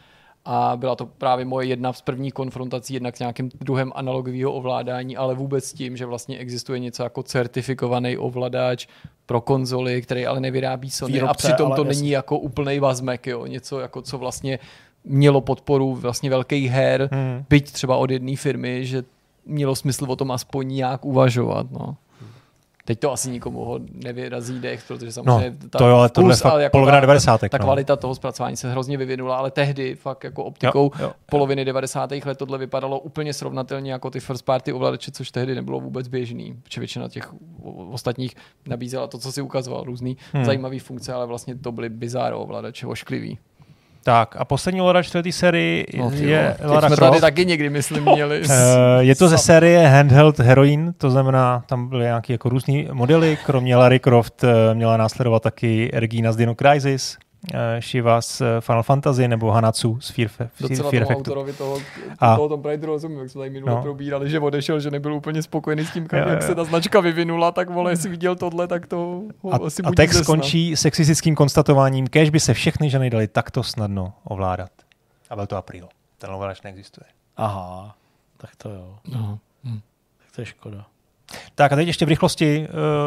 A byla to právě moje jedna z prvních konfrontací jednak s nějakým druhem analogového ovládání, ale vůbec s tím, že vlastně existuje něco jako certifikovaný ovladač pro konzoly, který ale nevyrábí Sony výrobce, a přitom to jasný. Není jako úplnej vazmek, jo, něco jako co vlastně mělo podporu vlastně velkých her, hmm. byť třeba od jedné firmy, že mělo smysl o tom aspoň nějak uvažovat, no. Teď to asi nikomu ho nevyrazí dech, protože samozřejmě no, to jo, ale tohle kus, ale jako polovina devadesátek. Ta, ta no. kvalita toho zpracování se hrozně vyvinula, ale tehdy fakt jako optikou jo, jo, poloviny devadesátých let tohle vypadalo úplně srovnatelně jako ty first party ovladače, což tehdy nebylo vůbec běžný. Protože většina těch ostatních nabízela to, co si ukazoval, různý hmm. zajímavý funkce, ale vlastně to byly bizarro ovladače, ošklivý. Tak a poslední ovladač této sérii no, je Lara Croft. Jsme tady taky někdy, myslím, měli. Je to ze série Handheld Heroine, to znamená, tam byly nějaké jako různý modely, kromě Lara Croft měla následovat taky Regina z Dino Crisis, Shiva z Final Fantasy nebo Hanatsu z Fear, Fear Docela Fear tomu autorovi toho, a, toho Tomb Raideru rozumím, jak jsme tady minule no. probírali, že odešel, že nebyl úplně spokojený s tím, jak jo, jo. se ta značka vyvinula, tak vole, jestli viděl tohle, tak to ho a, asi A text zesna. Skončí sexistickým konstatováním, kéž by se všechny ženy dali takto snadno ovládat. A byl to apríl. Ten ovladač neexistuje. Aha, tak to jo. Aha. Hm. Tak to je škoda. Tak a teď ještě v rychlosti,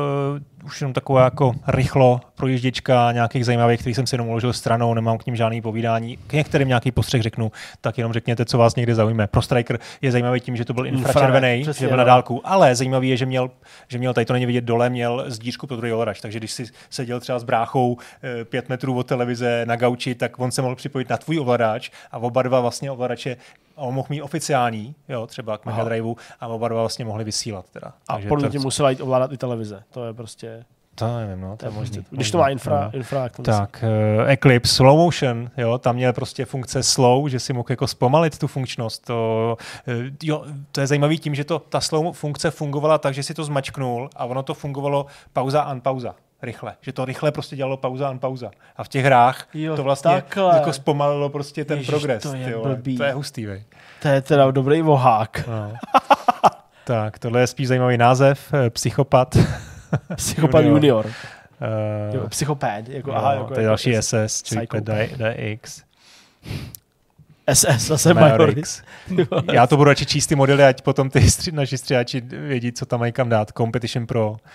uh, už jenom taková jako rychlo projížděčka nějakých zajímavých, který jsem si jenom uložil stranou, nemám k ním žádný povídání. K některým nějaký postřeh řeknu, tak jenom řekněte, co vás někde zaujme. Pro Striker je zajímavý tím, že to byl infračervený, že byl na dálku, ale zajímavý je, že měl, že měl, tady to není vidět dole, měl zdířku pro druhý ovladač, takže když si seděl třeba s bráchou e, pět metrů od televize na gauči, tak on se mohl připojit na tvůj ovladač a oba dva vlastně ovladače a on mohl mít oficiální, jo, třeba k Mega Driveu a oba dva vlastně mohli vysílat. Teda. A podle mě musela jít ovládat i televize. To je prostě... To nevím, no, to je možný. Když to má infra, no. infra tak, tak uh, Eclipse, Slow Motion, jo, tam měl prostě funkce slow, že si mohl jako zpomalit tu funkčnost. To, uh, jo, to je zajímavý tím, že to, ta slow funkce fungovala tak, že si to zmačknul a ono to fungovalo pauza, unpauza. Rychle. Že to rychle prostě dělalo pauza, unpauza. A v těch hrách jo, to vlastně takhle. Jako zpomalilo prostě ten Ježiš, progres. To je, to je hustý, vej. To je teda dobrý vohák. No. Tak, tohle je spíš zajímavý název. Psychopat. Psychopat junior. Uh, jo, psychopad. Jako, no, aha, jako, to je další jako S S, D X. S S, zase Majorix. Já to budu radši číst ty modely, ať potom ty stři- naši střihači vědí, co tam mají kam dát. Competition Pro. Uh,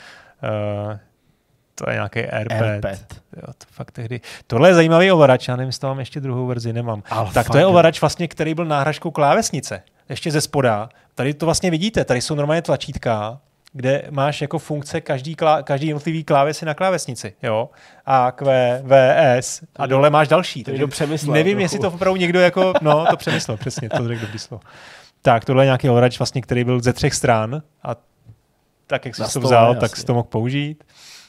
to je nějaký AirPad. AirPad. Jo, to fakt tehdy. Tohle je zajímavý ovladač, já nevím, jestli mám ještě druhou verzi, nemám. Ale tak to je ovladač vlastně, který byl náhražkou klávesnice. Ještě ze spoda. Tady to vlastně vidíte, tady jsou normálně tlačítka, kde máš jako funkce každý, klá, každý jednotlivý klávesy na klávesnici. Jo? A, Q, V, S a dole máš další. Takže přemyslel, nevím, trochu. Jestli to opravdu někdo jako, no to přemyslel, přesně, to řekl dobrý slovo. Tak, tohle je nějaký ovladač vlastně, který byl ze třech stran a tak, jak jsi to vzal, jasně. Tak jsi to mohl použít.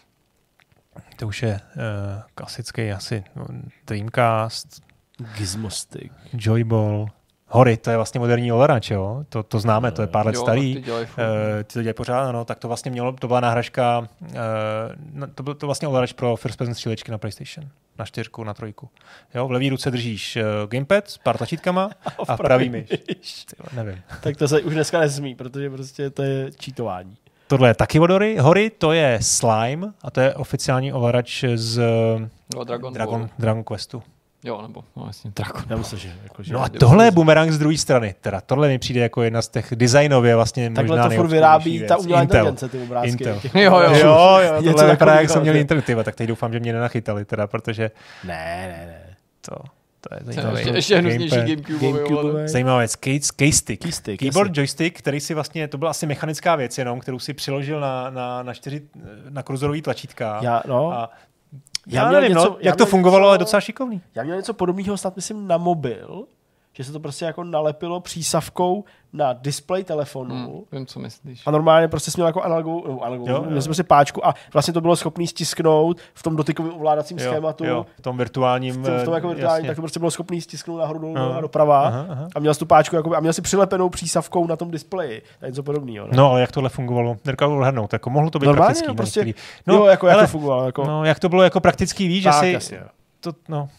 To už je uh, klasický asi no, Dreamcast, Gizmostick, Joyball, Hory, to je vlastně moderní ovladač, jo? To, to známe, to je pár let jo, starý. Ty, dělají uh, ty to dělají pořád, no, tak to vlastně mělo, to byla náhražka, uh, to byl to vlastně ovladač pro first person střílečky na PlayStation, na čtyřku, na trojku. Jo, v levý ruce držíš uh, gamepad s pár tlačítkama a v pravý myš. Nevím. Tak to se už dneska nesmí, protože prostě to je cheatování. Tohle je taky od Hory. Hory, to je Slime a to je oficiální ovladač z no, Dragon, Dragon, Dragon Questu. Jo, nebo no, vlastně Drakon. Já myslím, že, jako, že no a tohle je bumerang z druhé strany. Teda tohle mi přijde jako jedna z těch designově vlastně takhle možná to furt vyrábí ta umělá inteligence, ty obrázky. Intel. Těch, jo, jo, jo, jo, jo tohle vypadá, jak jsem měl internetiva, tak teď doufám, že mě nenachytali, teda, protože... Ne, ne, ne. To... To je zajímavé. Ještě, ještě hnusnější Gamecube. Zajímavá věc. Keystick. Keystick. Keyboard, joystick, který si vlastně, to byla asi mechanická věc jenom, kterou si přiložil na, na, na čtyři, na kruzorový tlačítka. Já, no. A já, já nevím, něco, no, jak to fungovalo, něco, ale docela šikovný. Já měl něco podobného snad, myslím, na mobil, že se to prostě jako nalepilo přísavkou na displej telefonu. Hmm, vím, co myslíš. A normálně prostě směl jako analogovou, analogovou měl prostě páčku a vlastně to bylo schopný stisknout v tom dotykovém ovládacím jo, schématu. Jo, v tom virtuálním. V tom, v tom jako virtuálním, tak to prostě bylo schopný stisknout nahoru dolů a doprava. Aha, aha. A měl si tu páčku jakoby, a měl si přilepenou přísavkou na tom displeji. To je něco podobného. Ne? No, ale jak tohle fungovalo? Nedokážu odhadnout. Jako mohlo to být normálně, praktický. No, prostě, no, jo, jako, hele, jak to fungovalo. Jako... No, jak to bylo jako praktický, víš, tak, že asi, si... To, no.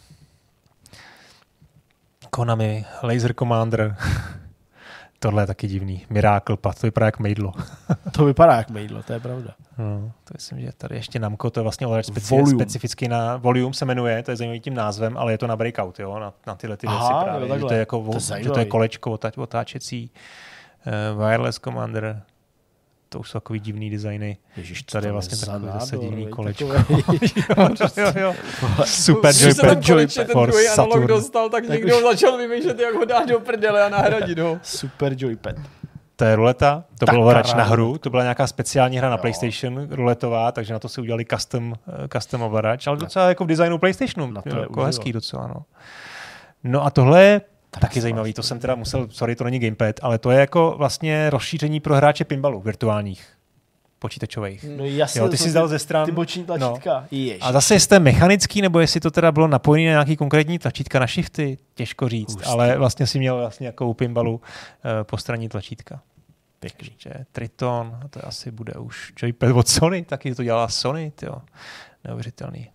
Konami, Laser Commander, tohle je taky divný. Miracle Pad, to vypadá jak mejdlo. To vypadá jak mejdlo, to je pravda. No, to myslím, že tady ještě Namco, to je vlastně speci- specificky na Volume se jmenuje, to je zajímavý tím názvem, ale je to na Breakout, jo, na, na tyhle ty věci právě. Jo, že to je jako to je že to je kolečko otá- otáčecí, uh, Wireless Commander, to už jsou takový divný designy. Ježiš, tady je vlastně takový zase divný kolečko. jo, jo. Super joypad, joypad for Saturn. Analog dostal, tak, tak někdo už... začal vymýšlet, jak ho dát do prdele a nahradit ho. Super joypad. To je ruleta, to byl ovladač na hru, to byla nějaká speciální hra na jo. PlayStation, ruletová, takže na to si udělali custom, custom ovladač, ale docela jako v designu PlayStationu, no, jako hezký docela. No. no a tohle je tak taky zajímavý, to jsem teda musel, sorry, to není gamepad, ale to je jako vlastně rozšíření pro hráče pinballu virtuálních, počítačových. No jasně, jo, ty jsi dal ze stran. Ty boční tlačítka. No. A zase jste mechanický, nebo jestli to teda bylo napojené na nějaký konkrétní tlačítka na shifty, těžko říct, Hustý. Ale vlastně si měl vlastně jako u pinballu uh, postranní tlačítka. Pěkný. Triton, a to asi bude už joypad od Sony, taky to dělala Sony, tyjo. Neuvěřitelný.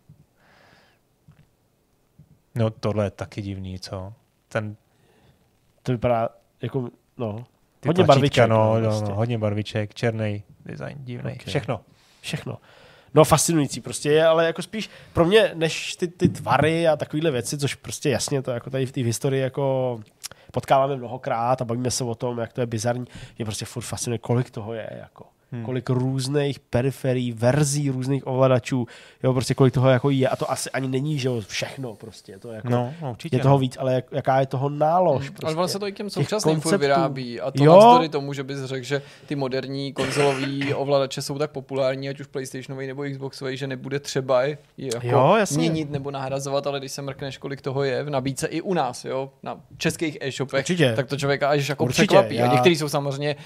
No tohle je taky divný, co? Ten to vypadá jako, no, ty hodně barviček. No, no, no, hodně barviček, černý design, divný, okay. Všechno. Všechno. No fascinující prostě je, ale jako spíš pro mě, než ty, ty tvary a takovýhle věci, což prostě jasně to jako tady v té historii jako potkáváme mnohokrát a bavíme se o tom, jak to je bizarní, mě prostě furt fascinuje, kolik toho je, jako. Hmm. Kolik různých periferií, verzí různých ovladačů, jo, prostě kolik toho jako je. A to asi ani není, že jo, všechno prostě. Je, to jako, no, určitě, je toho no. víc, ale jak, jaká je toho nálož. Hmm. Prostě. Ale vlastně to i těm současným furt vyrábí. A to navzdory tomu, že bys řekl, že ty moderní konzolový ovladače jsou tak populární, ať už PlayStationový nebo Xboxový, že nebude třeba je jako jo, měnit nebo nahrazovat, ale když se mrkneš, kolik toho je v nabídce i u nás, jo, na českých e-shopech, určitě. Tak to člověka až jako určitě, překvapí. Já... A některý jsou samozřejmě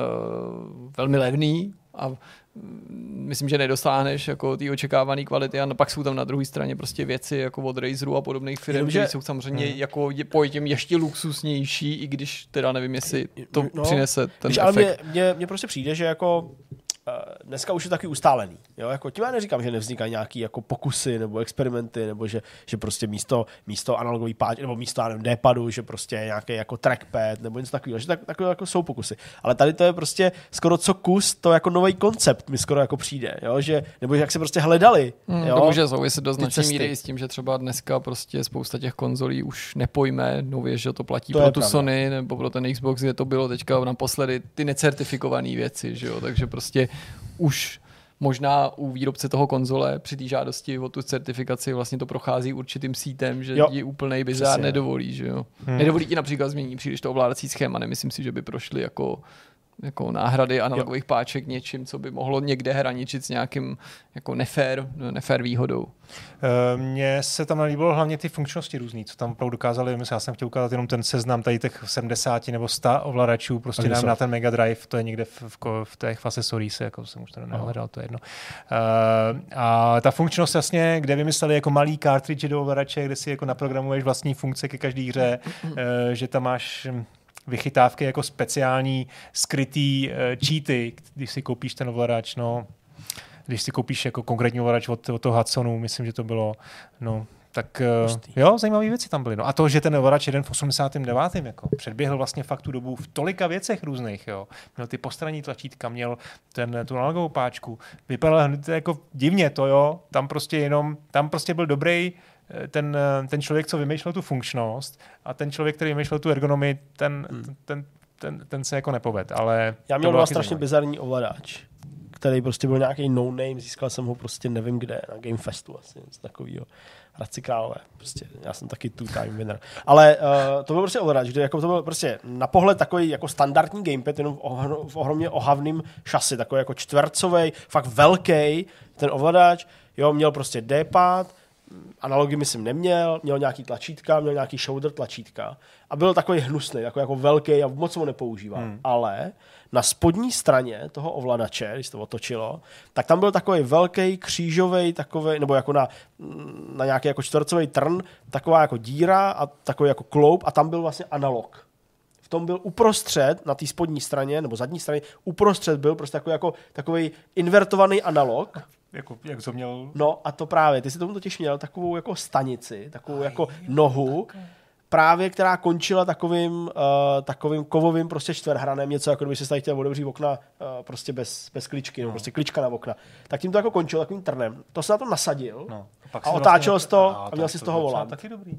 uh, velmi levný, a myslím, že nedostáhneš jako ty očekávané kvality a pak jsou tam na druhé straně prostě věci jako od Razeru a podobných firm, které jsou samozřejmě hmm. jako po těm ještě luxusnější, i když teda nevím, jestli to no, přinese ten efekt. Ale mně, mně, mně prostě přijde, že jako dneska už je taky ustálený. Jo? Jako, tím já neříkám, že nevznikají nějaký jako pokusy nebo experimenty, nebo že, že prostě místo, místo analogový páč, nebo místo nevím, D-padu, že prostě nějaký jako trackpad, nebo něco takového, že tak, takové jako jsou pokusy. Ale tady to je prostě skoro co kus, to jako nový koncept mi skoro jako přijde, jo? Že, nebo jak se prostě hledali. Hmm, jo? To může souviset do značné míry s tím, že třeba dneska prostě spousta těch konzolí už nepojme, nově, že to platí to pro tu pravda. Sony nebo pro ten Xbox, kde to bylo teďka naposledy ty necertifikované věci, že jo? Takže prostě už možná u výrobce toho konzole při té žádosti o tu certifikaci vlastně to prochází určitým sítem, že ji úplnej bizár nedovolí, že jo. Hmm. Nedovolí ti například změní příliš to ovládací schéma, nemyslím si, že by prošly jako jako náhrady analogových páček něčím, co by mohlo někde hraničit s nějakým jako nefér, nefér výhodou. Mně se tam nelíbilo hlavně ty funkčnosti různý, co tam opravdu dokázali. Myslím, já jsem chtěl ukázat jenom ten seznam tady těch sedmdesáti nebo sta ovladačů, prostě nám na ten Mega Drive, to je někde v, v, v těch accessories, jako jsem už to nehledal, to je jedno. Uh, a ta funkčnost jasně, kde vymysleli jako malý cartridge do ovladače, kde si jako naprogramuješ vlastní funkce ke každé hře, uh, že tam máš vychytávky jako speciální skrytý uh, cheaty, když si koupíš ten ovladač, no, když si koupíš jako konkrétní ovladač od, od toho Hudsonu, myslím, že to bylo, no, tak uh, jo, zajímavé věci tam byly. No a to, že ten ovladač jeden v osmdesátém devátém jako předběhl vlastně fakt tu dobu v tolika věcech různých, jo. Měl ty postranní tlačítka, měl ten, tu analogovou páčku, vypadal jako divně to, jo, tam prostě jenom, tam prostě byl dobrý ten, ten člověk, co vymýšlel tu funkčnost a ten člověk, který vymýšlel tu ergonomii, ten, hmm. ten, ten, ten se jako nepoved. Ale já měl doma strašně bizarní ovladač, který prostě byl nějaký no-name, získal jsem ho prostě nevím kde, na Game Festu asi, něco takovýho. Hradci Králové, prostě, já jsem taky two-time winner. Ale uh, to byl prostě ovladač, kde jako to byl prostě na pohled takový jako standardní gamepad, jenom v, ohro, v ohromně ohavným šasi, takový jako čtvercovej, fakt velký ten ovladač, jo, měl prostě D-pad, analogy myslím neměl, měl nějaký tlačítka, měl nějaký shoulder tlačítka a byl takový hnusný, takový jako velký a moc ho nepoužíval. Hmm. Ale na spodní straně toho ovladače, když to otočilo, tak tam byl takový velký křížový, takový, nebo jako na, na nějaký jako čtvercový trn, taková jako díra a takový jako kloup a tam byl vlastně analog. V tom byl uprostřed, na té spodní straně, nebo zadní straně, uprostřed byl prostě takový, jako, takový invertovaný analog. Jako, jak to měl? No a to právě, ty jsi tomu totiž měl takovou jako stanici, takovou jako nohu, právě která končila takovým, uh, takovým kovovým prostě čtverhranem, něco jako kdyby se tady chtěl otevřít okna uh, prostě bez, bez kličky, no. nebo prostě klička na okna. Tak tím to jako končilo takovým trnem. To se na to nasadil no. a, a otáčel vlastně... to a, a měl si z toho volant. Taky dobrý.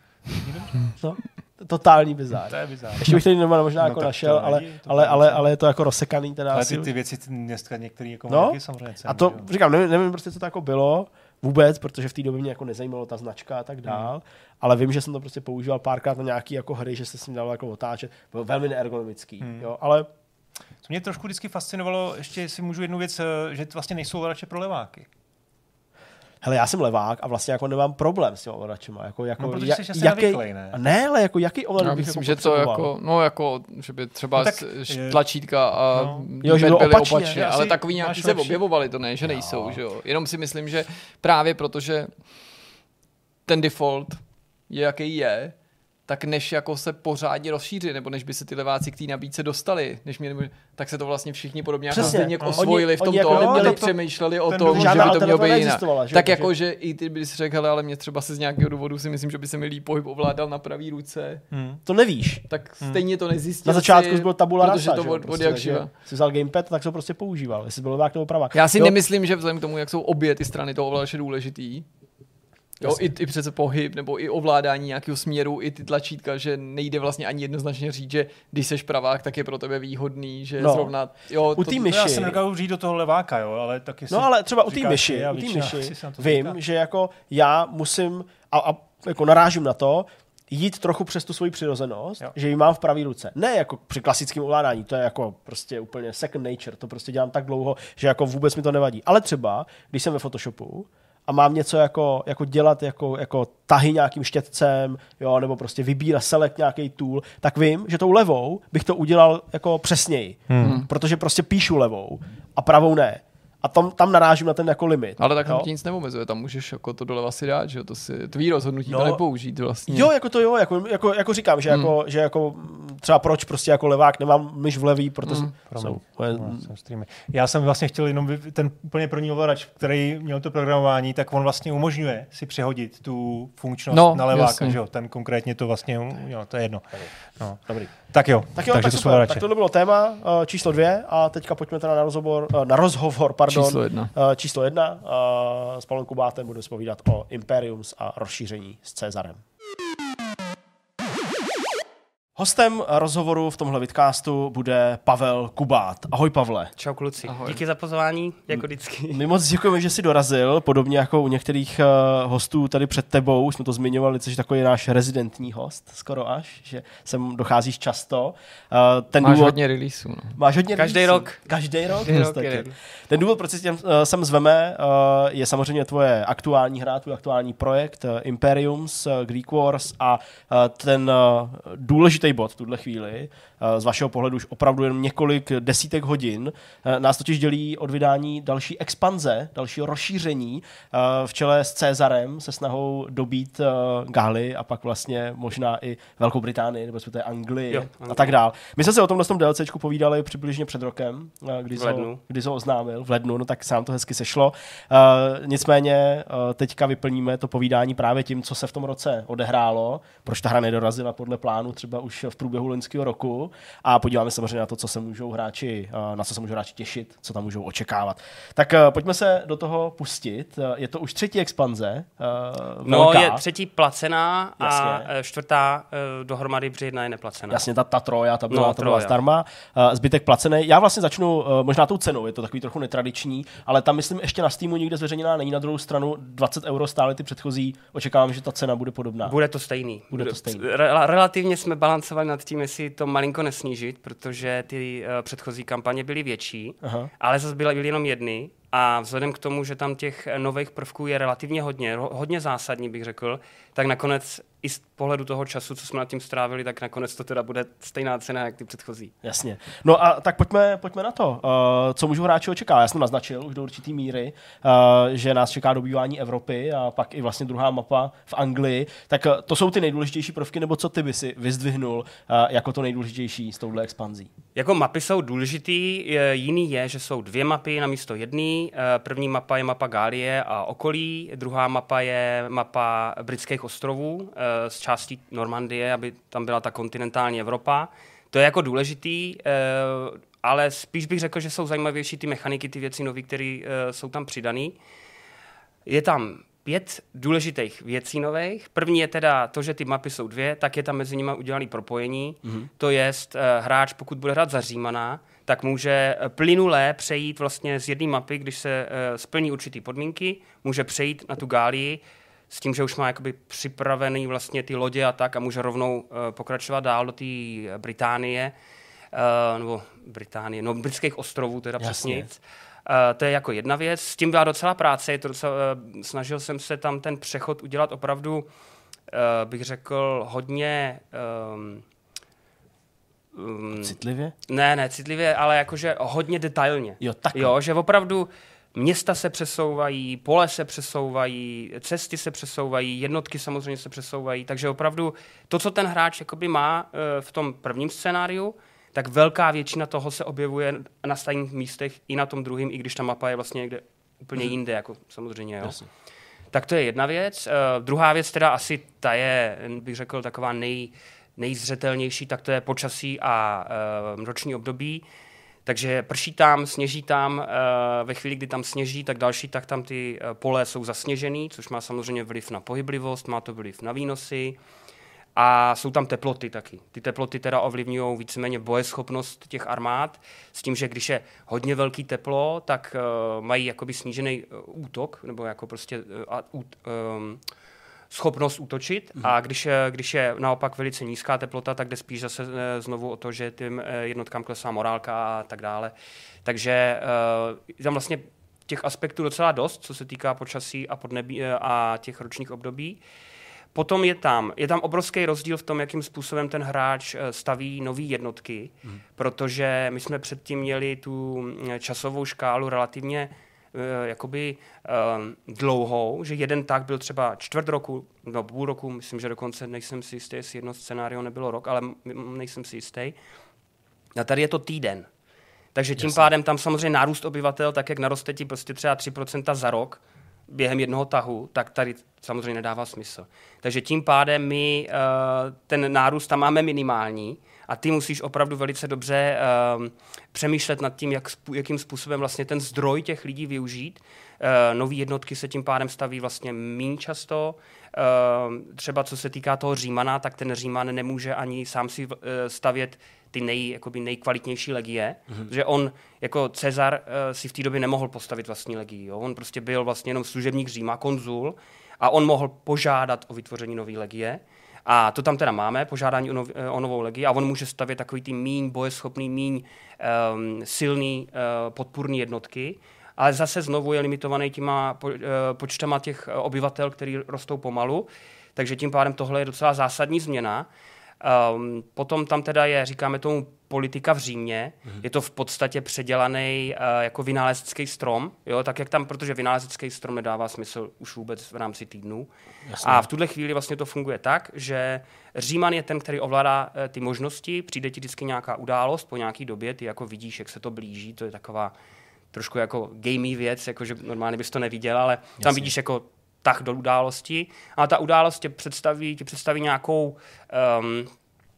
No. Totální bizár. To je bizár. Ještě bych tady doma možná no, jako našel, ale, není, ale, ale, ale je to jako rozsekaný. Teda ale ty, ty věci dneska některý jako no? samozřejmě cenu, a to jo. říkám, nevím, nevím prostě, co to jako bylo vůbec, protože v té době mě jako nezajímalo ta značka a tak dál, hmm. ale vím, že jsem to prostě používal párkrát na nějaký jako hry, že se s ním dalo jako otáčet. Bylo velmi neergonomický, hmm. jo, ale... Co mě trošku vždycky fascinovalo, ještě jestli můžu jednu věc, že vlastně nejsou ovladače pro leváky. Hele, já jsem levák a vlastně jako nemám problém s těma ovladačema. Jako, jako, no, protože ja, jsi asi jaký, navyklej, ne? Ne, ale jako jaký ovladač já bych myslím, jako že to jako, no jako, že by třeba no, tak, tlačítka a no. jo, že byly opačně, opačně, ale takový nějaký se objevovali, to ne, že nejsou, že jo. Jenom si myslím, že právě protože ten default je jaký je, tak než jako se pořádně rozšíří, nebo než by se ty leváci k té nabídce dostali, než mě, tak se to vlastně všichni podobně jako stejně no. osvojili oni, v tomto, jako, neměli no, přemýšleli o tom, že by to mělo být jinak. Tak jako, že i ty bys řekl, hele, ale mě třeba se z nějakého důvodu si myslím, že by se mi líp pohyb ovládal na pravý ruce. Hmm. To nevíš. Tak hmm. stejně to nezjistil. Na začátku byl tabula rasa, protože to od, prostě, od jak jsi vzal gamepad, tak se ho prostě používal, jestli byl levák nebo pravák. Já si nemyslím, že vzhledem k tomu, jak jsou obě ty strany toho ovladače důležitý, jo, i, i přece pohyb, nebo i ovládání nějakého směru, i ty tlačítka, že nejde vlastně ani jednoznačně říct, že když seš pravák, tak je pro tebe výhodný, že no. zrovna... Jo, u té to, myši... Já se nedokážu říct do toho leváka, jo, ale taky No ale třeba u té myši, u té myši vím, říká. Že jako já musím, a, a jako narážím na to, jít trochu přes tu svoji přirozenost, jo. že ji mám v pravý ruce. Ne jako při klasickém ovládání, to je jako prostě úplně second nature, to prostě dělám tak dlouho, že jako vůbec mi to nevadí. Ale třeba, když jsem ve Photoshopu, a mám něco jako, jako dělat jako, jako tahy nějakým štětcem, jo, nebo prostě vybírat select nějaký tool, tak vím, že tou levou bych to udělal jako přesněji. Hmm. Protože prostě píšu levou a pravou ne. A tam, tam narážím na ten jako limit. Ale tak tam ti nic neomezuje, tam můžeš jako to doleva si dát, že jo, to si tvý rozhodnutí no, to nepoužít vlastně. Jo, jako to jo, jako, jako, jako říkám, že, hmm. jako, že jako třeba proč prostě jako levák nemám myš v levý, protože hmm. jsou, no, jsem já jsem vlastně chtěl jenom ten úplně první ovladač, který měl to programování, tak on vlastně umožňuje si přehodit tu funkčnost no, na leváka, že jo, ten konkrétně to vlastně, jo, to je jedno. No. Dobrý. Tak jo, tak, jo, takže tak, to super, tak tohle bylo téma uh, číslo dvě a teďka pojďme teda na rozhovor, uh, na rozhovor, pardon, číslo jedna. Uh, číslo jedna. Uh, s Pavlem Kubátem budeme povídat o Imperiums a rozšíření s Cezarem. Hostem rozhovoru v tomhle vidcastu bude Pavel Kubát. Ahoj, Pavle. Čau, kluci. Ahoj. Díky za pozvání, jako vždycky. My moc děkujeme, že jsi dorazil, podobně jako u některých uh, hostů tady před tebou. Jsme to zmiňovali, což je takový náš rezidentní host, skoro až, že sem docházíš často. Uh, ten máš důvod... hodně releaseů. No. Máš hodně Každý releaseů. rok. Každý rok? Každý rok je. Ten důvod, proč si těm, uh, sem zveme, uh, je samozřejmě tvoje aktuální hra, tvůj aktuální projekt uh, Imperiums, uh, Greek Wars a uh, ten uh, důležitý bod v tuhle chvíli, z vašeho pohledu už opravdu jen několik desítek hodin. Nás totiž dělí od vydání další expanze, dalšího rozšíření v čele s Cezarem se snahou dobít Gály a pak vlastně možná i Velkou Británii, nebo to je Anglii jo, a tak dál. My jsme se o tomhle tom DLCčku povídali přibližně před rokem, kdy jsi ho, kdy jsi ho oznámil v lednu, no tak sám to hezky sešlo. Nicméně teďka vyplníme to povídání právě tím, co se v tom roce odehrálo, proč ta hra nedorazila podle plánu třeba už už v průběhu loňského roku a podíváme se samozřejmě na to, co se můžou hráči, na co se můžou hráči těšit, co tam můžou očekávat. Tak pojďme se do toho pustit. Je to už třetí expanze. No, je třetí placená a Jasně. čtvrtá dohromady, protože jedna je neplacená. Jasně, ta, ta troja, ta byla, no, ta byla zdarma. Zbytek placený. Já vlastně začnu možná tou cenou, je to takový trochu netradiční, ale tam myslím ještě na Steamu nikde zveřejněná není. Na druhou stranu dvacet euro stály ty předchozí. Očekávám, že ta cena bude podobná. Bude to stejný. Bude to stejný. Re- relativně jsme balancovali nad tím, jestli to malinko nesnížit, protože ty uh, předchozí kampaně byly větší, Aha. ale zase byly, byly jenom jedny. A vzhledem k tomu, že tam těch nových prvků je relativně hodně, hodně zásadní, bych řekl, tak nakonec i z pohledu toho času, co jsme nad tím strávili, tak nakonec to teda bude stejná cena, jak ty předchozí. Jasně. No a tak pojďme, pojďme na to. Uh, co můžou hráči očekávat? Já jsem naznačil už do určitý míry, uh, že nás čeká dobývání Evropy a pak i vlastně druhá mapa v Anglii. Tak uh, to jsou ty nejdůležitější prvky, nebo co ty by si vyzdvihnul uh, jako to nejdůležitější s touhle expanzí? Jako mapy jsou důležitý, jiný je, že jsou dvě mapy na místo jedné. První mapa je mapa Gálie a okolí, druhá mapa je mapa Britských ostrovů z částí Normandie, aby tam byla ta kontinentální Evropa. To je jako důležitý, ale spíš bych řekl, že jsou zajímavější ty mechaniky, ty věci nové, které jsou tam přidané. Je tam pět důležitých věcí nových. První je teda to, že ty mapy jsou dvě, tak je tam mezi nimi udělané propojení. Mm-hmm. To jest, hráč, pokud bude hrát za Římana, tak může plynule přejít vlastně z jedné mapy, když se uh, splní určitý podmínky, může přejít na tu Gálii s tím, že už má jakoby připravený vlastně ty lodě a tak a může rovnou uh, pokračovat dál do té Británie, uh, nebo Británie, no britských ostrovů teda přesně. Uh, to je jako jedna věc. S tím byla docela práce, je to docela, uh, snažil jsem se tam ten přechod udělat opravdu, uh, bych řekl, hodně... Um, Um, citlivě? Ne, ne, citlivě, ale jakože hodně detailně. Jo, tak. Jo, že opravdu města se přesouvají, pole se přesouvají, cesty se přesouvají, jednotky samozřejmě se přesouvají, takže opravdu to, co ten hráč jakoby má uh, v tom prvním scénáriu, tak velká většina toho se objevuje na stejných místech i na tom druhém, i když ta mapa je vlastně někde úplně mm. jinde, jako samozřejmě, jo. Jasně. Tak to je jedna věc. Uh, druhá věc teda asi ta je, bych řekl, taková nej nejzřetelnější, tak to je počasí a uh, roční období. Takže prší tam, sněží tam, uh, ve chvíli, kdy tam sněží, tak další, tak tam ty uh, pole jsou zasněžený, což má samozřejmě vliv na pohyblivost, má to vliv na výnosy a jsou tam teploty taky. Ty teploty teda ovlivňují víceméně bojeschopnost těch armád s tím, že když je hodně velký teplo, tak uh, mají jakoby snížený uh, útok, nebo jako prostě uh, uh, um, schopnost útočit mm. a když je, když je naopak velice nízká teplota, tak jde spíš zase e, znovu o to, že tím e, jednotkám klesá morálka a tak dále. Takže e, tam vlastně těch aspektů docela dost, co se týká počasí a podnebí e, a těch ročních období. Potom je tam, je tam obrovský rozdíl v tom, jakým způsobem ten hráč staví nové jednotky, mm. protože my jsme předtím měli tu časovou škálu relativně jakoby uh, dlouhou, že jeden tak byl třeba čtvrt roku, no půl roku, myslím, že dokonce nejsem si jistý, jestli jedno scénário nebylo rok, ale nejsem si jistý. A tady je to týden. Takže tím Jasně. pádem tam samozřejmě nárůst obyvatel, tak jak naroste ti prostě třeba tři procenta za rok během jednoho tahu, tak tady samozřejmě nedává smysl. Takže tím pádem my uh, ten nárůst tam máme minimální a ty musíš opravdu velice dobře uh, přemýšlet nad tím, jak, jakým způsobem vlastně ten zdroj těch lidí využít. Uh, nový jednotky se tím pádem staví vlastně méně často. Uh, třeba co se týká toho Římana, tak ten Říman nemůže ani sám si uh, stavět ty nej, jakoby nejkvalitnější legie, mm-hmm. že on jako Cezar uh, si v té době nemohl postavit vlastní legii. Jo? On prostě byl vlastně jenom služebník Říma, konzul, a on mohl požádat o vytvoření nové legie. A to tam teda máme, požádání o, nov, o novou legii, a on může stavět takový ty míň bojeschopný, míň um, silný uh, podpůrný jednotky, ale zase znovu je limitovaný těma po, uh, počtama těch obyvatel, který rostou pomalu, takže tím pádem tohle je docela zásadní změna. Um, potom tam teda je, říkáme tomu, politika v Římě. Mm-hmm. Je to v podstatě předělaný uh, jako vynálezecký strom, jo, tak jak tam, protože vynálezecký strom nedává smysl už vůbec v rámci týdnů. Jasně. A v tuhle chvíli vlastně to funguje tak, že Říman je ten, který ovládá uh, ty možnosti, přijde ti vždycky nějaká událost po nějaký době, ty jako vidíš, jak se to blíží, to je taková trošku jako gamey věc, jako že normálně bys to neviděl, ale Jasně. tam vidíš jako tah do události, a ta událost tě představí, tě představí nějakou um,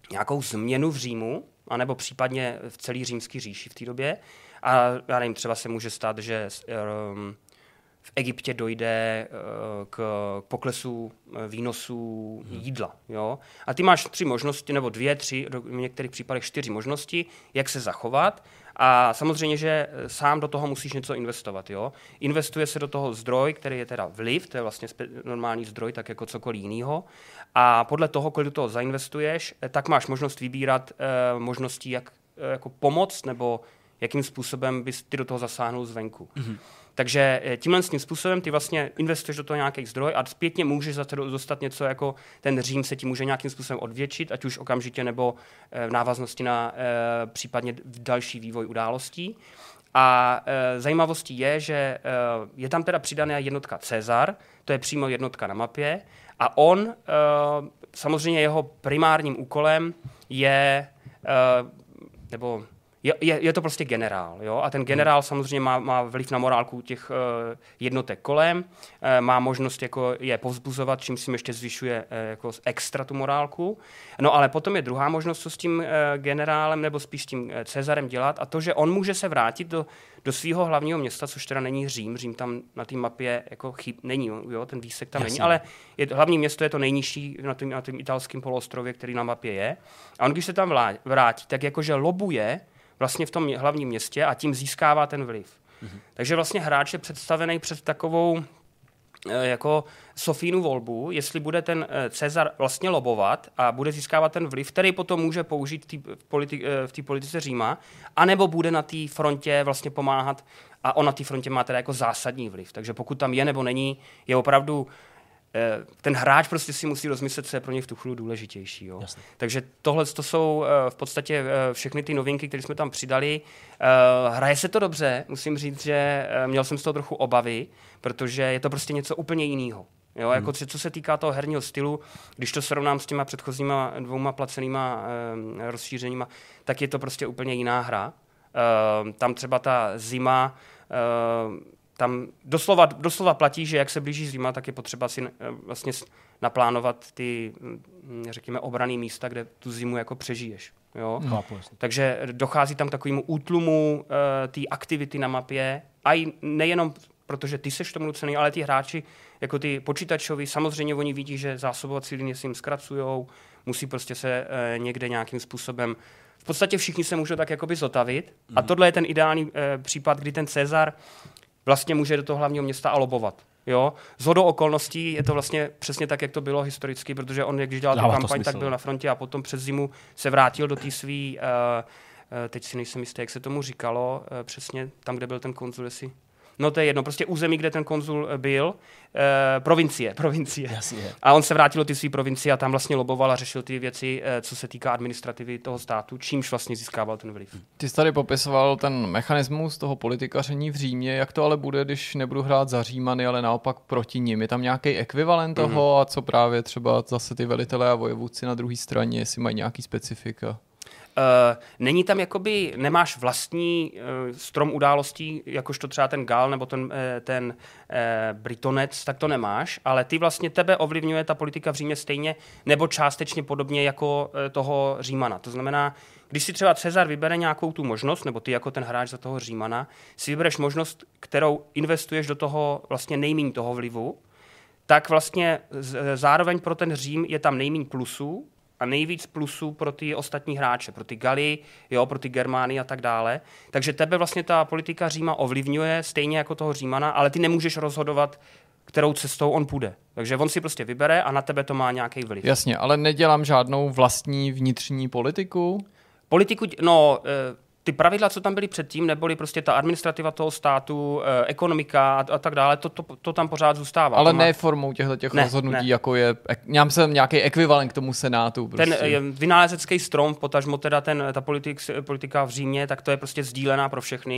nějakou změnu v Římu, anebo případně v celý římský říši v té době. A já nevím, třeba se může stát, že um, v Egyptě dojde uh, k poklesu výnosů jídla. Jo? A ty máš tři možnosti, nebo dvě, tři, v některých případech čtyři možnosti, jak se zachovat. A samozřejmě, že sám do toho musíš něco investovat. Jo? Investuje se do toho zdroj, který je teda vliv, to je vlastně normální zdroj, tak jako cokoliv jiného. A podle toho, kolik do toho zainvestuješ, tak máš možnost vybírat uh, možností, jak uh, jako pomoct, nebo jakým způsobem bys ty do toho zasáhnul zvenku. Mm-hmm. Takže tímhle tím způsobem ty vlastně investuješ do toho nějaký zdroj a zpětně můžeš za to dostat něco jako ten Řím se ti může nějakým způsobem odvětšit, ať už okamžitě nebo v návaznosti na e, případně další vývoj událostí. A e, zajímavostí je, že e, je tam teda přidaná jednotka Cezar, to je přímo jednotka na mapě a on, e, samozřejmě jeho primárním úkolem je, e, nebo Je, je, je to prostě generál, jo? A ten generál samozřejmě má, má vliv na morálku těch uh, jednotek kolem, uh, má možnost jako je povzbuzovat, čím si ještě zvyšuje uh, jako extra tu morálku. No ale potom je druhá možnost, co s tím uh, generálem nebo spíš s tím uh, Cezarem dělat a to, že on může se vrátit do, do svého hlavního města, což teda není Řím, Řím tam na té mapě jako chyb, není, jo? Ten výsek tam Jasně. není, ale je, hlavní město je to nejnižší na tom, na tom italském poloostrově, který na mapě je. A on, když se tam vlá, vrátí, tak jakože lobuje vlastně v tom hlavním městě a tím získává ten vliv. Mm-hmm. Takže vlastně hráč je představený před takovou e, jako Sofínu volbu, jestli bude ten e, Cezar vlastně lobovat a bude získávat ten vliv, který potom může použít v té politi- e, politice Říma, anebo bude na té frontě vlastně pomáhat a on na té frontě má teda jako zásadní vliv. Takže pokud tam je nebo není, je opravdu ten hráč prostě si musí rozmyslet, co je pro něj v tu chvíli důležitější. Jo. Takže tohle to jsou v podstatě všechny ty novinky, které jsme tam přidali. Hraje se to dobře, musím říct, že měl jsem z toho trochu obavy, protože je to prostě něco úplně jiného. Jo, jako hmm. co se týká toho herního stylu, když to srovnám s těma předchozíma dvouma placenýma e, rozšířeníma, tak je to prostě úplně jiná hra. E, tam třeba ta zima e, tam doslova, doslova platí, že jak se blíží zima, tak je potřeba si vlastně naplánovat ty, řekněme, obranné místa, kde tu zimu jako přežiješ. Jo? Chápu, Takže dochází tam k takovému útlumu uh, té aktivity na mapě a i nejenom protože ty seš tomu nucený, ale ty hráči, jako ty počítačoví, samozřejmě oni vidí, že zásobovací linie si jim zkracujou, musí prostě se uh, někde nějakým způsobem v podstatě všichni se můžou tak jakoby zotavit. Mm. A tohle je ten ideální uh, případ, kdy ten Cezar vlastně může do toho hlavního města a lobovat. Jo? Shodou okolností je to vlastně přesně tak, jak to bylo historicky, protože on, když dělal tu kampaň, tak byl na frontě a potom přes zimu se vrátil do té svý, uh, uh, teď si nejsem jistý, jak se tomu říkalo, uh, přesně tam, kde byl ten konzul, jestli... No to je jedno, prostě území, kde ten konzul byl, eh, provincie, provincie. Jasně. A on se vrátil do ty své provincie a tam vlastně loboval a řešil ty věci, eh, co se týká administrativy toho státu, čímž vlastně získával ten vliv. Ty jsi tady popisoval ten mechanismus toho politikaření v Římě, jak to ale bude, když nebudu hrát za Římany, ale naopak proti nim. Je tam nějaký ekvivalent toho mm-hmm. a co právě třeba zase ty velitelé a vojevůdci na druhé straně, jestli mají nějaký specifika? Uh, není tam jakoby, nemáš vlastní uh, strom událostí, jakožto třeba ten Gal nebo ten, uh, ten uh, Britonec, tak to nemáš, ale ty vlastně tebe ovlivňuje ta politika v Římě stejně nebo částečně podobně jako uh, toho Římana. To znamená, když si třeba Cezar vybere nějakou tu možnost, nebo ty jako ten hráč za toho Římana, si vybereš možnost, kterou investuješ do toho vlastně nejméně toho vlivu, tak vlastně z, zároveň pro ten Řím je tam nejméně plusů, a nejvíc plusů pro ty ostatní hráče, pro ty Galy, jo, pro ty Germány a tak dále. Takže tebe vlastně ta politika Říma ovlivňuje stejně jako toho Římana, ale ty nemůžeš rozhodovat, kterou cestou on půjde. Takže on si prostě vybere a na tebe to má nějaký vliv. Jasně, ale nedělám žádnou vlastní vnitřní politiku? Politiku, no... E- Ty pravidla, co tam byly předtím, neboli prostě ta administrativa toho státu, eh, ekonomika a, a tak dále, to, to, to tam pořád zůstává. Ale má... ne formou těchto těch ne, rozhodnutí, ne. jako je, mám se nějaký ekvivalent k tomu senátu. Prostě. Ten je vynálezecký strom, potažmo teda ten, ta politik, politika v Římě, tak to je prostě sdílená pro všechny.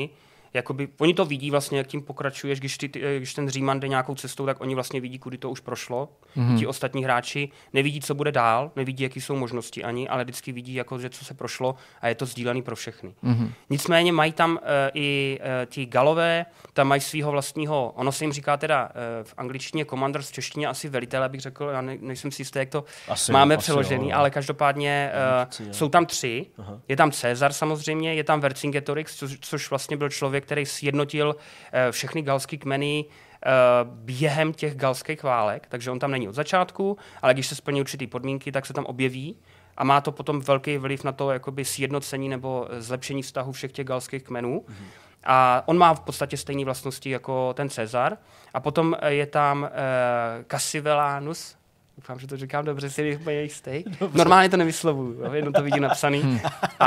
jakoby, oni to vidí vlastně, jak tím pokračuješ, když, ty, když ten Říman jde nějakou cestou, tak oni vlastně vidí, kudy to už prošlo. Mm-hmm. Ti ostatní hráči nevidí, co bude dál, nevidí, jaký jsou možnosti ani, ale vždycky vidí, jako, že co se prošlo a je to sdílený pro všechny. Mm-hmm. Nicméně mají tam uh, i uh, ti Galové, tam mají svého vlastního, ono se jim říká teda uh, v angličtině commanders, v češtině asi velitele, bych řekl, já ne, nejsem si jistý, jak to asi máme jo, přeložený, jo, ale každopádně uh, no, jsou tam tři. Aha. Je tam Cezar samozřejmě, je tam Vercingetorix, co, což vlastně byl člověk, který sjednotil uh, všechny galský kmeny uh, během těch galských válek, takže on tam není od začátku, ale když se splní určitý podmínky, tak se tam objeví a má to potom velký vliv na to jakoby sjednocení nebo zlepšení vztahu všech těch galských kmenů. Mm-hmm. A on má v podstatě stejné vlastnosti jako ten Cezar. A potom je tam uh, Cassivelanus, doufám, že to říkám dobře, si úplně jistý. Normálně to nevyslovuju, jo, jenom to vidím napsaný.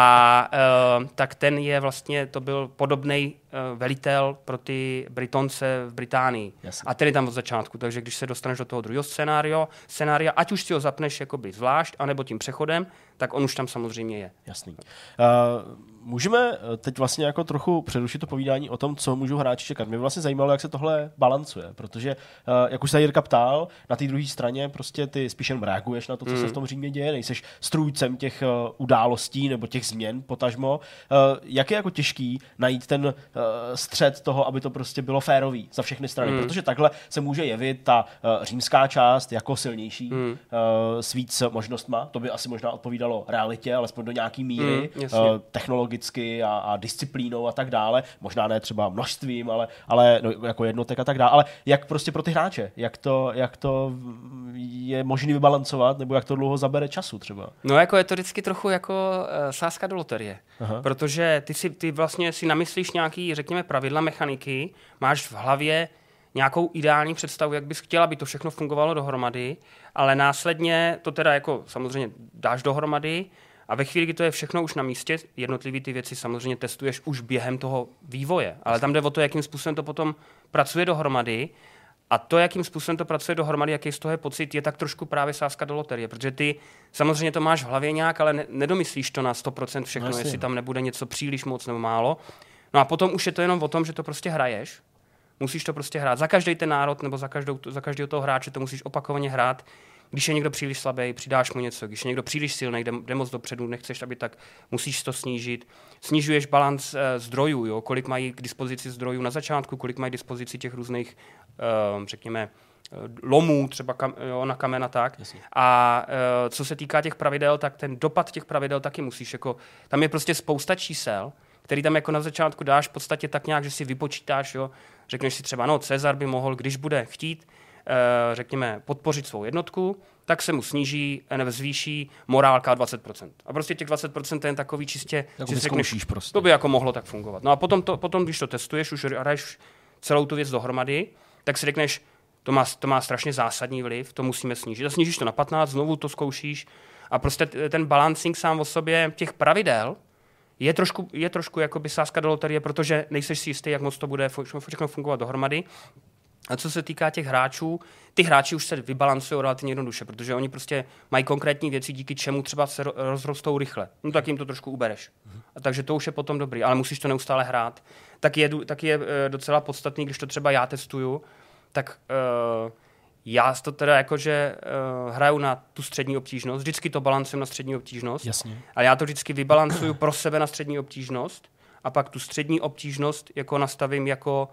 A uh, tak ten je vlastně, to byl podobný uh, velitel pro ty Britonce v Británii. Jasně. A ten je tam od začátku, takže když se dostaneš do toho druhého scénária, scénária, ať už si ho zapneš jakoby zvlášť, anebo tím přechodem, tak on už tam samozřejmě je. Jasný. Uh, můžeme teď vlastně jako trochu přerušit to povídání o tom, co můžou hráči čekat. Mě vlastně zajímalo, jak se tohle balancuje, protože, uh, jak už se Jirka ptal, na té druhé straně prostě ty spíš jen reaguješ na to, co mm. se v tom Římě děje, nejseš strůjcem těch uh, událostí nebo těch změn potažmo. Uh, jak je jako těžký najít ten uh, střed toho, aby to prostě bylo férový za všechny strany, mm. protože takhle se může jevit ta uh, římská část jako silnější mm. uh, s víc možnostma, to by asi možná odpovídalo realitě, alespoň do nějaký míry, mm, uh, technologicky a, a disciplínou a tak dále, možná ne třeba množstvím, ale, ale no, jako jednotek a tak dále, ale jak prostě pro ty hráče, jak to, jak to je možný vybalancovat, nebo jak to dlouho zabere času třeba? No jako je to vždycky trochu jako uh, sázka do loterie, aha. protože ty, si, ty vlastně si namyslíš nějaký, řekněme, pravidla mechaniky, máš v hlavě nějakou ideální představu, jak bys chtěla, aby to všechno fungovalo dohromady, ale následně to teda jako samozřejmě dáš dohromady a ve chvíli, kdy to je všechno už na místě, jednotlivý ty věci samozřejmě testuješ už během toho vývoje, ale tam jde o to, jakým způsobem to potom pracuje dohromady a to, jakým způsobem to pracuje dohromady, jaký z toho je pocit, je tak trošku právě sázka do loterie, protože ty samozřejmě to máš v hlavě nějak, ale ne- nedomyslíš to na sto procent všechno, Vlastně. jestli tam nebude něco příliš moc nebo málo. No a potom už je to jenom o tom, že to prostě hraješ. Musíš to prostě hrát. Za každý ten národ nebo za, každou, za každého toho hráče to musíš opakovaně hrát. Když je někdo příliš slabý, přidáš mu něco. Když je někdo příliš silný, jde, jde moc dopředu, nechceš, aby tak, musíš to snížit. Snižuješ balanc e, zdrojů, jo? Kolik mají k dispozici zdrojů na začátku, kolik mají k dispozici těch různých, e, řekněme, lomů, třeba kam, jo, na kamen a tak. Jasně. A e, co se týká těch pravidel, tak ten dopad těch pravidel taky musíš, jako, tam je prostě spousta čísel, který tam jako na začátku dáš v podstatě tak nějak, že si vypočítáš, jo, řekneš si třeba, no, Cezar by mohl, když bude chtít, e, řekněme, podpořit svou jednotku, tak se mu sníží, nebo zvýší morálka dvacet procent. A prostě těch dvacet procent je takový čistě, jako si řekneš, prostě. To by jako mohlo tak fungovat. No a potom, to, potom když to testuješ, už hraješ celou tu věc dohromady, tak si řekneš, to má, to má strašně zásadní vliv, to musíme snížit. A snížíš to na patnáct, znovu to zkoušíš a prostě ten balancing sám o sobě těch pravidel je trošku, je trošku jakoby sázka do loterie, protože nejseš si jistý, jak moc to bude všechno fungovat dohromady. A co se týká těch hráčů, ty hráči už se vybalancují relativně jednoduše, protože oni prostě mají konkrétní věci, díky čemu třeba se rozrostou rychle. No tak jim to trošku ubereš. A takže to už je potom dobrý, ale musíš to neustále hrát. Tak je, tak je docela podstatný, když to třeba já testuju, tak uh, já to teda jakože uh, hraju na tu střední obtížnost, vždycky to balancuju na střední obtížnost, Jasně. ale já to vždycky vybalancuju pro sebe na střední obtížnost a pak tu střední obtížnost jako nastavím jako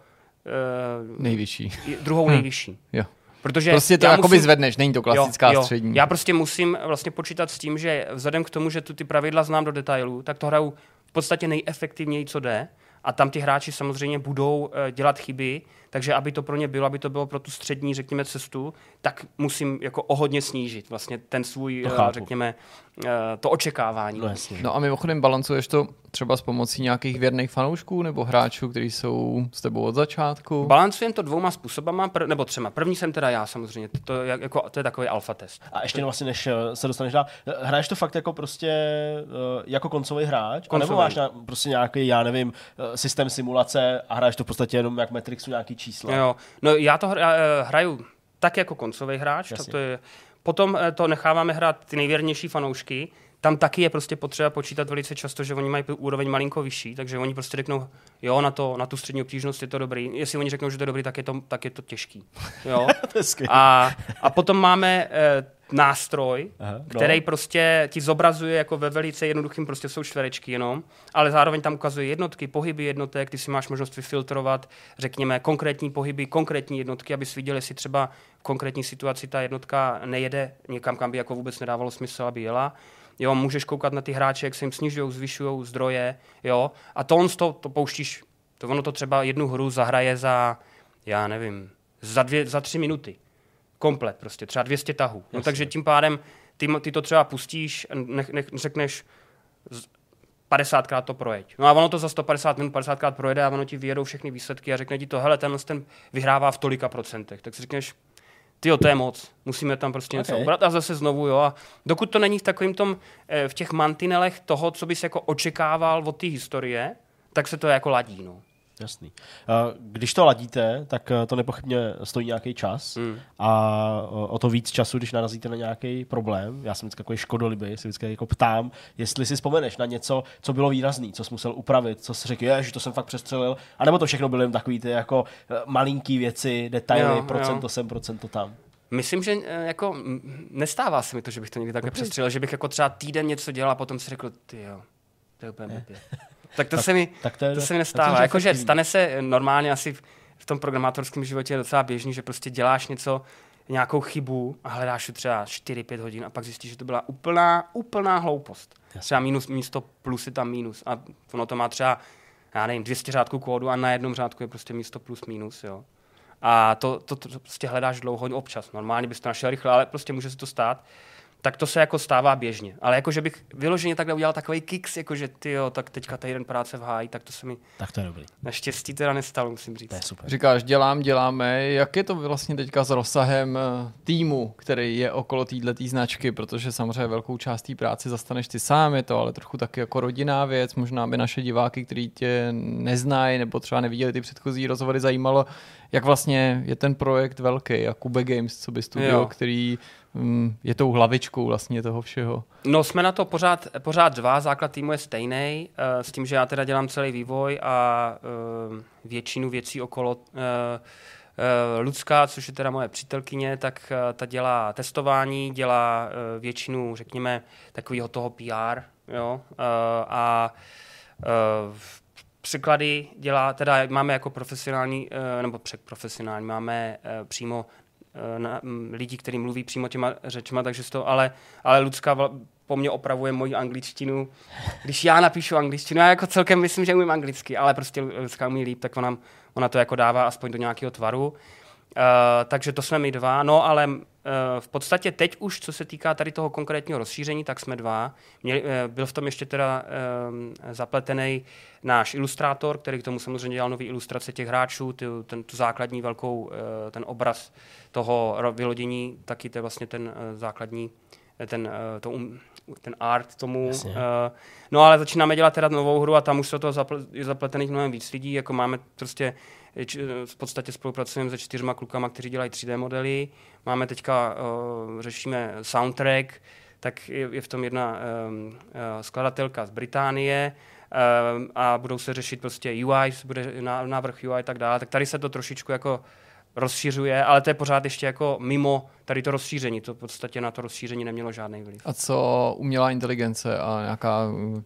uh, nejvyšší. Druhou hm. nejvyšší. Jo. Protože prostě to jakoby musím, zvedneš, není to klasická jo, jo. střední. Já prostě musím vlastně počítat s tím, že vzhledem k tomu, že tu ty pravidla znám do detailu, tak to hraju v podstatě nejefektivněji, co jde. A tam ty hráči samozřejmě budou uh, dělat chyby, takže aby to pro ně bylo, aby to bylo pro tu střední, řekněme, cestu, tak musím jako o hodně snížit vlastně ten svůj, uh, řekněme, uh, to očekávání. No, no a mimochodem balancuješ to třeba s pomocí nějakých věrných fanoušků nebo hráčů, kteří jsou s tebou od začátku? Balancujem to dvouma způsobama, pr- nebo třema. První jsem teda já samozřejmě, to je, jako, to je takový alfa test. A ještě vlastně, než se dostaneš dál, hraješ to fakt jako prostě jako koncový hráč? Koncový. A nebo máš na, prostě nějaký, já nevím, systém simulace a hraješ to v podstatě jenom jak Matrixu nějaký čísla? Jo, no já to hraju tak jako koncový hráč, to je, potom to necháváme hrát ty nejvěrnější fanoušky, tam taky je prostě potřeba počítat velice často, že oni mají úroveň malinko vyšší, takže oni prostě řeknou, jo, na, to, na tu střední obtížnost je to dobrý. Jestli oni řeknou, že to je dobrý, tak je to, tak je to těžký. Jo? a, a potom máme eh, nástroj, Aha, který no. prostě ti zobrazuje jako ve velice jednoduchým, prostě jsou čtverečky jenom, ale zároveň tam ukazuje jednotky, pohyby jednotek, ty si máš možnost vyfiltrovat, řekněme, konkrétní pohyby, konkrétní jednotky, abys viděl, jestli třeba v konkrétní situaci ta jednotka nejede někam, kam by jako vůbec nedávalo smysl, aby jela. Jo, můžeš koukat na ty hráče, jak se jim snižují, zvyšují zdroje, jo, a to on to, to pouštíš, to ono to třeba jednu hru zahraje za, já nevím, za, dvě, za tři minuty. Komplet prostě, třeba dvě stě tahů. No, takže tím pádem ty, ty to třeba pustíš, nech, nech, řekneš padesátkrát to projeď. No a ono to za sto padesát minut padesátkrát projede a ono ti vyjedou všechny výsledky a řekne ti to, hele, ten, ten vyhrává v tolika procentech. Tak si řekneš, tyjo, to je moc, musíme tam prostě něco okay. ubrat a zase znovu, jo. A dokud to není v takovým tom, v těch mantinelech toho, co bys jako očekával od té historie, tak se to jako ladí, no. Jasný. Když to ladíte, tak to nepochybně stojí nějaký čas mm. a o to víc času, když narazíte na nějaký problém. Já jsem vždycky takový škodolibý, si vždycky jako ptám, jestli si vzpomeneš na něco, co bylo výrazný, co jsi musel upravit, co jsi řekl, že to jsem fakt přestřelil, anebo to všechno byly jen takový ty jako malinký věci, detaily, jo, procento jo. sem, procento tam. Myslím, že jako nestává se mi to, že bych to někdy takhle okay. přestřelil, že bych jako třeba týden něco dělal a potom si řekl, ty jo, to je úplně blbě. Tak to, tak, se, mi, tak to, je, to se mi nestává. Jakože stane se normálně asi v, v tom programátorském životě je docela běžný, že prostě děláš něco, nějakou chybu a hledáš třeba čtyři pět hodin a pak zjistíš, že to byla úplná, úplná hloupost. Jasně. Třeba minus, místo plus je tam minus a ono to má třeba, já nevím, dvě stě řádků kódu a na jednom řádku je prostě místo plus minus, jo. A to, to, to, to prostě hledáš dlouho občas. Normálně bys to našel rychle, ale prostě může se to stát. Tak to se jako stává běžně. Ale jako, že bych vyloženě takhle udělal takový kiks, jako že tyjo, tak teďka týden práce v háji, tak to se mi tak to je dobrý. Naštěstí teda nestalo, musím říct. To je super. Říkáš, dělám, děláme. Jak je to vlastně teďka s rozsahem týmu, který je okolo této značky, protože samozřejmě velkou část té práce zastaneš ty sám, je to ale trochu taky jako rodinná věc, možná by naše diváky, kteří tě neznají nebo třeba neviděli ty předchozí rozhovory, zajímalo, jak vlastně je ten projekt velký, jak Kube Games, co by studio, jo. který um, je tou hlavičkou vlastně toho všeho. No jsme na to pořád, pořád dva, základ týmu je stejný, uh, s tím, že já teda dělám celý vývoj a uh, většinu věcí okolo uh, uh, Lucka, což je teda moje přítelkyně, tak uh, ta dělá testování, dělá uh, většinu, řekněme, takového toho P R, jo, uh, a uh, překlady dělá, teda máme jako profesionální, nebo profesionální, máme přímo na, lidi, kteří mluví přímo těma řečma, takže to, ale, ale Lucka po mně opravuje moji angličtinu. Když já napíšu angličtinu, já jako celkem myslím, že umím anglicky, ale prostě Lucka umí líp, tak ona, ona to jako dává aspoň do nějakého tvaru. Uh, takže to jsme my dva, no ale uh, v podstatě teď už, co se týká tady toho konkrétního rozšíření, tak jsme dva. Měli, uh, byl v tom ještě teda uh, zapletený náš ilustrátor, který k tomu samozřejmě dělal nový ilustrace těch hráčů, ty, ten, tu základní velkou, uh, ten obraz toho vylodění, taky to je vlastně ten uh, základní, ten, uh, to um, ten art tomu. Uh, no ale začínáme dělat teda novou hru a tam už se to zapl- je zapletených mnohem víc lidí, jako máme prostě v podstatě spolupracujeme se čtyřma klukama, kteří dělají tři dé modely. Máme teďka, uh, řešíme soundtrack, tak je, je v tom jedna um, uh, skladatelka z Británie um, a budou se řešit prostě U I, bude návrh U I a tak dále. Tak tady se to trošičku jako rozšiřuje, ale to je pořád ještě jako mimo tady to rozšíření. To v podstatě na to rozšíření nemělo žádný vliv. A co umělá inteligence a nějaká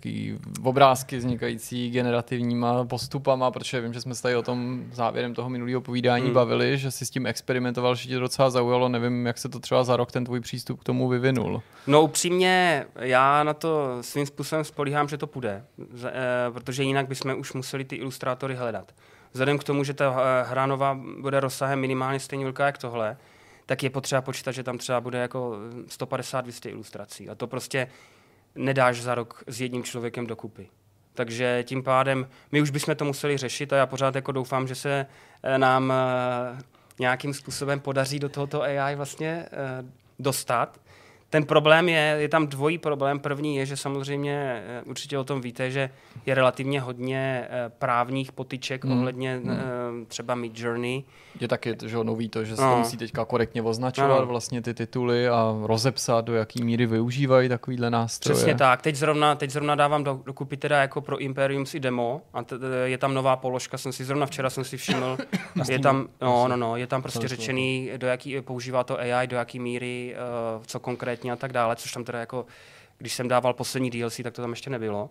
obrázky vznikající generativníma postupama, protože vím, že jsme se tady o tom závěrem toho minulého povídání hmm. bavili, že si s tím experimentoval, že tě docela zaujalo. Nevím, jak se to třeba za rok ten tvůj přístup k tomu vyvinul. No upřímně, já na to svým způsobem spolíhám, že to půjde, protože jinak bychom už museli ty ilustrátory hledat. Vzhledem k tomu, že ta hra nová bude rozsahem minimálně stejně velká jak tohle, tak je potřeba počítat, že tam třeba bude jako sto padesát až dvě stě ilustrací. A to prostě nedáš za rok s jedním člověkem dokupy. Takže tím pádem my už bychom to museli řešit a já pořád jako doufám, že se nám nějakým způsobem podaří do tohoto A I vlastně dostat. ten problém je, je tam dvojí problém. První je, že samozřejmě určitě o tom víte, že je relativně hodně právních potyček hmm. ohledně hmm. třeba Midjourney. Je taky že nový to, že se no. to musí teďka korektně označovat no. vlastně ty tituly a rozepsat, do jaký míry využívají takovýhle nástroje. Přesně tak. Teď zrovna, teď zrovna dávám do, dokupy teda jako pro Imperium si demo a t, je tam nová položka, jsem si zrovna včera jsem si všiml. je tam, no, no, no, je tam prostě řečený, do jaký používá to A I, do jaký míry, uh, co konkrétně a tak dále, což tam teda jako, když jsem dával poslední D L C, tak to tam ještě nebylo.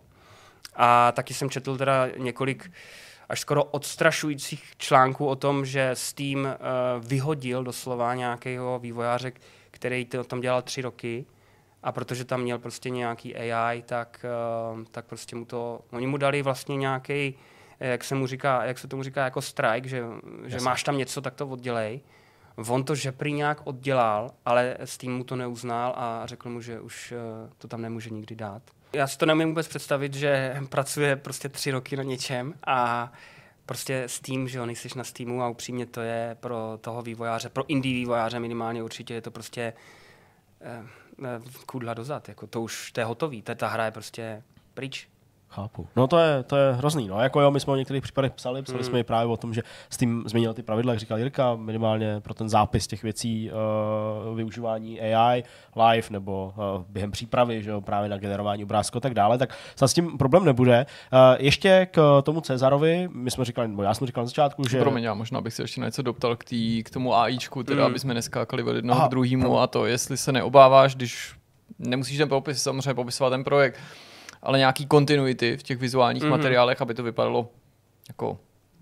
A taky jsem četl teda několik až skoro odstrašujících článků o tom, že Steam uh, vyhodil doslova nějakého vývojáře, který to tam dělal tři roky a protože tam měl prostě nějaký A I, tak, uh, tak prostě mu to, oni mu dali vlastně nějaký, jak se mu říká, jak se tomu říká, jako strike, že, že máš tam něco, tak to oddělej. On to žeprý nějak oddělal, ale Steam mu to neuznal a řekl mu, že už uh, to tam nemůže nikdy dát. Já si to nemůžu vůbec představit, že pracuje prostě tři roky na něčem a prostě Steam, že jo, nejsiš na Steamu a upřímně to je pro toho vývojáře, pro indie vývojáře minimálně určitě je to prostě eh, eh, kudla dozad, jako to už, to je hotový, ta, ta hra je prostě pryč. Chápu. No to je, to je hrozný. No. Jako jo, my jsme o některých případech psali, psali mm. jsme i právě o tom, že s tím změnil ty pravidla, jak říkal Jirka, minimálně pro ten zápis těch věcí uh, využívání A I live nebo uh, během přípravy, že jo, právě na generování obrázku a tak dále, tak s tím problém nebude. Uh, ještě k tomu Cezarovi, my jsme říkali, nebo já jsem říkal na začátku, že... Promiň, já možná bych se ještě něco doptal k, tý, k tomu AIčku, teda mm. aby jsme neskákali od jednoho Aha, k druhému a to, jestli se neobáváš, když nemusíš ten popis samozřejmě popisovat ten projekt, ale nějaký kontinuity v těch vizuálních mm-hmm. materiálech, aby to vypadalo jako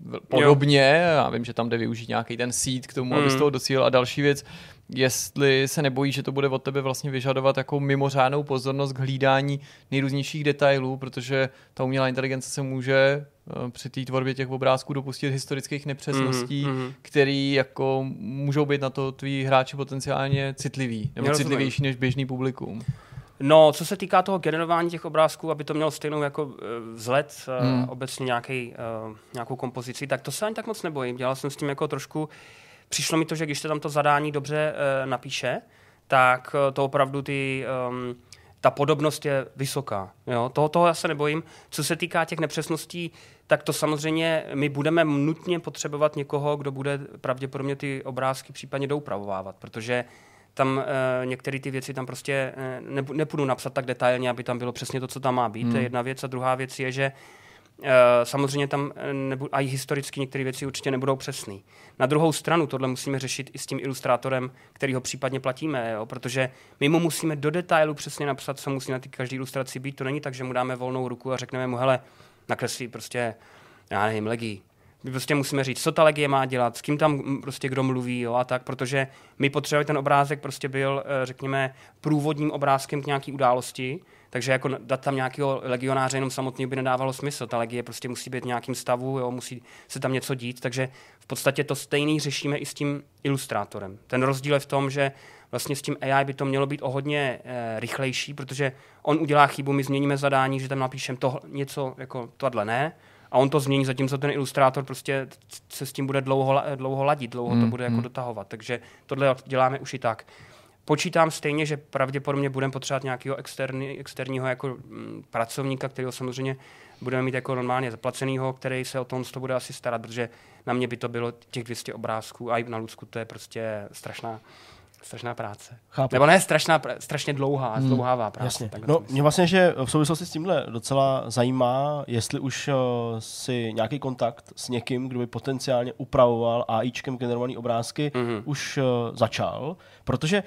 podobně. Jo. Já vím, že tam jde využít nějaký ten seed k tomu, mm. aby z toho docílil. A další věc, jestli se nebojí, že to bude od tebe vlastně vyžadovat jako mimořádnou pozornost k hlídání nejrůznějších detailů, protože ta umělá inteligence se může uh, při té tvorbě těch obrázků dopustit historických nepřesností, mm-hmm. který jako můžou být na to tví hráči potenciálně citliví, nebo citlivější než běžný publikum. No, co se týká toho generování těch obrázků, aby to mělo stejnou jako uh, vzhled, uh, hmm. obecně nějaký, uh, nějakou kompozici, tak to se ani tak moc nebojím. Dělal jsem s tím jako trošku, přišlo mi to, že když se tam to zadání dobře uh, napíše, tak uh, to opravdu ty, um, ta podobnost je vysoká. Jo? Toho, toho já se nebojím. Co se týká těch nepřesností, tak to samozřejmě my budeme nutně potřebovat někoho, kdo bude pravděpodobně ty obrázky případně doupravovávat, protože tam uh, některé ty věci tam prostě uh, ne, nepůjdu napsat tak detailně, aby tam bylo přesně to, co tam má být. Hmm. To je jedna věc. A druhá věc je, že uh, samozřejmě tam nebu, a i historicky některé věci určitě nebudou přesný. Na druhou stranu tohle musíme řešit i s tím ilustrátorem, který ho případně platíme, jo? Protože my mu musíme do detailu přesně napsat, co musí na ty každé ilustraci být. To není tak, že mu dáme volnou ruku a řekneme mu, hele, nakresli prostě, já nevím, legii. My prostě musíme říct, co ta legie má dělat, s kým tam prostě kdo mluví, jo, a tak, protože my potřebujeme, ten obrázek prostě byl, řekněme, průvodním obrázkem k nějaký události, takže jako dát tam nějakého legionáře jenom samotný by nedávalo smysl. Ta legie prostě musí být v nějakém stavu, jo, musí se tam něco dít, takže v podstatě to stejný řešíme i s tím ilustrátorem. Ten rozdíl je v tom, že vlastně s tím A I by to mělo být o hodně eh, rychlejší, protože on udělá chybu, my změníme zadání, že tam napíšeme to, něco jako tohle ne, a on to změní, zatímco ten ilustrátor prostě se s tím bude dlouho, dlouho ladit, dlouho mm, to bude mm. jako dotahovat. Takže tohle děláme už i tak. Počítám stejně, že pravděpodobně budeme potřebovat nějakého externí, externího jako m, pracovníka, kterého samozřejmě budeme mít jako normálně zaplacenýho, který se o tom to bude asi starat, protože na mě by to bylo těch dvě stě obrázků a i na Lucku to je prostě strašná strašná práce. Chápu. Nebo ne strašná, strašně dlouhá, hmm. zdlouhavá práce. Jasně. No, mě vlastně, že v souvislosti s tímhle docela zajímá, jestli už uh, si nějaký kontakt s někým, kdo by potenciálně upravoval AIčkem generovaný obrázky, mm-hmm. už uh, začal, protože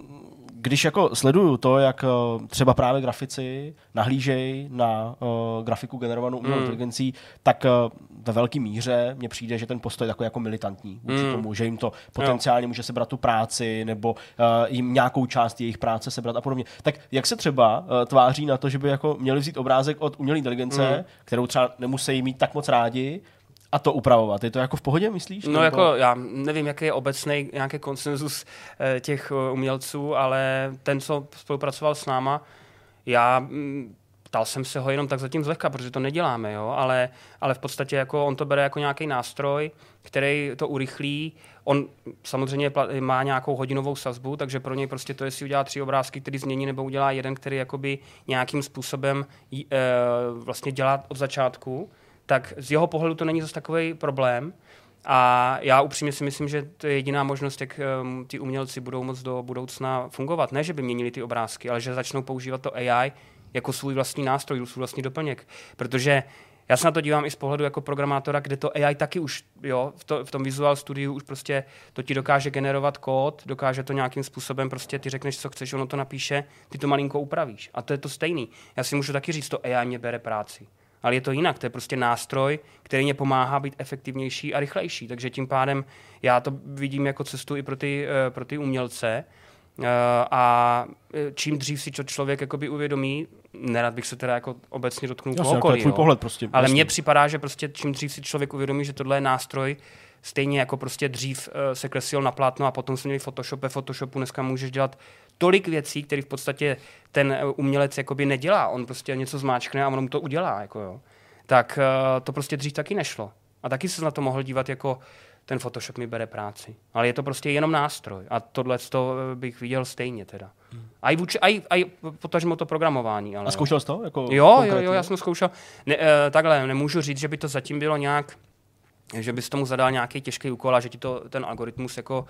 když jako sleduju to, jak uh, třeba právě grafici nahlížejí na uh, grafiku generovanou umělou mm. inteligencí, tak uh, ve velké míře mně přijde, že ten postoj je takový jako militantní vůči mm. tomu, že jim to potenciálně jo. může sebrat tu práci nebo uh, jim nějakou část jejich práce sebrat a podobně. Tak jak se třeba uh, tváří na to, že by jako měli vzít obrázek od umělé inteligence, mm. kterou třeba nemusí mít tak moc rádi, a to upravovat. Je to jako v pohodě, myslíš? No nebo... jako já nevím, jaký je obecný nějaký konsenzus eh, těch umělců, ale ten, co spolupracoval s náma, já m, ptal jsem se ho jenom tak zatím zlehka, protože to neděláme, jo? Ale, ale v podstatě jako on to bere jako nějaký nástroj, který to urychlí. On samozřejmě má nějakou hodinovou sazbu, takže pro něj prostě to, jestli udělá tři obrázky, který změní, nebo udělá jeden, který jakoby nějakým způsobem e, vlastně dělá od začátku, tak z jeho pohledu to není zase takový problém. A já upřímně si myslím, že to je jediná možnost, jak um, ty umělci budou moct do budoucna fungovat. Ne, že by měnili ty obrázky, ale že začnou používat to A I jako svůj vlastní nástroj, svůj vlastní doplněk. Protože já se na to dívám i z pohledu jako programátora, kde to A I taky už, jo, v, to, v tom Visual Studiu už prostě to ti dokáže generovat kód, dokáže to nějakým způsobem, prostě ty řekneš, co chceš, ono to napíše, ty to malinko upravíš. A to je to stejný. Já si můžu taky říct, to A I mě bere práci. Ale je to jinak, to je prostě nástroj, který mě pomáhá být efektivnější a rychlejší. Takže tím pádem já to vidím jako cestu i pro ty, pro ty umělce. A čím dřív si to člověk jakoby uvědomí, nerad bych se teda jako obecně dotknul kohokoliv, tvůj pohled prostě. Ale mně připadá, že prostě čím dřív si člověk uvědomí, že tohle je nástroj, stejně jako prostě dřív se kreslil na plátno a potom jsme měli Photoshop. Ve Photoshopu dneska můžeš dělat tolik věcí, které v podstatě ten umělec jakoby nedělá. On prostě něco zmáčkne a on mu to udělá. Jako jo. Tak to prostě dřív taky nešlo. A taky se na to mohl dívat jako ten Photoshop mi bere práci. Ale je to prostě jenom nástroj. A tohle bych viděl stejně teda. Hmm. A i, vůči, a i, a i potažmo to programování. Ale a zkoušel jsi to? Jako jo, jo, jo, já jsem zkoušel. Ne, e, takhle, nemůžu říct, že by to zatím bylo nějak, že bys tomu zadal nějaký těžký úkol a že ti to ten algoritmus jako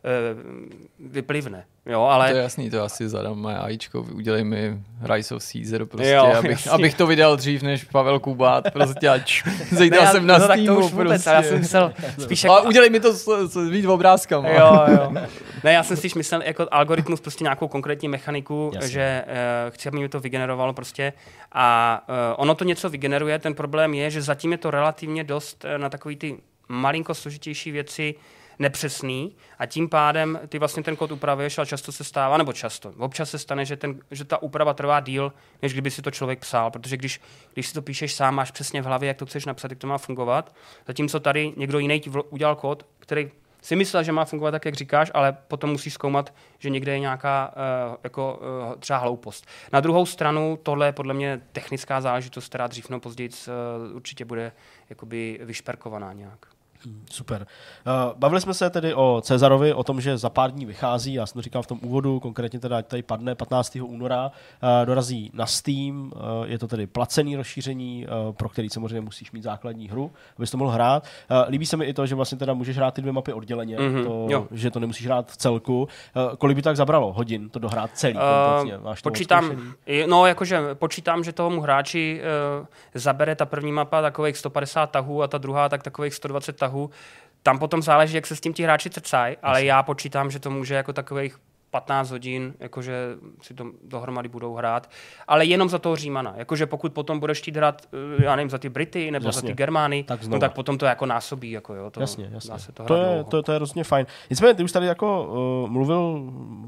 e, vyplivne. Jo, ale... To je jasný, to asi zadám moje AIčko, udělej mi Rise of Caesar prostě, jo, abych, abych to vydal dřív než Pavel Kubát, prostě a zejděl jsem na no, Steamu. Vůbec, prostě. Já jsem myslel spíš jako... Ale udělej mi to s, s víc obrázkama. Jo, jo. Ne, já jsem spíš myslel jako algoritmus, prostě nějakou konkrétní mechaniku, jasně. Že uh, chci, aby mi to vygenerovalo prostě a uh, ono to něco vygeneruje, ten problém je, že zatím je to relativně dost uh, na takový ty malinko složitější věci nepřesný a tím pádem ty vlastně ten kód upravuješ, ale často se stává, nebo často, občas se stane, že, ten, že ta úprava trvá díl, než kdyby si to člověk psal, protože když, když si to píšeš sám, máš přesně v hlavě, jak to chceš napsat, jak to má fungovat, zatímco tady někdo jiný ti udělal kód, který si myslel, že má fungovat tak, jak říkáš, ale potom musíš zkoumat, že někde je nějaká uh, jako, uh, třeba hloupost. Na druhou stranu, tohle je podle mě technická záležitost, která dřív nebo později uh, určitě bude jakoby vyšperkovaná nějak. Super. Uh, bavili jsme se tedy o Cezarovi, o tom, že za pár dní vychází, já jsem to říkal v tom úvodu, konkrétně teda tady padne patnáctého února, uh, dorazí na Steam, uh, je to tedy placený rozšíření, uh, pro který samozřejmě musíš mít základní hru, abys to mohl hrát. Uh, líbí se mi i to, že vlastně teda můžeš hrát ty dvě mapy odděleně, mm-hmm, to, že to nemusíš hrát v celku. Uh, kolik by to tak zabralo hodin to dohrát celý? Uh, Máš počítám, no jakože počítám, že tomu hráči uh, zabere ta první mapa takových sto padesát tahů a ta druhá tak takových sto dvacet tahů. Tam potom záleží, jak se s tím ti hráči trcají, ale Asi. já počítám, že to může jako takových patnáct hodin, jakože si to dohromady budou hrát, ale jenom za toho Římana. Jakože pokud potom budeš chtít hrát, já nevím, za ty Brity nebo jasně. za ty Germány, tak, no, tak potom to jako násobí. Jako, jo, to, jasně, jasně. Se to, to, je, to, to je hrozně fajn. Nicméně, ty už tady jako uh, mluvil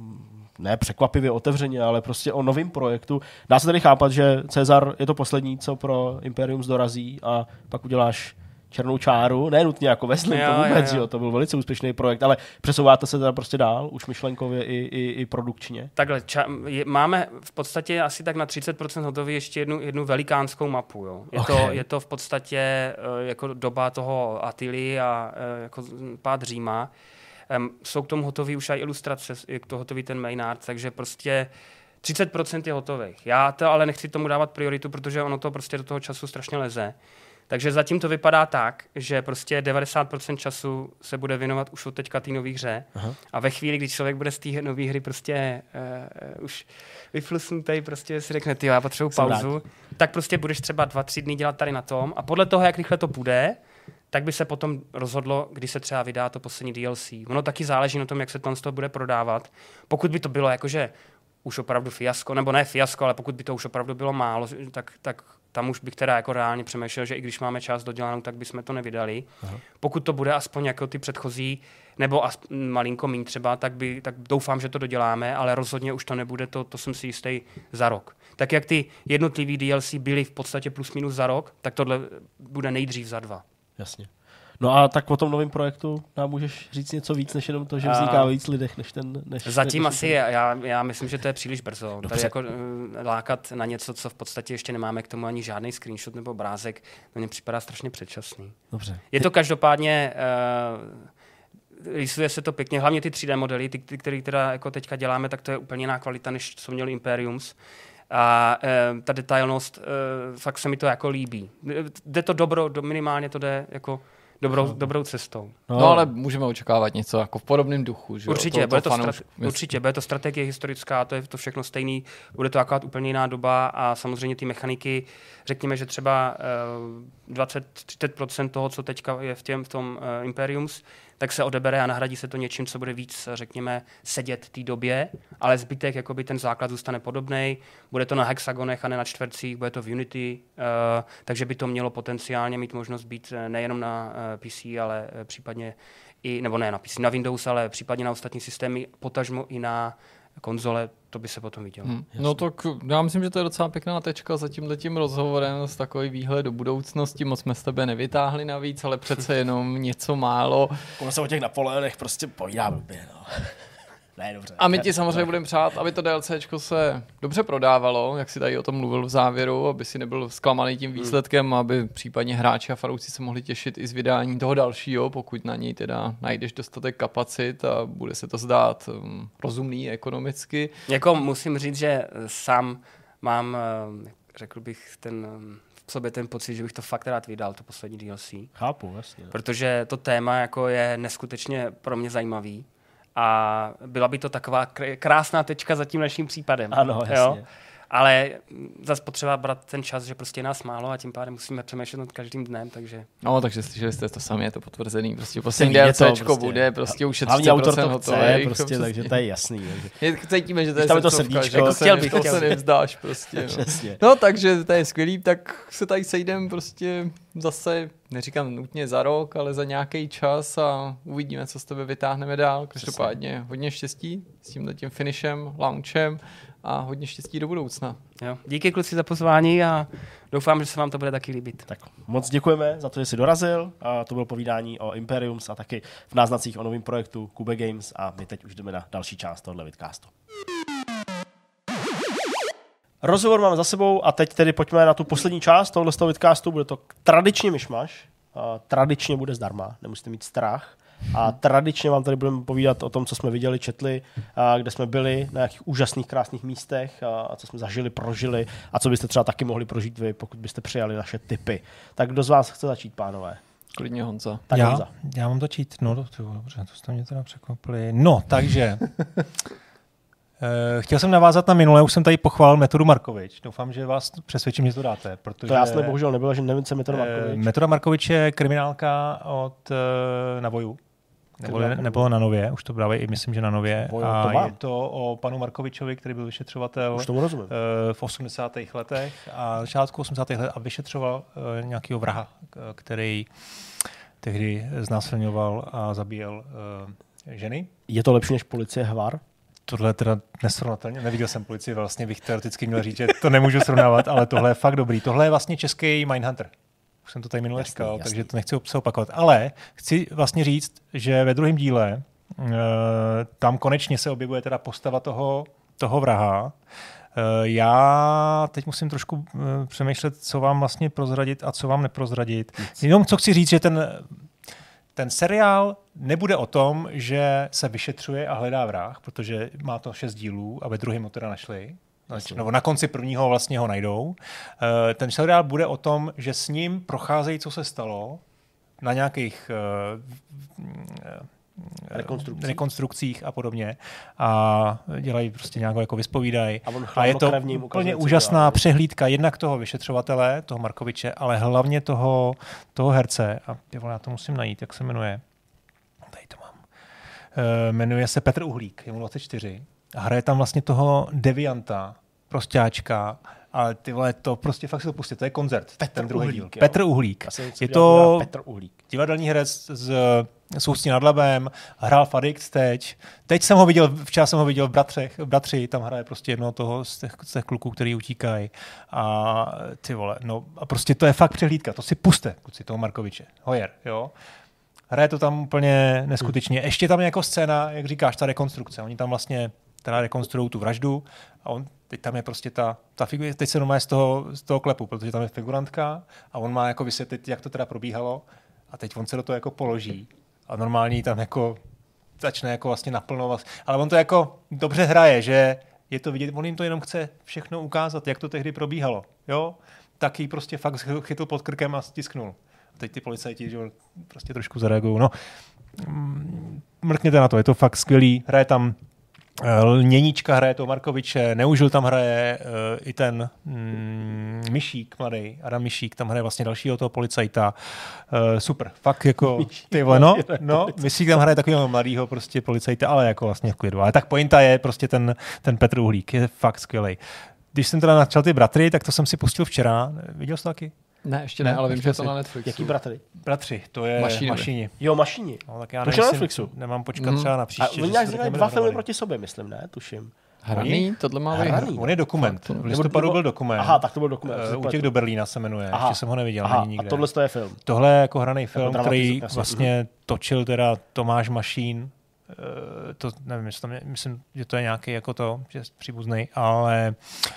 ne překvapivě otevřeně, ale prostě o novém projektu. Dá se tady chápat, že Cezar je to poslední, co pro Imperium dorazí a pak uděláš černou čáru, ne nutně jako Westlin, to vůbec, jo, jo. To byl velice úspěšný projekt, ale přesouváte se teda prostě dál, už myšlenkově i, i, i produkčně? Takhle, ča- je, máme v podstatě asi tak na třicet procent hotový ještě jednu, jednu velikánskou mapu, jo. Je, okay. to, je to v podstatě uh, jako doba toho Attily a uh, jako pád Říma. Um, jsou k tomu hotový už aj ilustrace, je to hotový ten main art, takže prostě třicet procent je hotových. Já to ale nechci tomu dávat prioritu, protože ono to prostě do toho času strašně leze. Takže zatím to vypadá tak, že prostě devadesát procent času se bude věnovat už od teďka té nové hře. Aha. A ve chvíli, kdy člověk bude z té nové hry prostě uh, už vyflusnutý, prostě si řekne, ty, já potřebuji pauzu, rád. Tak prostě budeš třeba dva, tři dny dělat tady na tom a podle toho, jak rychle to půjde, tak by se potom rozhodlo, kdy se třeba vydá to poslední D L C. Ono taky záleží na tom, jak se tam z toho bude prodávat. Pokud by to bylo jakože už opravdu fiasko, nebo ne fiasko, ale pokud by to už opravdu bylo málo, tak, tak tam už bych teda jako reálně přemýšlel, že i když máme část dodělanou, tak bychom to nevydali. Aha. Pokud to bude aspoň jako ty předchozí, nebo aspoň malinko míň třeba, tak, by, tak doufám, že to doděláme, ale rozhodně už to nebude, to, to jsem si jistý za rok. Tak jak ty jednotlivý D L C byly v podstatě plus minus za rok, tak tohle bude nejdřív za dva. Jasně. No a tak o tom novém projektu nám můžeš říct něco víc, než jenom to, že vzniká a... víc lidech, než ten... Než Zatím než asi je. Já, já myslím, že to je příliš brzo. Dobře. Tady jako uh, lákat na něco, co v podstatě ještě nemáme k tomu ani žádný screenshot nebo obrázek, to mně připadá strašně předčasný. Dobře. Je to každopádně... Uh, rýsuje se to pěkně, hlavně ty tři dé modely, ty, ty které teda jako teďka děláme, tak to je úplně jiná kvalita, než co měli Imperiums. A uh, ta detailnost, uh, fakt se mi to jako líbí. Jde to dobro, do, minimálně to jde jako dobrou, no. dobrou cestou. No. no ale můžeme očekávat něco jako v podobném duchu. Že určitě, to, bude to to stra- určitě, bude to strategie historická, to je to všechno stejný, bude to akorát úplně jiná doba a samozřejmě ty mechaniky, řekněme, že třeba uh, dvacet až třicet procent toho, co teďka je v, těm, v tom uh, Imperiums, tak se odebere a nahradí se to něčím, co bude víc, řekněme, sedět té době, ale zbytek, jakoby ten základ zůstane podobnej, bude to na hexagonech a ne na čtvercích, bude to v Unity, uh, takže by to mělo potenciálně mít možnost být nejenom na uh, P C, ale uh, případně i, nebo ne na P C, na Windows, ale případně na ostatní systémy, potažmo i na konzole, to by se potom vidělo. Hmm. No tak já myslím, že to je docela pěkná tečka za tímhletím rozhovorem, s takový výhled do budoucnosti, moc jsme z tebe nevytáhli navíc, ale přece jenom něco málo. Ono se o těch Napoleonech prostě povídá blbě, no. Ne, dobře. A my ti samozřejmě budeme přát, aby to DLCčko se dobře prodávalo, jak si tady o tom mluvil v závěru, aby si nebyl zklamaný tím výsledkem, aby případně hráči a fanoušci se mohli těšit i z vydání toho dalšího, pokud na něj teda najdeš dostatek kapacit a bude se to zdát um, rozumný ekonomicky. Jako musím říct, že sám mám, řekl bych, ten v sobě ten pocit, že bych to fakt rád vydal, to poslední D L C. Chápu, jasně. Protože to téma jako je neskutečně pro mě zajímavý. A byla by to taková krásná tečka za tím naším případem. Ano, jasně. Jo? Ale zase potřeba brát ten čas, že prostě je nás málo a tím pádem musíme přemýšlet nad každým dnem, takže... No, takže slyšeli jste to sami, je to potvrzený. Prostě poslední DLCčko prostě bude, prostě už je třicet procent hotové. Prostě, prostě, takže to je jasný. Takže... Cítíme, že to je srdcovka, to srdíčko, jako chtěl bych, to se nevzdáš prostě. No. no, takže to je skvělý, tak se tady sejdem prostě zase, neříkám nutně za rok, ale za nějaký čas a uvidíme, co z tebe vytáhneme dál. Každopádně hodně štěstí s tímhletím finishem, launchem a hodně štěstí do budoucna. Jo. Díky kluci za pozvání a doufám, že se vám to bude taky líbit. Tak moc děkujeme za to, že jsi dorazil. A to bylo povídání o Imperiums a taky v náznacích o novém projektu Kube Games a my teď už jdeme na další část tohoto vidcastu. Rozhovor máme za sebou a teď tedy pojďme na tu poslední část tohoto vidcastu. Bude to tradičně myšmaš. Tradičně bude zdarma, nemusíte mít strach. A tradičně vám tady budeme povídat o tom, co jsme viděli, četli, a kde jsme byli, na jakých úžasných, krásných místech a, a co jsme zažili, prožili a co byste třeba taky mohli prožít vy, pokud byste přijali naše tipy. Tak kdo z vás chce začít, pánové? Klidně Honza. Tak já, Honza. Já mám začít. No to, dobře, to jste mě teda překvapili. No, takže... Chtěl jsem navázat na minulé, už jsem tady pochválil Metodu Markovič. Doufám, že vás přesvědčím, že to dáte. Protože to jasně bohužel nebylo, že nevím, co Metoda Markovič. Metoda Markovič je kriminálka od Navoju. Nebo, nebo na Nově, už to právě i myslím, že na Nově. Bojo, a to je to o panu Markovičovi, který byl vyšetřovatel už tomu rozumím. v osmdesátých letech a začátku osmdesátých let a vyšetřoval nějakého vraha, který tehdy znásilňoval a zabíjel ženy. Je to lepší než Policie Hvar? Tohle je teda nesrovnatelně. Neviděl jsem Policii, vlastně bych teoreticky měl říct, že to nemůžu srovnávat, ale tohle je fakt dobrý. Tohle je vlastně český Mindhunter. Už jsem to tady minule říkal, jasný. Takže to nechci se opakovat. Ale chci vlastně říct, že ve druhém díle uh, tam konečně se objevuje teda postava toho, toho vraha. Uh, já teď musím trošku uh, přemýšlet, co vám vlastně prozradit a co vám neprozradit. Nic. Jenom co chci říct, že ten... Ten seriál nebude o tom, že se vyšetřuje a hledá vrah, protože má to šest dílů a ve druhém ho teda našli. Nebo na konci prvního vlastně ho najdou. Ten seriál bude o tom, že s ním procházejí, co se stalo na nějakých rekonstrukcích, rekonstrukcích a podobně. A dělají prostě nějakou jako vyspovídají. A, a je to úplně úžasná dělá. Přehlídka jednak toho vyšetřovatele, toho Markoviče, ale hlavně toho, toho herce. A tyvo, já to musím najít, jak se jmenuje. Tady to mám. E, jmenuje se Petr Uhlík, je mu dvacet čtyři. A hraje tam vlastně toho devianta, prostáčka. Ale ty vole, to prostě fakt si to pustí. To je koncert. Petr ten druhý Uhlík. Díl. Petr Uhlík. Je to Petr Uhlík. Divadelní herec z Soustí nad Labem, hrál v Addict teď. Teď jsem ho viděl, včera jsem ho viděl v Bratřech, v Bratři, tam hraje prostě jednoho toho z těch, z těch kluků, který utíkají. A ty vole, no a prostě to je fakt přehlídka. To si puste, kluci, toho Markoviče. Hojer, jo. hraje to tam úplně neskutečně. Hmm. Ještě tam je jako scéna, jak říkáš, ta rekonstrukce. Oni tam vlastně teda rekonstruují tu vraždu a on, teď tam je prostě ta, ta figura, teď se normálně z toho, z toho klepu, protože tam je figurantka a on má jako vysvětlit, jak to teda probíhalo a teď on se do toho jako položí a normálně tam jako začne jako vlastně naplno, ale on to jako dobře hraje, že je to vidět, on jim to jenom chce všechno ukázat, jak to tehdy probíhalo, jo? Tak jí prostě fakt chytl pod krkem a stisknul. A teď ty policajti, že prostě trošku zareagují. No, mrkněte na to, je to fakt skvělý, hraje tam Lněníčka, hraje to Markoviče, Neužil tam hraje uh, i ten mm, Myšík mladý, Adam Myšík, tam hraje vlastně dalšího toho policajta. Uh, super, fakt jako, ty vole, no, no, Myšík tam hraje takového mladýho prostě policajta, ale jako vlastně v klidu. Ale tak pointa je prostě ten, ten Petr Uhlík, je fakt skvělej. Když jsem teda načal ty Bratry, tak to jsem si pustil včera. Viděl jsi to taky? Ne, ještě ne, ne ale vím, že je to na Netflixu. Jaký Bratry? Bratři, to je Mašíny. Mašíni. Jo, Mašíni. No, tak já to je na Netflixu. Nemám počkat mm. třeba na příště. A oni nějak dělají dva filmy proti sobě, myslím, ne? Tuším. Hraný? Tohle má Hraný. On je dokument. V listopadu byl dokument. Aha, tak to byl dokument. Uh, Útěk do Berlína se jmenuje. Aha. Ještě jsem ho neviděl. Aha, nikde. A tohle to je film. Tohle je jako hraný film, jako který vlastně točil teda Tomáš Mašín. Uh, to nevím, jestli tam je, myslím, že to je nějaký jako to, že je příbuzný, ale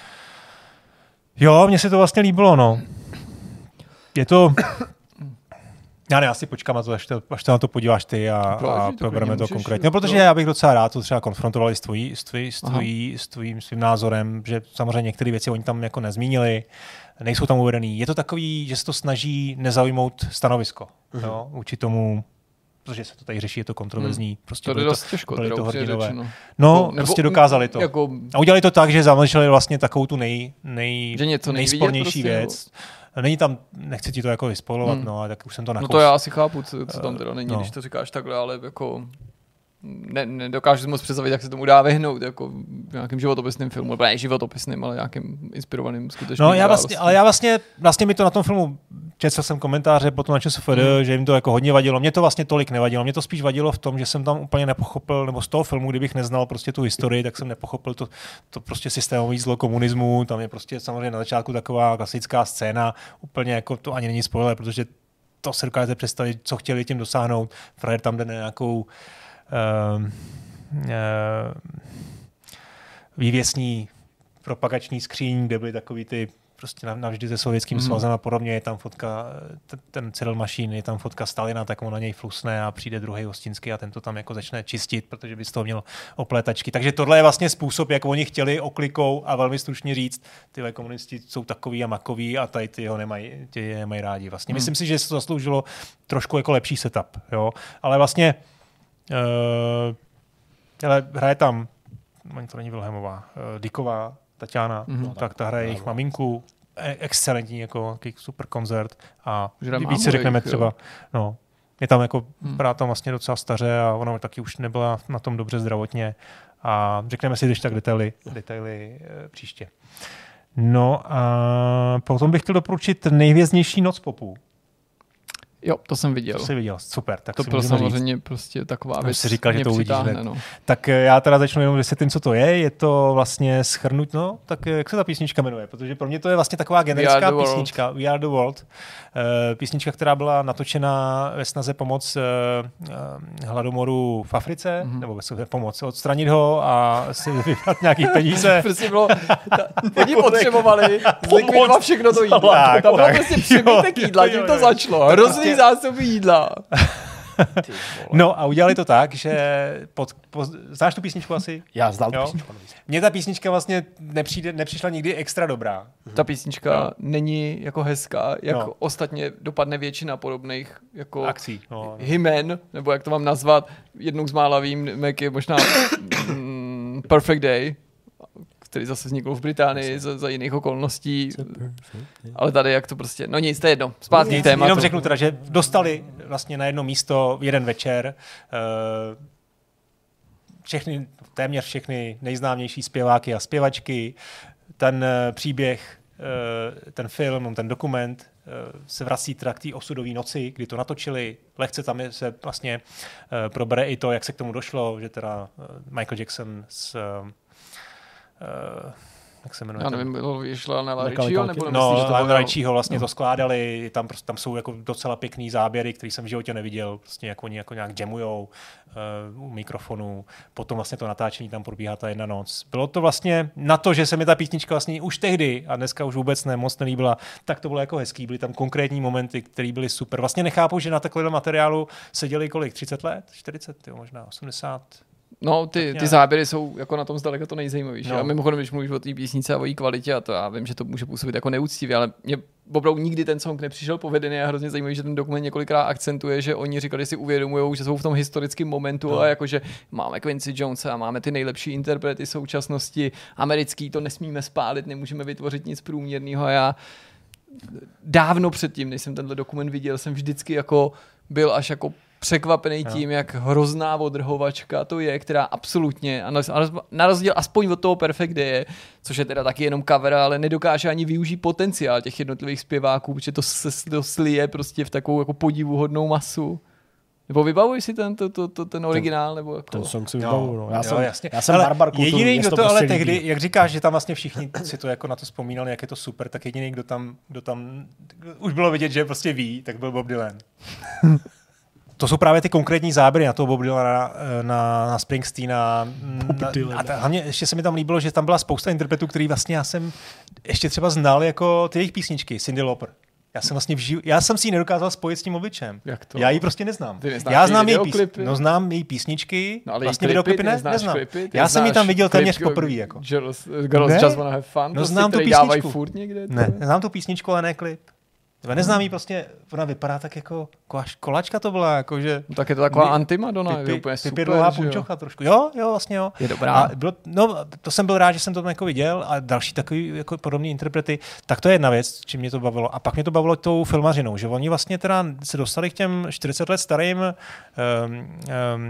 jo, mně se to vlastně líbilo, no. Je to... Já ne, já si počkám na to, až, to, až to na to podíváš ty a, a probereme to konkrétně. No, protože já bych docela rád to třeba konfrontovali s, tvojí, s, tvojí, s, tvojí, s tvým svým názorem, že samozřejmě některé věci oni tam jako nezmínili, nejsou tam uvedený. Je to takový, že se to snaží nezaujmout stanovisko, uh-huh. jo, vůči tomu, protože se to tady řeší, je to kontroverzní. Hmm. Prostě to je dost těžko, byli to hrdinové. No, no prostě dokázali to. Jako... A udělali to tak, že zamlčeli vlastně takovou tu nej, nej, nejspornější prostě, věc. No. Není tam, nechci ti to jako vyspoilovat, hmm. no, ale tak už jsem to nakus. No to já asi chápu, co, co tam teda není, no. Když to říkáš takhle, ale jako ne, nedokážu si moc představit, jak se tomu dá vyhnout, jako v nějakým životopisným filmu, nebo ne životopisným, ale nějakým inspirovaným skutečným. No já vlastně, ale já vlastně, vlastně mi to na tom filmu, četl jsem komentáře potom na ČSFD, hmm. že jim to jako hodně vadilo. Mě to vlastně tolik nevadilo. Mě to spíš vadilo v tom, že jsem tam úplně nepochopil, nebo z toho filmu, kdybych neznal prostě tu historii, tak jsem nepochopil to, to prostě systémový zlo komunismu. Tam je prostě samozřejmě na začátku taková klasická scéna, úplně jako to ani není spoiler, protože to se dokážete představit, co chtěli tím dosáhnout. Frajer tam jde na nějakou Uh, uh, vývěsní propagační skříň, kde byly takový ty prostě navždy se Sovětským mm. svazem a podobně, je tam fotka, t- ten Cyril Mašín, je tam fotka Stalina, tak on na něj flusne a přijde druhý hostinský a ten to tam jako začne čistit, protože by z toho měl oplétačky. Takže tohle je vlastně způsob, jak oni chtěli oklikou a velmi stručně říct, tyhle komunisti jsou takový a makový a tady ty ho nemají, ty je nemají rádi. Vlastně mm. myslím si, že se to zasloužilo trošku jako lepší setup, jo, ale vlastně Uh, ale hraje tam, to není Vilhémová, uh, Dyková, Tatiana, mm-hmm. no, tak ta hraje jejich maminku, e- excelentní, jako super koncert a víc si řekneme třeba, jo. no, je tam jako, hmm. právě tam vlastně docela staře a ona taky už nebyla na tom dobře zdravotně a řekneme si když tak detaily, detaily uh, příště. No a potom bych chtěl doporučit Nejhvězdnější noc popu. Jo, to jsem viděl. To jsi viděl, super. Tak to pro samozřejmě říct. Prostě taková věc si říkal, že to uvidíš hned. No. Tak já teda začnu jenom vysvětlit, co to je. Je to vlastně shrnut, no, tak jak se ta písnička jmenuje? Protože pro mě to je vlastně taková generická písnička. We are the world. Uh, písnička, která byla natočena ve snaze pomoct uh, uh, hladomoru v Africe, mm-hmm. nebo ve pomoc odstranit ho a si vybrat nějaký peníze. Prostě bylo, oni potřebovali zlikvidovat všechno to jídlo. Tak, tam bylo tak. Prostě přebytek jídla, tím to začalo. Hrozný zásoby jídla. No a udělali to tak, že pod, pod, znáš tu písničku asi? Já znám tu písničku. Mně ta písnička vlastně nepřijde, nepřišla nikdy extra dobrá. Ta písnička no. není jako hezká, jak no. ostatně dopadne většina podobných jako akcí. No, no. hymen, nebo jak to mám nazvat, jednou z mála výjimek je možná mm, Perfect Day, který zase vznikl v Británii za, za jiných okolností. Ale tady jak to prostě, no nic, to je jedno. Zpátky téma. Jenom řeknu teda, že dostali vlastně na jedno místo jeden večer uh, všechny, téměř všechny nejznámější zpěváky a zpěvačky. Ten uh, příběh, uh, ten film, ten dokument uh, se vrací teda k té osudové noci, kdy to natočili. Lehce tam je, se vlastně uh, probere i to, jak se k tomu došlo, že teda uh, Michael Jackson s uh, Uh, jak se jmenuje. Já nevím, bylo vyšla na Laričího, nebo no, myslíš, že to na Laričího vlastně no. to skládali, tam, tam jsou jako docela pěkný záběry, který jsem v životě neviděl, prostě jak oni jako nějak jamujou uh, u mikrofonu, potom vlastně to natáčení tam probíhá ta jedna noc. Bylo to vlastně na to, že se mi ta písnička vlastně už tehdy, a dneska už vůbec ne, moc nelíbila, tak to bylo jako hezký, byly tam konkrétní momenty, které byly super. Vlastně nechápu, že na takovém materiálu seděli kolik, třicet let, čtyřicet, jo, možná osmdesát. No, ty, ty záběry jsou jako na tom zdaleka to nejzajímavější. No. A mimochodem, když mluvíš o té písnice a o její kvalitě, a to já vím, že to může působit jako neúctivě, ale mě opravdu nikdy ten song nepřišel povedený a hrozně zajímavý, že ten dokument několikrát akcentuje, že oni říkali, že si uvědomují, že jsou v tom historickém momentu no. a jakože máme Quincy Jonesa a máme ty nejlepší interprety současnosti, americký, to nesmíme spálit, nemůžeme vytvořit nic průměrného. A já dávno předtím, než jsem tenhle dokument viděl, jsem vždycky jako byl až jako překvapený no. tím, jak hrozná odrhovačka to je, která absolutně, na rozdíl aspoň od toho Perfect Day, což je teda taky jenom cover, ale nedokáže ani využít potenciál těch jednotlivých zpěváků, protože to se to slije prostě v takovou jako podivuhodnou masu. Nebo vybavuješ si ten, to, to, to, ten originál? Nebo jako... Ten song si vybavuju. No. Já, jo, jsem, jasně. já jsem barbar kulturu. Jediný, kdo to, to prostě ale líbí. tehdy, jak říkáš, že tam vlastně všichni si to jako na to vzpomínali, jak je to super, tak jediný, kdo tam, kdo tam už bylo vidět, že prostě ví, tak byl Bob Dylan. To jsou právě ty konkrétní záběry na toho Bob Dylana, na, na, na Springsteena. Na, a ta, hlavně ještě se mi tam líbilo, že tam byla spousta interpretů, který vlastně já jsem ještě třeba znal jako ty jejich písničky, Cyndi Lauper. Já jsem vlastně vživ... já jsem si ji nedokázal spojit s tím obličem. Jak to? Já ji prostě neznám. Já znám její, pís... no, znám její písničky, no, vlastně videoklipy ne, neznám. Klipy, já jsem ji tam viděl téměř poprvé. Jako. Girls, girls Just Wanna Have Fun, no, znám prostě, tu písničku. Furt někde, ne, znám tu písničku, ale ne klip. Neznám jí prostě, ona vypadá tak jako kolačka to byla, jakože... No, tak je to taková my, anti-Madonna, pipi, je úplně super. Pipi dlouhá punčocha trošku. Jo, jo, vlastně jo. Je dobrá. A bylo, no, to jsem byl rád, že jsem to tam jako viděl a další takový jako podobný interprety. Tak to je jedna věc, čím mě to bavilo. A pak mě to bavilo tou filmařinou, že oni vlastně teda se dostali k těm čtyřicet let starým um,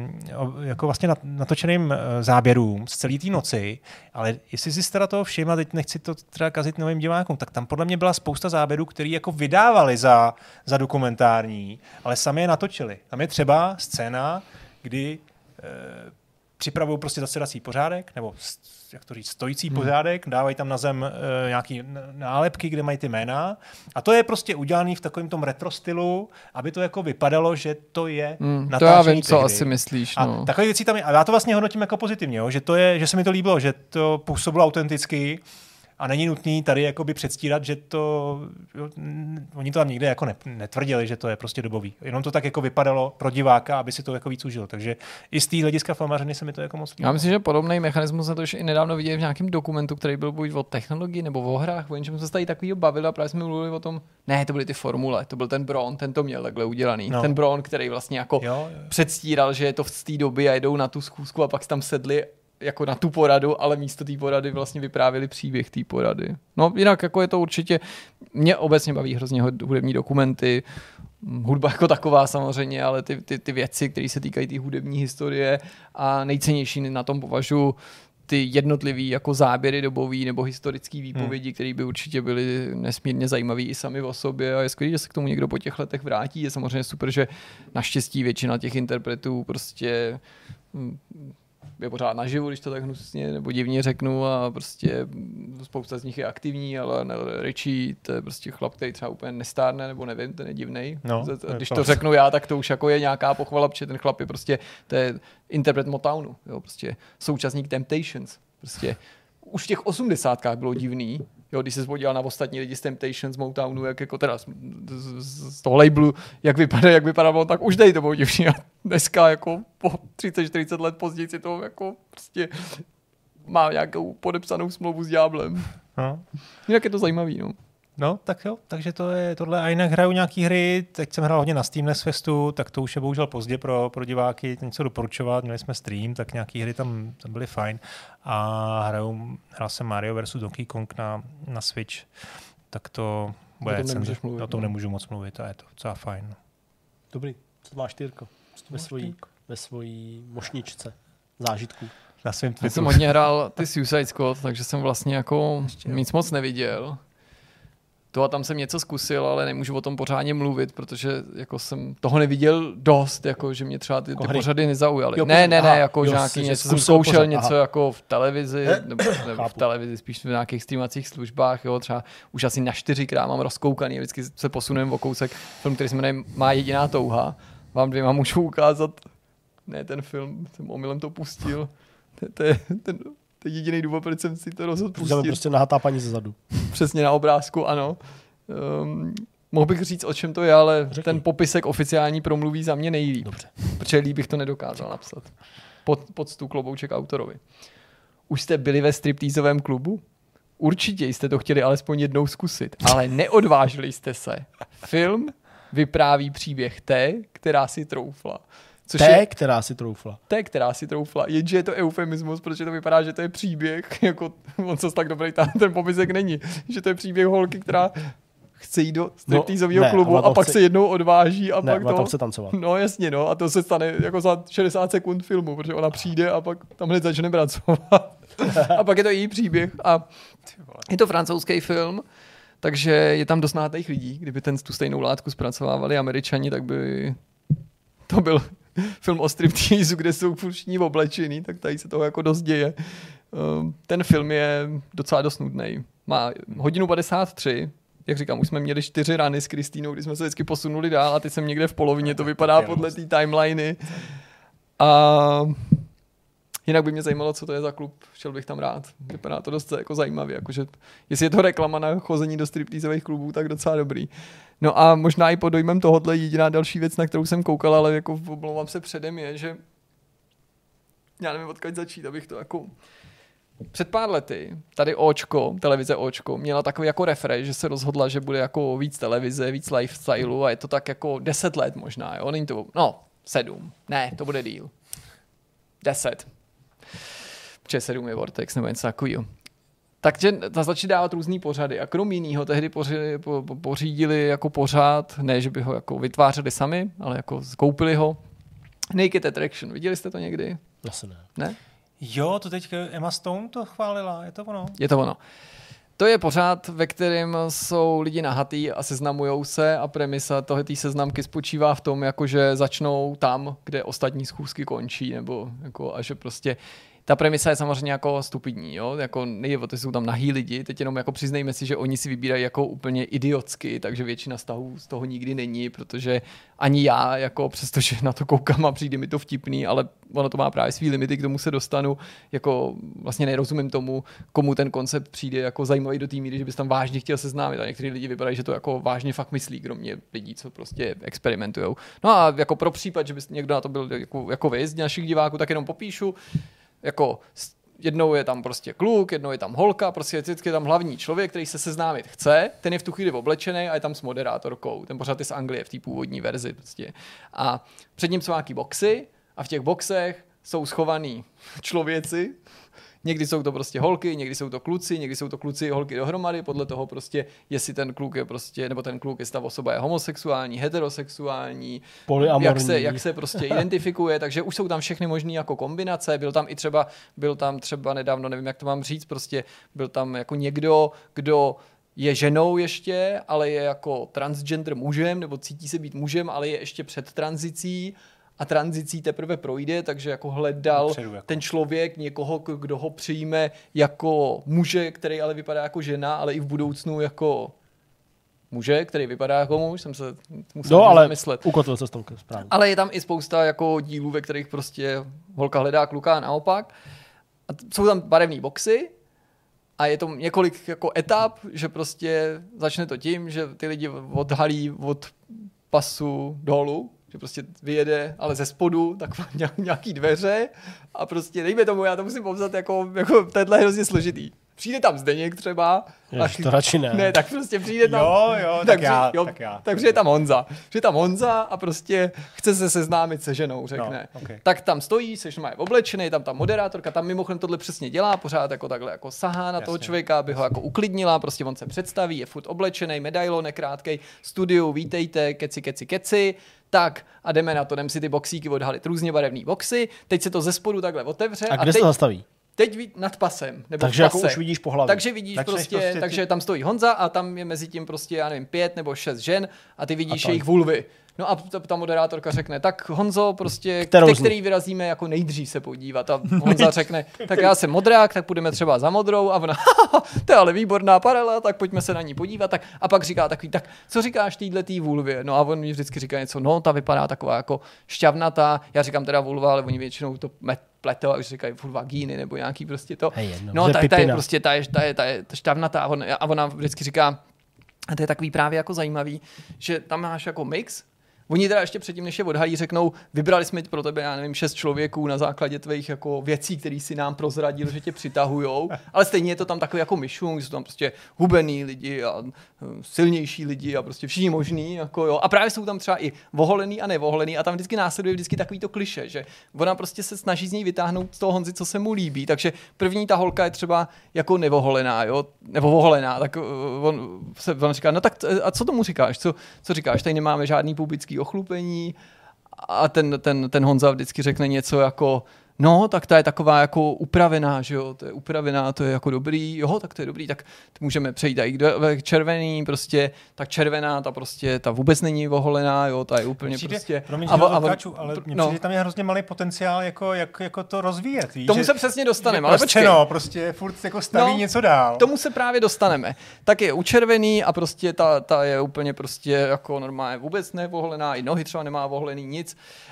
um, jako vlastně natočeným záběrům z celé té noci, ale jestli si teda toho všim, a teď nechci to teda kazit novým divákům, tak tam podle mě byla spousta záběrů, který jako vydávali za, za dokumentární, ale sami je natočili. Tam je třeba scéna, kdy e, připravují prostě zasedací pořádek, nebo jak to říct, stojící hmm. pořádek, dávají tam na zem e, nějaký nálepky, kde mají ty jména. A to je prostě udělané v takovém tom retro stylu, aby to jako vypadalo, že to je hmm, natáčení. To já vím, co tehdy. Asi myslíš. No. A takové věci tam je, a já to vlastně hodnotím jako pozitivně, jo, že, to je, že se mi to líbilo, že to působilo autenticky. A není nutný tady jakoby předstírat, že to, jo, oni to tam nikde jako ne, netvrdili, že to je prostě dobový. Jenom to tak jako vypadalo pro diváka, aby si to jako víc užil. Takže i z té hlediska filmařiny se mi to jako moc líbilo. Já myslím, že podobný mechanismus na to už i nedávno viděli v nějakém dokumentu, který byl buď o technologii nebo o hrách, o něčem se tady takovýho bavili a právě jsme mluvili o tom, ne, to byly ty formule, to byl ten Braun, ten to měl takhle udělaný. No. Ten Braun, který vlastně jako jo, jo. předstíral, že je to z té doby a jedou na tu schůzku a pak tam sedli jako na tu poradu, ale místo té porady vlastně vyprávěli příběh té porady. No jinak jako je to určitě, mě obecně baví hrozně hudební dokumenty, hudba jako taková samozřejmě, ale ty, ty, ty věci, které se týkají té tý hudební historie a nejcennější na tom považuji ty jednotlivý jako záběry dobový nebo historický výpovědi, hmm. které by určitě byly nesmírně zajímavé i sami o sobě a je skvělé, že se k tomu někdo po těch letech vrátí. Je samozřejmě super, že naštěstí většina těch interpretů prostě je pořád naživu, když to tak hnusně nebo divně řeknu a prostě spousta z nich je aktivní, ale Richie, to je prostě chlap, který třeba úplně nestárne, nebo nevím, ten je divnej. No, když to řeknu já, tak to už jako je nějaká pochvala, protože ten chlap je prostě, to je interpret Motownu, jo, prostě současník Temptations, prostě už v těch osmdesátkách bylo divný, jo, když se podíval na ostatní lidi z Temptations, z Motownu, jak jako teda z, z, z toho labelu, jak vypadá, jak vypadalo, tak už dej to bylo divný. A dneska jako po třicet čtyřicet let později si to jako prostě má nějakou podepsanou smlouvu s ďáblem. No. Jinak je to zajímavý, no. No, tak jo, takže to je tohle. A jinak hraju nějaký hry, teď jsem hrál hodně na Steamless Festu, tak to už je bohužel pozdě pro, pro diváky něco doporučovat, měli jsme stream, tak nějaký hry tam, tam byly fajn. A hraju, hrál jsem Mario versus. Donkey Kong na, na Switch, tak to bude, o tom, mluvit, o tom nemůžu moc mluvit a je to docela fajn. Dobrý, co máš ty, Jirko? Ve svojí, ve svojí mošničce zážitků. Na svým Já jsem hodně hrál ty Suicide Squad, takže jsem vlastně jako Ještě nic moc neviděl. to a tam jsem něco zkusil, ale nemůžu o tom pořádně mluvit, protože jako jsem toho neviděl dost, jako že mě třeba ty, ty pořady nezaujaly. Jo, ne, ne, ne, jako jo, nějaký něco jsem zkoušel, pořad, něco aha. jako v televizi, nebo, nebo v televizi, spíš v nějakých streamacích službách, jo, třeba už asi na čtyřikrát mám rozkoukaný, vždycky se posunujeme o kousek. Film, který se jmenuje Má jediná touha, vám dvěma můžu ukázat, ne ten film, jsem omylem to pustil, to je ten... To je jediný důvod, proč jsem si to rozhodl pustit. Můžeme prostě nahatá paní ze zadu. Přesně na obrázku, ano. Um, mohl bych říct, o čem to je, ale Řekni. Ten popisek oficiální promluví za mě nejlíp. Dobře. Protože líp bych to nedokázal napsat. Pod, pod stůl klobouček autorovi. Už jste byli ve striptýzovém klubu? Určitě jste to chtěli alespoň jednou zkusit, ale neodvážili jste se. Film vypráví příběh té, která si troufla. Což té, je, která si troufla. Té, která si troufla. Jenže je to eufemismus, protože to vypadá, že to je příběh, jako on se tak dobrý, ten popisek není, že to je příběh holky, která chce jít do striptýzového no, klubu a pak chce... se jednou odváží a ne, pak to... tam chce tancovat. No jasně, no a to se stane jako za šedesát sekund filmu, protože ona přijde a pak tam hned začne pracovat. A pak je to její příběh a je to francouzský film, takže je tam dost nátejch lidí. Kdyby ten tu stejnou látku zpracovávali Američani, tak by to byl film o stripteasu, kde jsou všichni oblečený, tak tady se toho jako dost děje. Ten film je docela dost nudnej. Má hodinu padesát tři, jak říkám, už jsme měli čtyři rany s Kristýnou, kdy jsme se vždycky posunuli dál a teď jsem někde v polovině, to vypadá podle té timeliny. A jinak by mě zajímalo, co to je za klub, šel bych tam rád. Vypadá to dost jako zajímavě, jakože jestli je to reklama na chození do stripteasových klubů, tak docela dobrý. No a možná i pod dojmem tohohle jediná další věc, na kterou jsem koukal, ale jako omlouvám se předem, je, že já nevím, odkud začít, abych to jako... Před pár lety tady Očko, televize Očko, měla takový jako refresh, že se rozhodla, že bude jako víc televize, víc lifestyleu a je to tak jako deset let možná, jo, není to, no, sedm, ne, to bude díl. Deset. Protože sedm je Vortex nebo něco takového. Takže začali dávat různý pořady a krom jinýho tehdy poři, po, po, pořídili jako pořád, ne, že by ho jako vytvářeli sami, ale jako koupili ho. Naked Attraction, viděli jste to někdy? Asi ne. Ne? Jo, to teď Emma Stone to chválila, je to ono? Je to ono. To je pořád, ve kterém jsou lidi nahatý a seznamujou se a premisa tohoto seznamky spočívá v tom, jako že začnou tam, kde ostatní schůzky končí, nebo jako, a že prostě ta premisa je samozřejmě jako stupidní, jo? Jako nejde o to, jsou tam nahý lidi, teď jenom jako přiznejme si, že oni si vybírají jako úplně idiotsky, takže většina vztahů z toho nikdy není, protože ani já, jako přestože na to koukám a přijde mi to vtipný, ale ono to má právě svý limity, k tomu se dostanu, jako vlastně nerozumím tomu, komu ten koncept přijde jako zajímavý do té míry, že bys tam vážně chtěl seznámit a někteří lidi vypadají, že to jako vážně fakt myslí, kromě lidí, co prostě experimentujou. No a jako pro případ, že by někdo na to byl jako, jako vy z našich diváků, tak jenom popíšu. Jako jednou je tam prostě kluk, jednou je tam holka, prostě vždycky je tam hlavní člověk, který se seznámit chce, ten je v tu chvíli oblečený a je tam s moderátorkou. Ten pořád je z Anglie v té původní verzi prostě. A před ním jsou nějaký boxy a v těch boxech jsou schovaný člověci. Někdy jsou to prostě holky, někdy jsou to kluci, někdy jsou to kluci a holky dohromady, podle toho prostě, jestli ten kluk je prostě, nebo ten kluk, jestli ta osoba je homosexuální, heterosexuální, jak se, jak se prostě identifikuje, takže už jsou tam všechny možné jako kombinace, byl tam i třeba, byl tam třeba nedávno, nevím, jak to mám říct, prostě byl tam jako někdo, kdo je ženou ještě, ale je jako transgender mužem, nebo cítí se být mužem, ale je ještě před tranzicí, a tranzicí teprve projde, takže jako hledal Předu, jako. ten člověk někoho, kdo ho přijme jako muže, který ale vypadá jako žena, ale i v budoucnu jako muže, který vypadá jako muž, jsem se musel no, ale zamyslet. ukotvil se s tom správně. Ale je tam i spousta jako dílů, ve kterých prostě holka hledá kluka a naopak. A t- jsou tam barevné boxy a je to několik jako etap, že prostě začne to tím, že ty lidi odhalí od pasu dolů, že prostě vyjede, ale ze spodu, tak nějaký dveře a prostě dejme tomu, já to musím popsat jako, jako tenhle hrozně složitý. Přijde tam Zdeněk třeba. Jež, to radši ne. Ne, tak prostě přijde tam. Jo, jo, tak, tak, já, jo, tak já. Tak přijde tam Honza. Přijde tam Honza a prostě chce se seznámit se ženou, řekne. No, okay. Tak tam stojí, seš má oblečený, tam ta moderátorka, tam mimochodem tohle přesně dělá, pořád jako takhle jako sahá na Jasně. toho člověka, aby ho jako uklidnila, prostě on se představí, je furt oblečený, medailonek krátkej, studiu, vítejte, keci, keci, keci. Tak a jdeme na to, jdeme si ty boxíky odhalit, různě barevný boxy, teď se to ze spodu takhle otevře. A kde a teď... se zastaví? teď nad pasem, nebo takže jako už vidíš po hlavě. Takže vidíš tak prostě, prostě takže ty... tam stojí Honza a tam je mezi tím prostě, já nevím, pět nebo šest žen a ty vidíš a jejich vulvy. No a ta, ta moderátorka řekne, tak Honzo, prostě, te, který vyrazíme jako nejdřív se podívat. A Honza řekne, tak já jsem modrák, tak půjdeme třeba za modrou. A ona, to je ale výborná paralela, tak pojďme se na ní podívat. Tak, a pak říká takový, tak co říkáš týhletý vulvě? No a on mi vždycky říká něco, no ta vypadá taková jako šťavnatá. Já říkám teda vulva, ale oni většinou to pletou a už říkají vulvagíny nebo nějaký prostě to. Hey, jedno, no ta, ta je prostě, ta je, ta je, ta je šťavnatá. A, on, a ona vždycky říká, a to je takový právě jako zajímavý, že tam máš jako mix. Oni teda ještě předtím, než je odhalí, řeknou, vybrali jsme pro tebe, já nevím, šest člověků na základě tvých jako věcí, které si nám prozradil, že tě přitahujou, ale stejně je to tam takový jako myšlung, jsou tam prostě hubený lidi a silnější lidi a prostě všichni možný, jako jo. A právě jsou tam třeba i voholený a nevoholený a tam vždycky následuje vždycky takový to kliše, že ona prostě se snaží z něj vytáhnout z toho Honzy, co se mu líbí, takže první ta holka je třeba jako nevoholená, jo, nebo voholená, tak on se on říká, no tak a co tomu říkáš, co, co říkáš, tady nemáme žádný pubický ochlupení a ten, ten, ten Honza vždycky řekne něco jako no, tak ta je taková jako upravená, že jo, to je upravená, to je jako dobrý, jo, tak to je dobrý, tak můžeme přejít i k červený, prostě, tak červená, ta prostě, ta vůbec není oholená, jo, ta je úplně přijde, prostě. Promiň, a, a, odkáču, ale mně no. přijde, tam je hrozně malý potenciál, jako, jak, jako to rozvíjet, víš? Tomu že, se přesně dostaneme, ale počkej. No, prostě furt jako staví no, něco dál. Tomu se právě dostaneme. Tak je učervený a prostě ta, ta je úplně prostě jako normálně vůbec neoholená, i nohy třeba nemá oholený nic.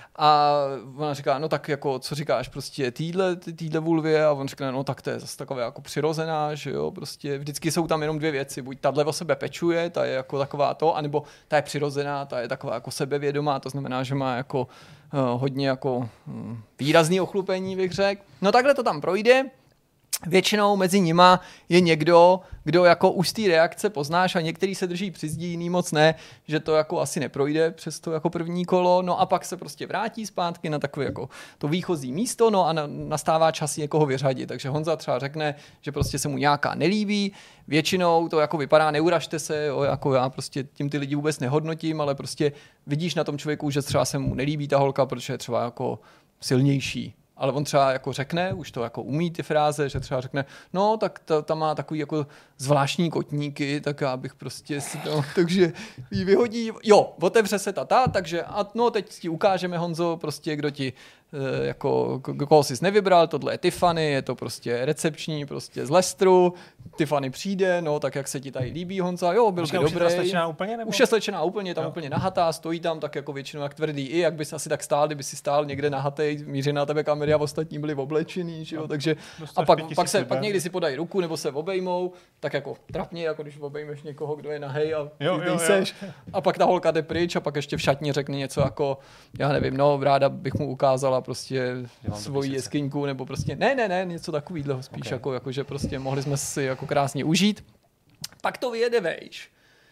A ona říká, no tak jako, co říkáš, prostě týhle, týhle vulvě a on řekne, no tak to je zase taková jako přirozená, že jo, prostě vždycky jsou tam jenom dvě věci, buď tahle o sebe pečuje, ta je jako taková to, anebo ta je přirozená, ta je taková jako sebevědomá, to znamená, že má jako uh, hodně jako um, výrazný ochlupení, bych řekl. No takhle to tam projde. Většinou mezi nima je někdo, kdo jako už z té reakce poznáš a některý se drží při zdi, jiný moc ne, že to jako asi neprojde přes to jako první kolo, no a pak se prostě vrátí zpátky na takové jako to výchozí místo, no a na, nastává čas někoho vyřadit, takže Honza třeba řekne, že prostě se mu nějaká nelíbí, většinou to jako vypadá, neuražte se, jo, jako já prostě tím ty lidi vůbec nehodnotím, ale prostě vidíš na tom člověku, že třeba se mu nelíbí ta holka, protože je třeba jako silnější. Ale on třeba jako řekne, už to jako umí ty fráze, že třeba řekne, no tak ta, ta má takový jako zvláštní kotníky, tak já bych prostě si to, takže jí vyhodí, jo, otevře se ta ta, takže a no teď ti ukážeme, Honzo, prostě kdo ti jako, koho jsi nevybral, tohle je Tiffany, je to prostě recepční prostě z Lestru, Tiffany přijde, no tak jak se ti tady líbí, Honza, jo, byl by dobrý. Už je slečená úplně? Nebo? Už je slečená úplně, tam jo. Úplně nahatá, stojí tam tak jako většinou jak tvrdý i, jak bys asi tak stál, kdyby si stál někde nahatej, míří na tebe kamery a ostatní byli oblečený, že jo, no, takže a pak, pak se pak někdy si podají ruku nebo se obejmou, tak jako trapně, jako když obejmeš někoho, kdo je nahej a jo, jo, seš, jo. A pak ta holka jde pryč a pak ještě v šatně řekne něco jako, já nevím, no, ráda bych mu ukázala prostě svoji jeskyňku, nebo prostě ne, ne, ne, něco takovýhleho spíš, okay. jako, jako, že prostě mohli jsme si jako krásně užít. Pak to vyjede vejš.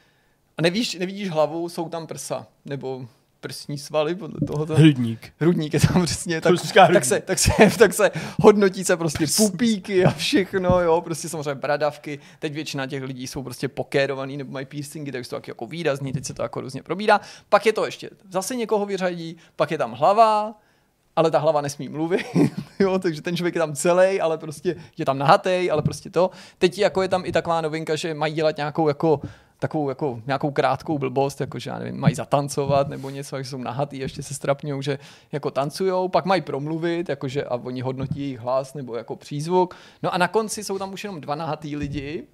A nevíš, nevidíš hlavu, jsou tam prsa, nebo prsní svaly, podle toho. To... Hrudník. Hrudník je tam přesně, tak, tak, se, tak, se, tak se hodnotí se prostě pupíky a všechno, jo, prostě samozřejmě bradavky. Teď většina těch lidí jsou prostě pokérovaný nebo mají piercingy, takže to tak jako výrazný, teď se to jako různě probírá. Pak je to ještě, zase někoho vyřadí, pak je tam hlava, ale ta hlava nesmí mluvit, jo, takže ten člověk je tam celý, ale prostě je tam nahatej, ale prostě to. Teď jako je tam i taková novinka, že mají dělat nějakou jako takovou jako nějakou krátkou blbost, jako že já nevím, mají zatancovat nebo něco, že jsou nahatý, ještě se strapňou, že jako tancujou, pak mají promluvit, jakože a oni hodnotí jejich hlas nebo jako přízvuk. No a na konci jsou tam už jenom dva nahatý lidi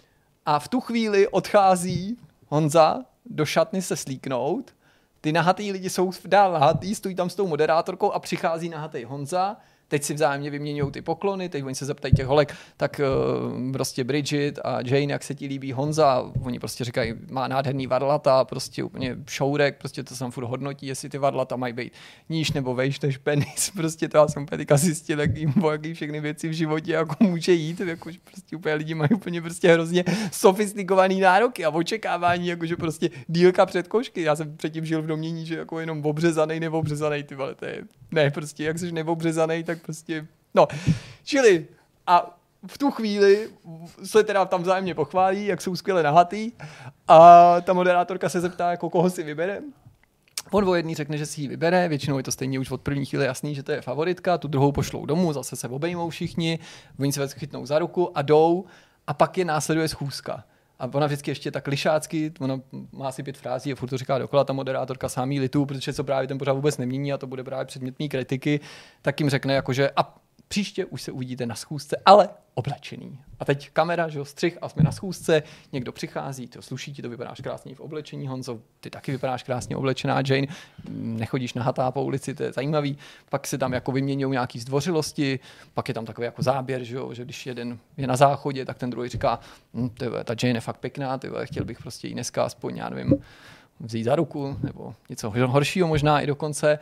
a v tu chvíli odchází Honza do šatny se slíknout. Ty nahatý lidi jsou dál nahatý, stojí tam s tou moderátorkou a přichází nahatý Honza. Teď si vzájemně vyměňují ty poklony, teď oni se zeptají těch holek, tak uh, prostě Bridget a Jane, jak se ti líbí Honza, oni prostě říkají, má nádherný varlata, prostě úplně šourek, prostě to jsem furt hodnotí, jestli ty varlata mají být níž nebo vejš než penis, prostě to já jsem úplně teďka zjistil, jaký, jaký všechny věci v životě jako může jít, jako, že prostě úplně lidi mají úplně prostě hrozně sofistikovaný nároky a očekávání, jako, že prostě dílka před košky, já jsem předtím žil v domění, že jako jenom obřezanej, neobřezanej, ty vole, to je, ne, prostě jak jsi neobřezanej, tak prostě, no, čili a v tu chvíli se teda tam vzájemně pochválí, jak jsou skvěle nahatý a ta moderátorka se zeptá, jako koho si vyberem On o jedný řekne, že si ji vybere, většinou je to stejně už od první chvíle jasný, že to je favoritka, tu druhou pošlou domů, zase se obejmou všichni, oni se chytnou za ruku a jdou a pak je následuje schůzka. A ona vždycky ještě tak klišácky, ona má asi pět frází a furt to říká dokola, ta moderátorka sám jí litu, protože co právě ten pořád vůbec nemění a to bude právě předmětný kritiky, tak jim řekne jakože a příště už se uvidíte na schůzce, ale oblečený. A teď kamera, že jo, střih a jsme na schůzce, někdo přichází, to sluší ti, to vypadáš krásně v oblečení, Honzo, ty taky vypadáš krásně oblečená, Jane, nechodíš nahatá po ulici, to je zajímavý. Pak se tam jako vyměňují nějaký zdvořilosti, pak je tam takový jako záběr, že jo, že když jeden je na záchodě, tak ten druhý říká, hm, tyhle, ta Jane je fakt pěkná, tyhle, chtěl bych prostě jí dneska aspoň, já nevím, vzít za ruku, nebo něco horšího možná i dokonce.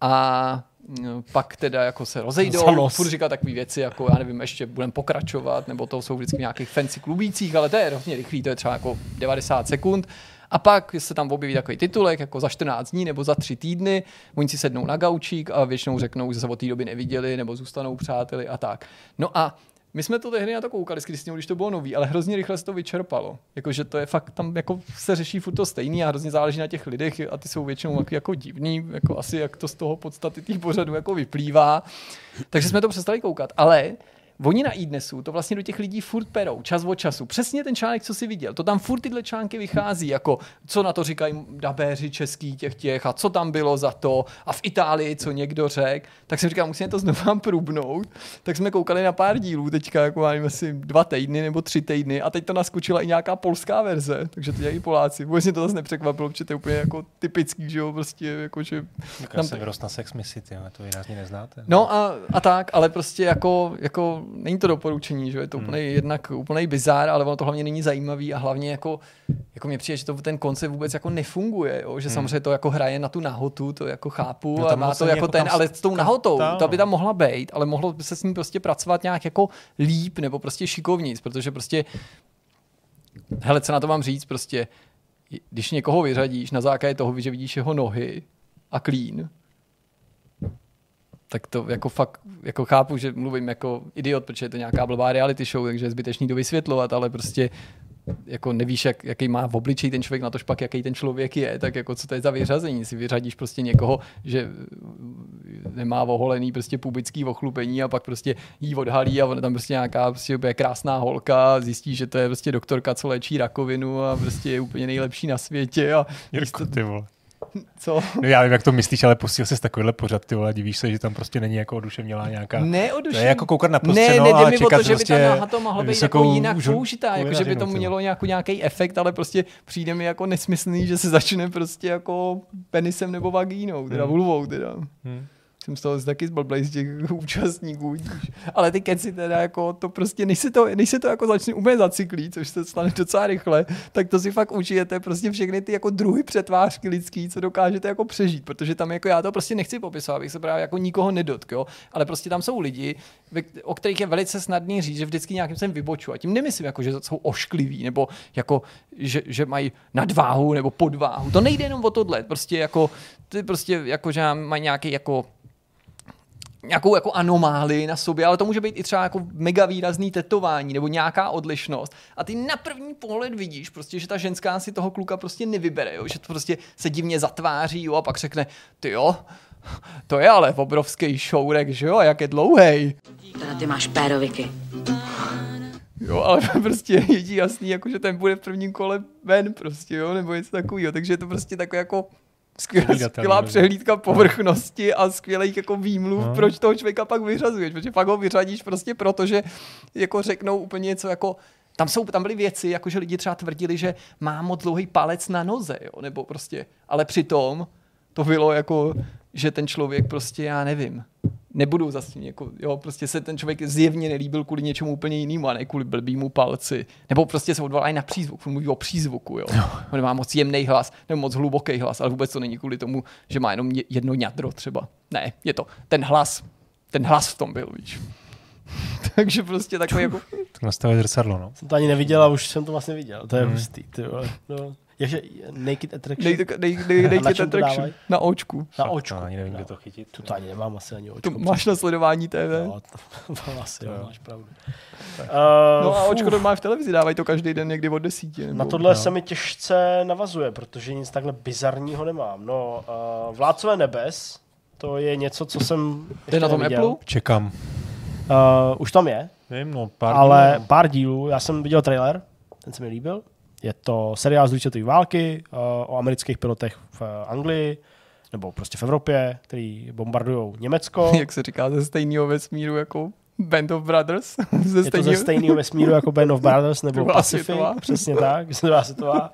A pak teda jako se rozejdou, furt říká takové věci, jako já nevím, ještě budeme pokračovat, nebo to jsou vždycky v nějakých fancy klubících, ale to je hrozně rychlý, to je třeba jako devadesát sekund. A pak se tam objeví takový titulek, jako za čtrnáct dní nebo za tři týdny, oni si sednou na gaučík a většinou řeknou, že se od té doby neviděli, nebo zůstanou přáteli a tak. No a my jsme to tehdy na to koukali, když to bylo nový, ale hrozně rychle se to vyčerpalo. Jakože to je fakt, tam jako se řeší furt to stejný a hrozně záleží na těch lidech a ty jsou většinou jako, jako divný, jako asi jak to z toho podstaty těch pořadů jako vyplývá. Takže jsme to přestali koukat, ale oni na iDnesu to vlastně do těch lidí furt perou, čas od času. Přesně ten článek, co jsi viděl, to tam furt tyhle články vychází, jako co na to říkají dabéři český těch těch a co tam bylo za to a v Itálii, co někdo řekl. Tak jsem říkal, musíme to znovu průbnout. Tak jsme koukali na pár dílů teďka, jako mám asi dva týdny nebo tři týdny a teď to naskočila i nějaká polská verze, takže to dělají Poláci. Vůbec mě to zase nepřekvapilo, protože to je úplně jako typický, že jo, prostě jako, že... Já jsem vyrost na Sex Missy, to výrazně neznáte. No a, a tak, ale prostě jako, jako není to doporučení, že je to úplně hmm. jednak úplný bizár, ale ono to hlavně není zajímavý a hlavně jako, jako mě přijde, že to ten koncept vůbec jako nefunguje, jo? Že hmm. samozřejmě to jako hraje na tu nahotu, to jako chápu, no, a má to jako, jako ten, ale s tou nahotou, ta, to by tam mohla být, ale mohlo by se s ní prostě pracovat nějak jako líp nebo prostě šikovnic, protože prostě hele, co na to mám říct, prostě když někoho vyřadíš na základě toho, že vidíš jeho nohy a klín, tak to jako fakt jako chápu, že mluvím jako idiot, protože je to nějaká blbá reality show, takže je zbytečný to vysvětlovat, ale prostě jako nevíš, jak, jaký má v obličeji ten člověk, na tož pak, jaký ten člověk je, tak jako co to je za vyřazení. Si vyřadíš prostě někoho, že nemá oholený prostě pubický ochlupení a pak prostě jí odhalí a ona tam prostě nějaká prostě krásná holka, zjistí, že to je prostě doktorka, co léčí rakovinu a prostě je úplně nejlepší na světě. A Jirko, ty vole. Co? No já vím, jak to myslíš, ale pustil jsi takovýhle pořad, ty vole, divíš se, že tam prostě není jako oduševnělá nějaká... Neoduševnělá. To je jako koukat na prostřeno ne, a čekat to, že prostě... by ta to mohla být jako jinak použitá, jako že by to mělo jako nějaký efekt, ale prostě přijde mi jako nesmyslný, že se začne prostě jako penisem nebo vagínou, teda hmm. vulvou, teda. Hmm. Jsem z toho taky zblblej z těch účastníků. Ale ty keci teda jako to prostě, než se to, než se to jako začne úplně zacyklí, což se stane docela rychle, tak to si fakt užijete prostě všechny ty jako druhy přetvářky lidský, co dokážete jako přežít, protože tam jako já to prostě nechci popisovat, abych se právě jako nikoho nedotkl, jo? Ale prostě tam jsou lidi, o kterých je velice snadný říct, že vždycky nějakým sem vybočují. A tím nemyslím jako, že jsou oškliví nebo jako, že, že mají nadváhu nebo podváhu. To nejde jenom o tohle, prostě jako ty prostě jako, že mají nějaký jako nějakou jako anomálii na sobě, ale to může být i třeba jako mega výrazný tetování nebo nějaká odlišnost. A ty na první pohled vidíš prostě, že ta ženská si toho kluka prostě nevybere, jo? Že to prostě se divně zatváří, jo? A pak řekne, ty jo, to je ale obrovský šourek, že jo, a jak je dlouhej. Teda ty máš péroviky. Jo, ale prostě je ti jasný, jako, že ten bude v prvním kole ven prostě, jo, nebo něco takového, takže je to prostě takové jako skvělá, skvělá přehlídka povrchnosti a skvělých jako výmluv, no. Proč toho člověka pak vyřazuješ, protože pak ho vyřadíš prostě proto, že jako řeknou úplně něco jako tam jsou, tam byly věci, jako že lidi třeba tvrdili, že má moc dlouhý palec na noze, jo, nebo prostě, ale přitom to bylo jako, že ten člověk prostě, já nevím, nebudu zase jako, jo, prostě se ten člověk zjevně nelíbil kvůli něčemu úplně jinému a ne kvůli blbýmu palci. Nebo prostě se odvolají na přízvuk, mluví o přízvuku, jo. On má moc jemný hlas, nebo moc hluboký hlas, ale vůbec to není kvůli tomu, že má jenom jedno ňadro třeba. Ne, je to ten hlas, ten hlas v tom byl, víš. Takže prostě takový jako... To nastavuje zrcadlo, no. Jsem to ani neviděl a už jsem to vlastně viděl, to je hustý, ty vole. No. Jaže Naked Attraction? Naked, naked, naked Attraction. Na očku. Na očku. Ani nevím, kde to chytit. Tu to ani nemám asi ani očku. To máš na sledování T V? No, to asi jo, máš pravdu. Uh, no a očko to máš v televizi, dávají to každý den někdy od desíti. Nebo... Na tohle no. se mi těžce navazuje, protože nic takhle bizarního nemám. No, uh, Vládcové nebes, to je něco, co jsem ještě na tom neviděl. Apple? Čekám. Uh, už tam je, Vím, no, pár ale dílů. pár dílů. Já jsem viděl trailer, ten se mi líbil. Je to seriál z druhé světové války uh, o amerických pilotech v uh, Anglii, nebo prostě v Evropě, který bombardují Německo. Jak se říká, ze stejného vesmíru jako Band of Brothers. Ze je stejného... to ze stejného vesmíru jako Band of Brothers nebo Pacific, přesně tak, druhá světová.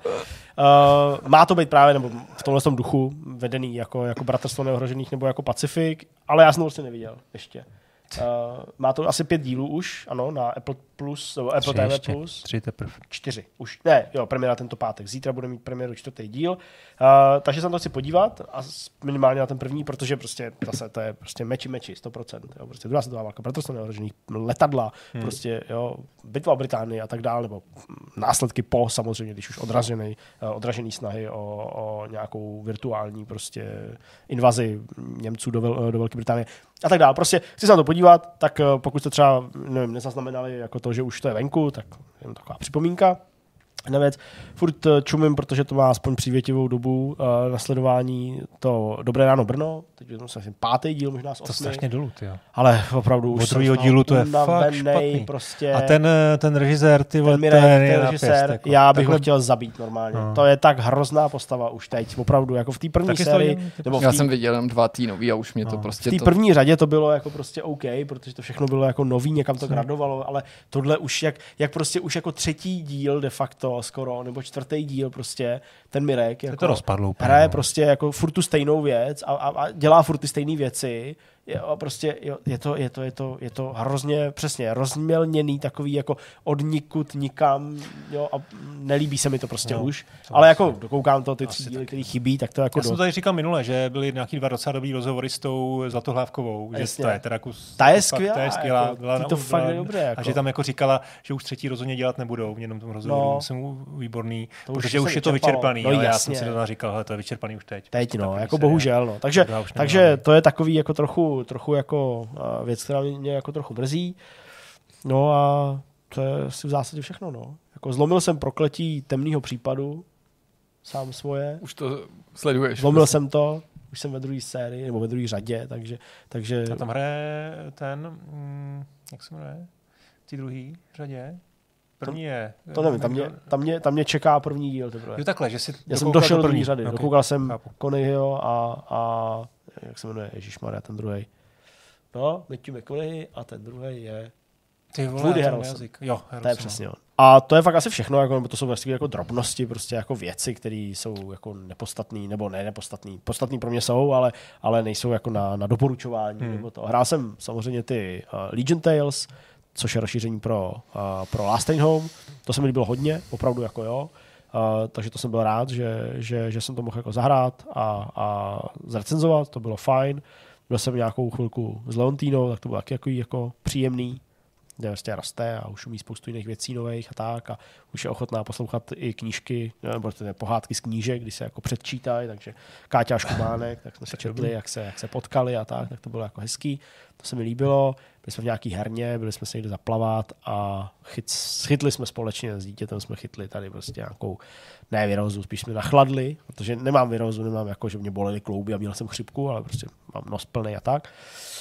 Uh, má to být právě, nebo v tomhle tom duchu, vedený jako, jako Bratrstvo neohrožených nebo jako Pacific, ale já jsem to vlastně neviděl ještě. Uh, má to asi pět dílů už, ano, na Apple Plus, nebo Apple T V Plus. Tři teprve. Čtyři. Už, ne, jo, premiéra tento pátek. Zítra bude mít premiéru čtvrtý díl. Uh, takže se na to chci podívat, a minimálně na ten první, protože prostě zase to je prostě meči meči, sto procent. Jo, prostě druhá světová válka, Bratrstvo neohrožených, letadla, hmm. prostě, jo, bitva o Británii a tak dále, nebo následky po, samozřejmě, když už odražený, uh, odražený snahy o, o nějakou virtuální prostě invazi Němců do, do Velké Británie a tak dále. Prostě chci se na to podívat, tak uh, pokud jste třeba, nevím, nezaznamenali jako to, že už to je venku, tak jenom taková připomínka. Na věc, furt čumím, protože to má aspoň přívětivou dobu uh, na sledování, to Dobré ráno Brno, teď jsem asi pátý díl, možná z osmi. To strašně dolů, jo. Ale opravdu už od druhého dílu to je fakt špatný. Prostě, a ten, ten režisér, ty ten, Mirek, ten, ten režisér, jako. Já bych Takhle... ho chtěl zabít normálně. No. To je tak hrozná postava už teď, opravdu, jako v té první Taky sérii. Nebo tý... Já jsem viděl jenom dva tý nový a už mě no. to prostě... V té to... první řadě to bylo jako prostě OK, protože to všechno bylo jako nový, někam to gradovalo, ale tohle už jak, jak prostě už jako třetí díl de facto skoro, nebo čtvrtý díl prostě, ten Mirek jako to rozpadlo, hraje prostě jako furt tu stejnou věc a, a, a dělá furt ty stejné věci. Je, prostě jo, je, to, je, to, je, to, je to hrozně přesně rozmělněný, takový jako od nikud nikam, jo, a nelíbí se mi to prostě no, už. To ale jako dokoukám to, ty tři díly, které chybí, tak to jako... Já do... jsem tady říkal minule, že byly nějaký dva docela dobrý rozhovory s tou Zlatohlávkovou, že ta je teda kus, ta je skvělá, ta je skvělá, jako, byla to fakt je dobré. Jako. A že tam jako říkala, že už třetí rozhodně dělat nebudou, v jednom tom rozhovoru, no, jsem výborný, to protože už je to vyčerpaný, no, ale já jsem si to říkal, hele, to je vyčerpaný už teď. Teď no, jako bohužel, no. Takže, takže to je takový jako trochu, trochu jako věc, která mě jako trochu mrzí. No a to je asi v zásadě všechno. No. Jako zlomil jsem prokletí Temného případu, sám svoje. Už to sleduješ. Zlomil jsem to, už jsem ve druhé sérii, nebo ve druhé řadě, takže... takže... A tam hraje ten, mm, jak se jmenuje, v té druhé řadě? První je... To nevím, tam mě, tam mě, tam mě čeká první díl. Teprve. Jo takhle, že si Já jsem došel do první řady, okay. Dokoukal jsem Coneyho a, a jak se jmenuje, ježišmarja, ten druhej. No, Matthew McConaughey a ten druhý je Ty vole, Woody Harrelson. Jo, Harrelson. To je přesně on. A to je fakt asi všechno, jako, to jsou vlastně jako drobnosti, prostě jako věci, které jsou jako nepodstatné, nebo ne nepodstatné. Podstatné pro mě jsou, ale, ale nejsou jako na, na doporučování. Hmm. Nebo to. Hrál jsem samozřejmě ty uh, Legion Tales, což je rozšíření pro, uh, pro Last Train Home. To se mi líbilo hodně, opravdu jako jo. Uh, takže to jsem byl rád, že, že, že jsem to mohl jako zahrát a, a zrecenzovat, to bylo fajn. Byl jsem nějakou chvilku s Leontínou, tak to bylo taky jako, jako příjemný, kde vlastně roste a už umí spoustu jiných věcí nových a tak a už je ochotná poslouchat i knížky, nebo ty pohádky z knížek, když se jako předčítají, takže Káťa a Škumánek, tak jsme se četli, jak se, jak se potkali a tak, tak to bylo jako hezký, to se mi líbilo. Byli jsme v nějaký herně, byli jsme se někde zaplavat a chyt, chytli jsme společně s dítětem, jsme chytli tady prostě nějakou, ne virózu, spíš jsme nachladli, protože nemám virózu, nemám jako, že mě bolely klouby a měl jsem chřipku, ale prostě mám nos plný a tak.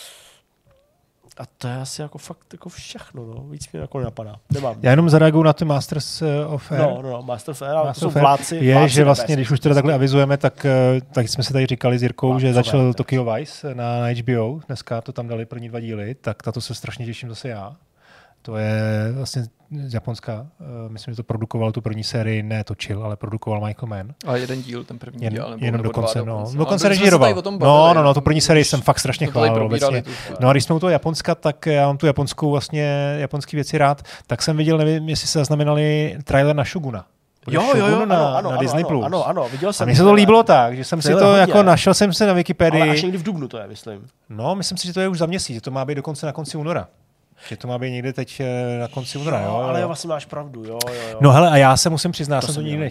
A to je asi jako fakt jako všechno, no. Víc mi jako napadá. Nemám. Já jenom zareaguju na ty Masters of Air. No, no, no Master of Air, ale to jsou vládci. Je, vládci že vlastně, když už teda takhle avizujeme, tak, tak jsme se tady říkali s Jirkou, vládci, že začal vládci. Tokyo Vice na H B O. Dneska to tam dali první dva díly, tak tato se strašně těším zase já. To je vlastně z Japonska. Myslím, že to produkoval tu první sérii, ne točil, ale produkoval Michael Mann. A jeden díl, ten první Jen, díl. Jenom dokonce, no. Dokonce režíroval. No, no, no, tu první sérii jsem fakt strašně chválil obecně. No a když jsme u toho Japonska, tak já mám tu japonskou vlastně, japonský věci rád, tak jsem viděl, nevím, jestli se zaznamenali trailer na Shoguna. Jo, jo, jo, na, ano, ano, na Disney ano, Plus. ano, ano, viděl jsem. A mně se to líbilo tak, že jsem si to hodně. Jako našel jsem se na Wikipedii. Ale až někdy v dubnu to je, myslím. No, myslím si, že to je už za měsíc, že to má být dokonce na konci února. Že to má být někde teď na konci února, jo? Ale jo, vlastně máš pravdu, jo, jo, jo. No hele, a já se musím přiznat, to jsem to nikdy nečet.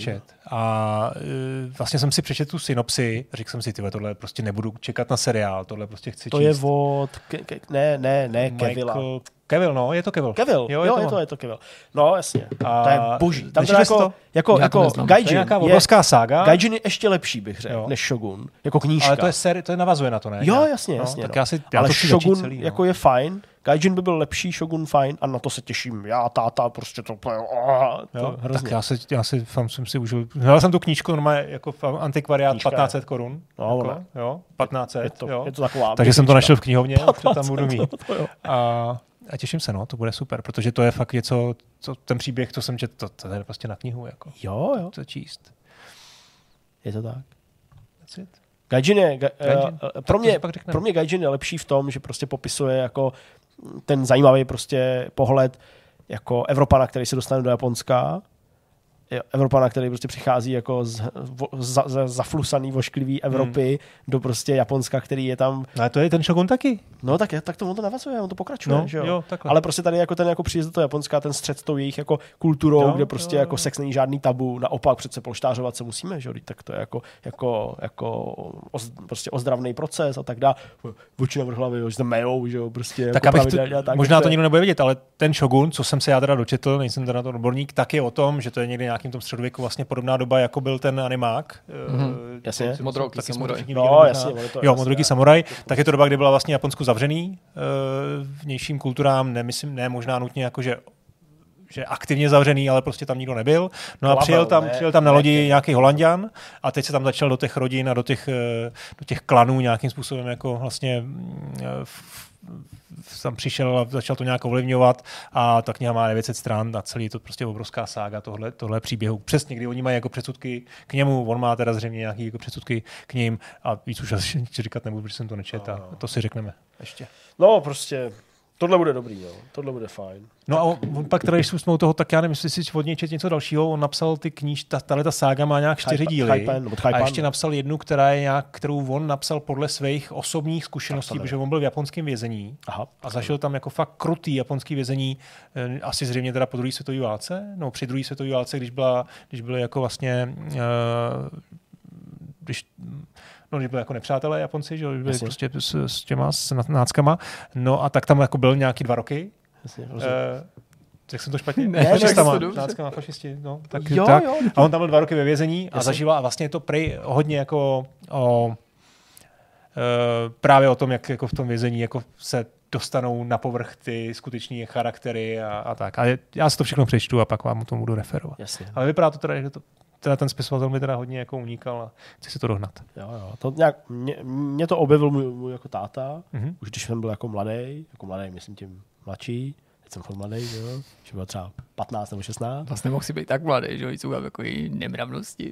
A vlastně jsem si přečetl tu synopsi a řekl jsem si, tyhle, tohle prostě nebudu čekat na seriál, tohle prostě chci to číst. To je od, ke, ke, ne, ne, ne, Kevila. Kevil, no, je to Kevil. Kevil, jo, je, jo, to, je to, je to Kevil. No, jasně, a to je boží. Tam to jako, to? jako, jako Gaijin je, obrovská sága. Gaijin je ještě lepší, bych řekl, než Shogun, jako knížka. Ale to je seri- to je navazuje na to, ne? Jo, jasně, no, jasně. Tak no. já si, já ale to Shogun celý, no. jako je fajn, Gaijin by byl lepší, Shogun fajn a na to se těším. Já, táta, prostě to úplně, oh, to jo, tak já si, já si, fám, jsem si užil. Hledal jsem tu knížku, normálně jako antikvariát patnáct set korun. No, jako, jo, patnáct set, je to, jo. Je to taková. Takže jsem to našel v knihovně, to tam budu mít. A A těším se, no, to bude super, protože to je fakt něco, co, ten příběh, co jsem četl, to, to je prostě na knihu, jako. Jo, jo. To číst. Je to tak. Gaijin je, ga, Gaijin. Uh, pro, mě, pro mě Gaijin je lepší v tom, že prostě popisuje jako ten zajímavý prostě pohled jako Evropana, který se dostane do Japonska, Evropana, který prostě přichází jako z, z, z, zaflusaný, vošklivý Evropy hmm. do prostě Japonska, který je tam... Ale to je ten Shogun taky. No tak, je, tak to on to navazuje, on to pokračuje, no, že jo? jo ale prostě tady jako ten jako příjezd do toho Japonska, ten střed s tou jejich jako kulturou, jo, kde prostě jo, jo. jako sex není žádný tabu, naopak přece polštářovat se musíme, že jo? Tak to je jako, jako, jako oz, prostě ozdravný proces a tak dále. Oči navrch hlavy, že se mejou, že jo? Prostě tak jako to, tak, možná to nikdo nebude vidět, ale ten Shogun, co jsem se já teda dočetl, nejsem teda to odborník, tak je o tom, že to je někdy nějakým tom středověku vlastně podobná doba, jako byl ten animák. Mm-hmm. Jasně. Modroký samuraj. No, jasně. To jo, Modroký samuraj. Tak je to doba, kdy byla vlastně Japonsku zavřený vnějším kulturám, nemyslím, ne možná nutně jako, že že aktivně zavřený, ale prostě tam nikdo nebyl. No a přijel tam, ne, přijel tam na lodi ne, nějaký Holanďan a teď se tam začal do těch rodin a do těch, do těch klanů nějakým způsobem jako vlastně tam přišel a začal to nějak ovlivňovat a ta kniha má devět set stran a celý je to prostě obrovská sága tohle, tohle příběhu. Přesně, kdy oni mají jako předsudky k němu, on má teda zřejmě nějaký jako předsudky k ním a víc už asi říkat nebudu, protože jsem to nečet a to si řekneme ještě. No prostě tohle bude dobrý, jo. Tohle bude fajn. No a on, on pak teda, když jsme u toho, tak já nevím, jestli si od něj čet něco dalšího, on napsal ty kníž, ta, tahle ta sága má nějak čtyři Chaipan, díly Chaipan, a ještě napsal jednu, která je nějak, kterou on napsal podle svých osobních zkušeností, protože on byl v japonském vězení. Aha, a zažil tam jako fakt krutý japonský vězení, asi zřejmě teda po druhé světové válce, no při druhé světové válce, když byla, když byly jako vlastně, uh, když No, když byli jako nepřátelé Japonci, že byli Jasně. prostě s, s těma s náckama. No a tak tam jako byl nějaký dva roky. Jasně, eh, jak jsem to špatně? Ne, fašistama, náckama, fašisti. No, tak, jo, tak. Jo, a on tam byl dva roky ve vězení a zažil a vlastně je to prej hodně jako o, e, právě o tom, jak jako v tom vězení jako se dostanou na povrch ty skutečné charaktery a, a tak. A já si to všechno přečtu a pak vám o tom budu referovat. Jasně. Ale vypadá to teda, že to teda ten spisovatel mi teda hodně jako unikal a chci si to dohnat. Jo, jo. To nějak, mě, mě to objevil můj, můj jako táta, mm-hmm. už když jsem byl jako mladý, jako mladý, myslím tím mladší, teď jsem fakt mladý, jo, že byl třeba patnáct nebo šestnáct. Vlastně mohl si být tak mladý, že jsou tam jako i nemravnosti.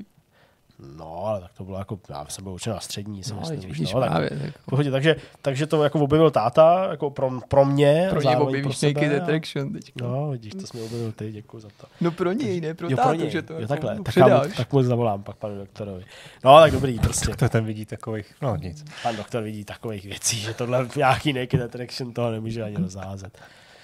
No, ale tak to bylo jako, já jsem byl určitě na střední, jsem no, myslím, vidíš, no, právě, tak, tak. Pohodě, takže, takže to jako objevil táta, jako pro, pro mě. Pro něj objevíš Naked Attraction teďka. No, vidíš, to jsi mi objevil ty, děkuji za to. No pro něj, ne pro jo, tátu, pro něj. že to jo, takhle, tak, tam, tak mu zavolám pak panu doktorovi. No, tak dobrý, prostě. Doktor ten vidí takových, no nic. Pan doktor vidí takových věcí, že tohle nějaký Naked Attraction toho nemůže ani rozházet.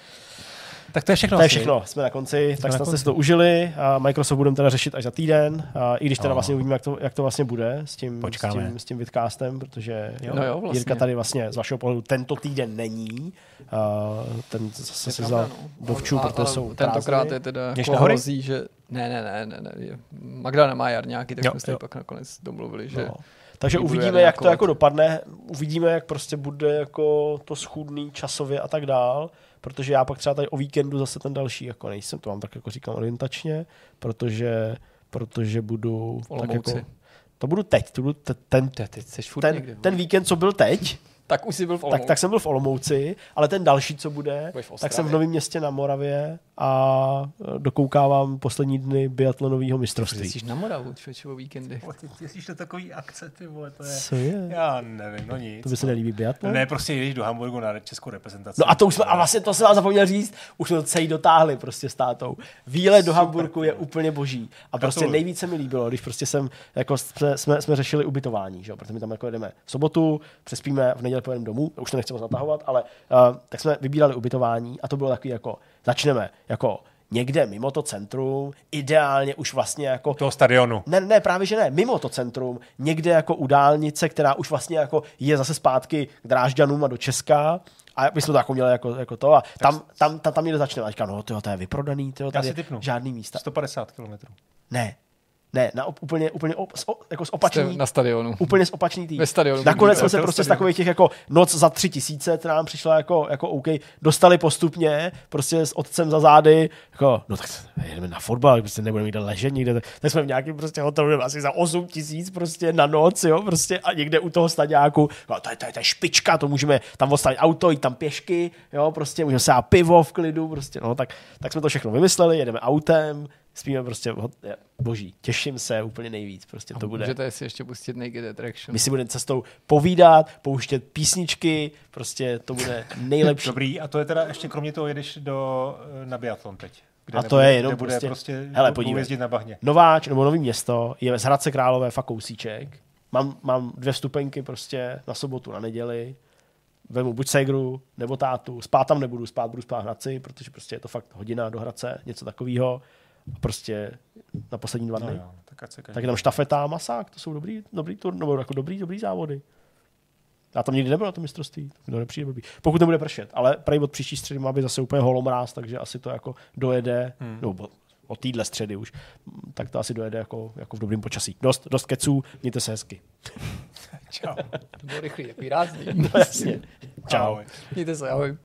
Tak to je všechno. To je všechno, jsme na konci, jsme tak snad jste si to užili. A Microsoft budeme teda řešit až za týden, a i když teda vlastně uvidíme, jak to, jak to vlastně bude s tím, s tím, s tím vidcastem, protože jo, no jo, vlastně. Jirka tady vlastně z vašeho pohledu tento týden není. A ten zase si vzal dovčů, protože jsou tentokrát je teda hrozí, že ne, ne, ne, ne, ne. Magda nemá jarňáky, tak jo, jsme si pak nakonec domluvili, že... No. Takže uvidíme, jak to jako dopadne, uvidíme, jak prostě bude jako to schůdný časově a tak dál, protože já pak třeba tady o víkendu zase ten další, jako nejsem, to vám tak jako říkám orientačně, protože, protože budu... Tak jako, to budu teď, to budu te, ten, ten, ten, ten víkend, co byl teď, tak už jsi byl v Olomouci. Tak, tak jsem byl v Olomouci, ale ten další, co bude, tak jsem v Novém Městě na Moravě a dokoukávám poslední dny biatlonového mistrovství. Ty jsi na Moravu, člověče, o víkendy. Ty jsi to takový akce, ty vole, to je... Co je? Já nevím, no nic. To by se nelíbí biatlon? Ne, prostě jdeš do Hamburgu na českou reprezentaci. No a to už jsme, a vlastně to jsem vám zapomněl říct, už jsme to celý dotáhli prostě s tátou. Výlet do Hamburgu je úplně boží. A prostě nejvíce mi líbilo, když prostě jsem, jako jsme, jsme, jsme řešili ubytování, že jo, protože my tam jako jedeme v sobotu, přespíme, v neděli pojedeme domů, už to nechceme zatahovat, ale uh, tak jsme vybírali ubytování a to bylo takový jako, začneme jako někde mimo to centrum, ideálně už vlastně jako... Toho stadionu. Ne, ne, právě že ne, mimo to centrum, někde jako u dálnice, která už vlastně jako je zase zpátky k Drážďanům a do Česka. A my jsme to jako měli jako, jako to a tam, tam, tam, tam někde začne. A říkám, no tyjo, to je vyprodaný, tyjo, tady je žádný místa. sto padesát kilometrů. Ne. Ne, na op, úplně, úplně op, s, o, jako z opačný. Na stadionu. Úplně z opačný tý. Ve stadionu. Nakonec jsme se prostě z takových těch jako noc za tři tisíce, která nám přišla jako, jako OK, dostali postupně, prostě s otcem za zády, jako, no tak jedeme na fotbal, prostě nebudeme jít ležet někde, tak jsme v nějakém prostě hotelu asi za osm tisíc prostě na noc, jo, prostě a někde u toho stadiáku, no, to, je, to, je, to je špička, to můžeme tam odstavit auto, jít tam pěšky, jo, prostě můžeme se dát pivo v klidu, prostě, no, tak, tak jsme to všechno vymysleli, jedeme autem, spíme prostě, boží, těším se úplně nejvíc, prostě to bude. Můžete si ještě pustit Naked Attraction. My si budeme cestou povídat, pouštět písničky, prostě to bude nejlepší. Dobrý, a to je teda ještě kromě toho jedeš do, na biatlon teď. Kde a to nebude, je jenom bude prostě, prostě hele, jezdit na bahně. Nováč nebo Nový Město je z Hradce Králové fakt kousíček. Mám, mám dvě vstupenky prostě na sobotu, na neděli. Vemu buď segru, nebo tátu. Spát tam nebudu, spát budu spát v Hradci, protože prostě je to fakt hodina do Hradce, něco takového. Prostě na poslední dva dny. No jo, tak, tak je tam štafeta a masák, to jsou dobrý, dobrý, tur, nebo jako dobrý, dobrý závody. Já tam nikdy nebyl na tom mistrovství, to nepřijde blbý. Pokud nebude pršet, ale prej od příští středy má být zase úplně holomráz, takže asi to jako dojede, hmm. no, od téhle středy už, tak to asi dojede jako, jako v dobrým počasí. Dost, dost keců, mějte se hezky. Čau. To bylo rychlý, takový rázný. No jasně. Čau. Mějte se, ahoj.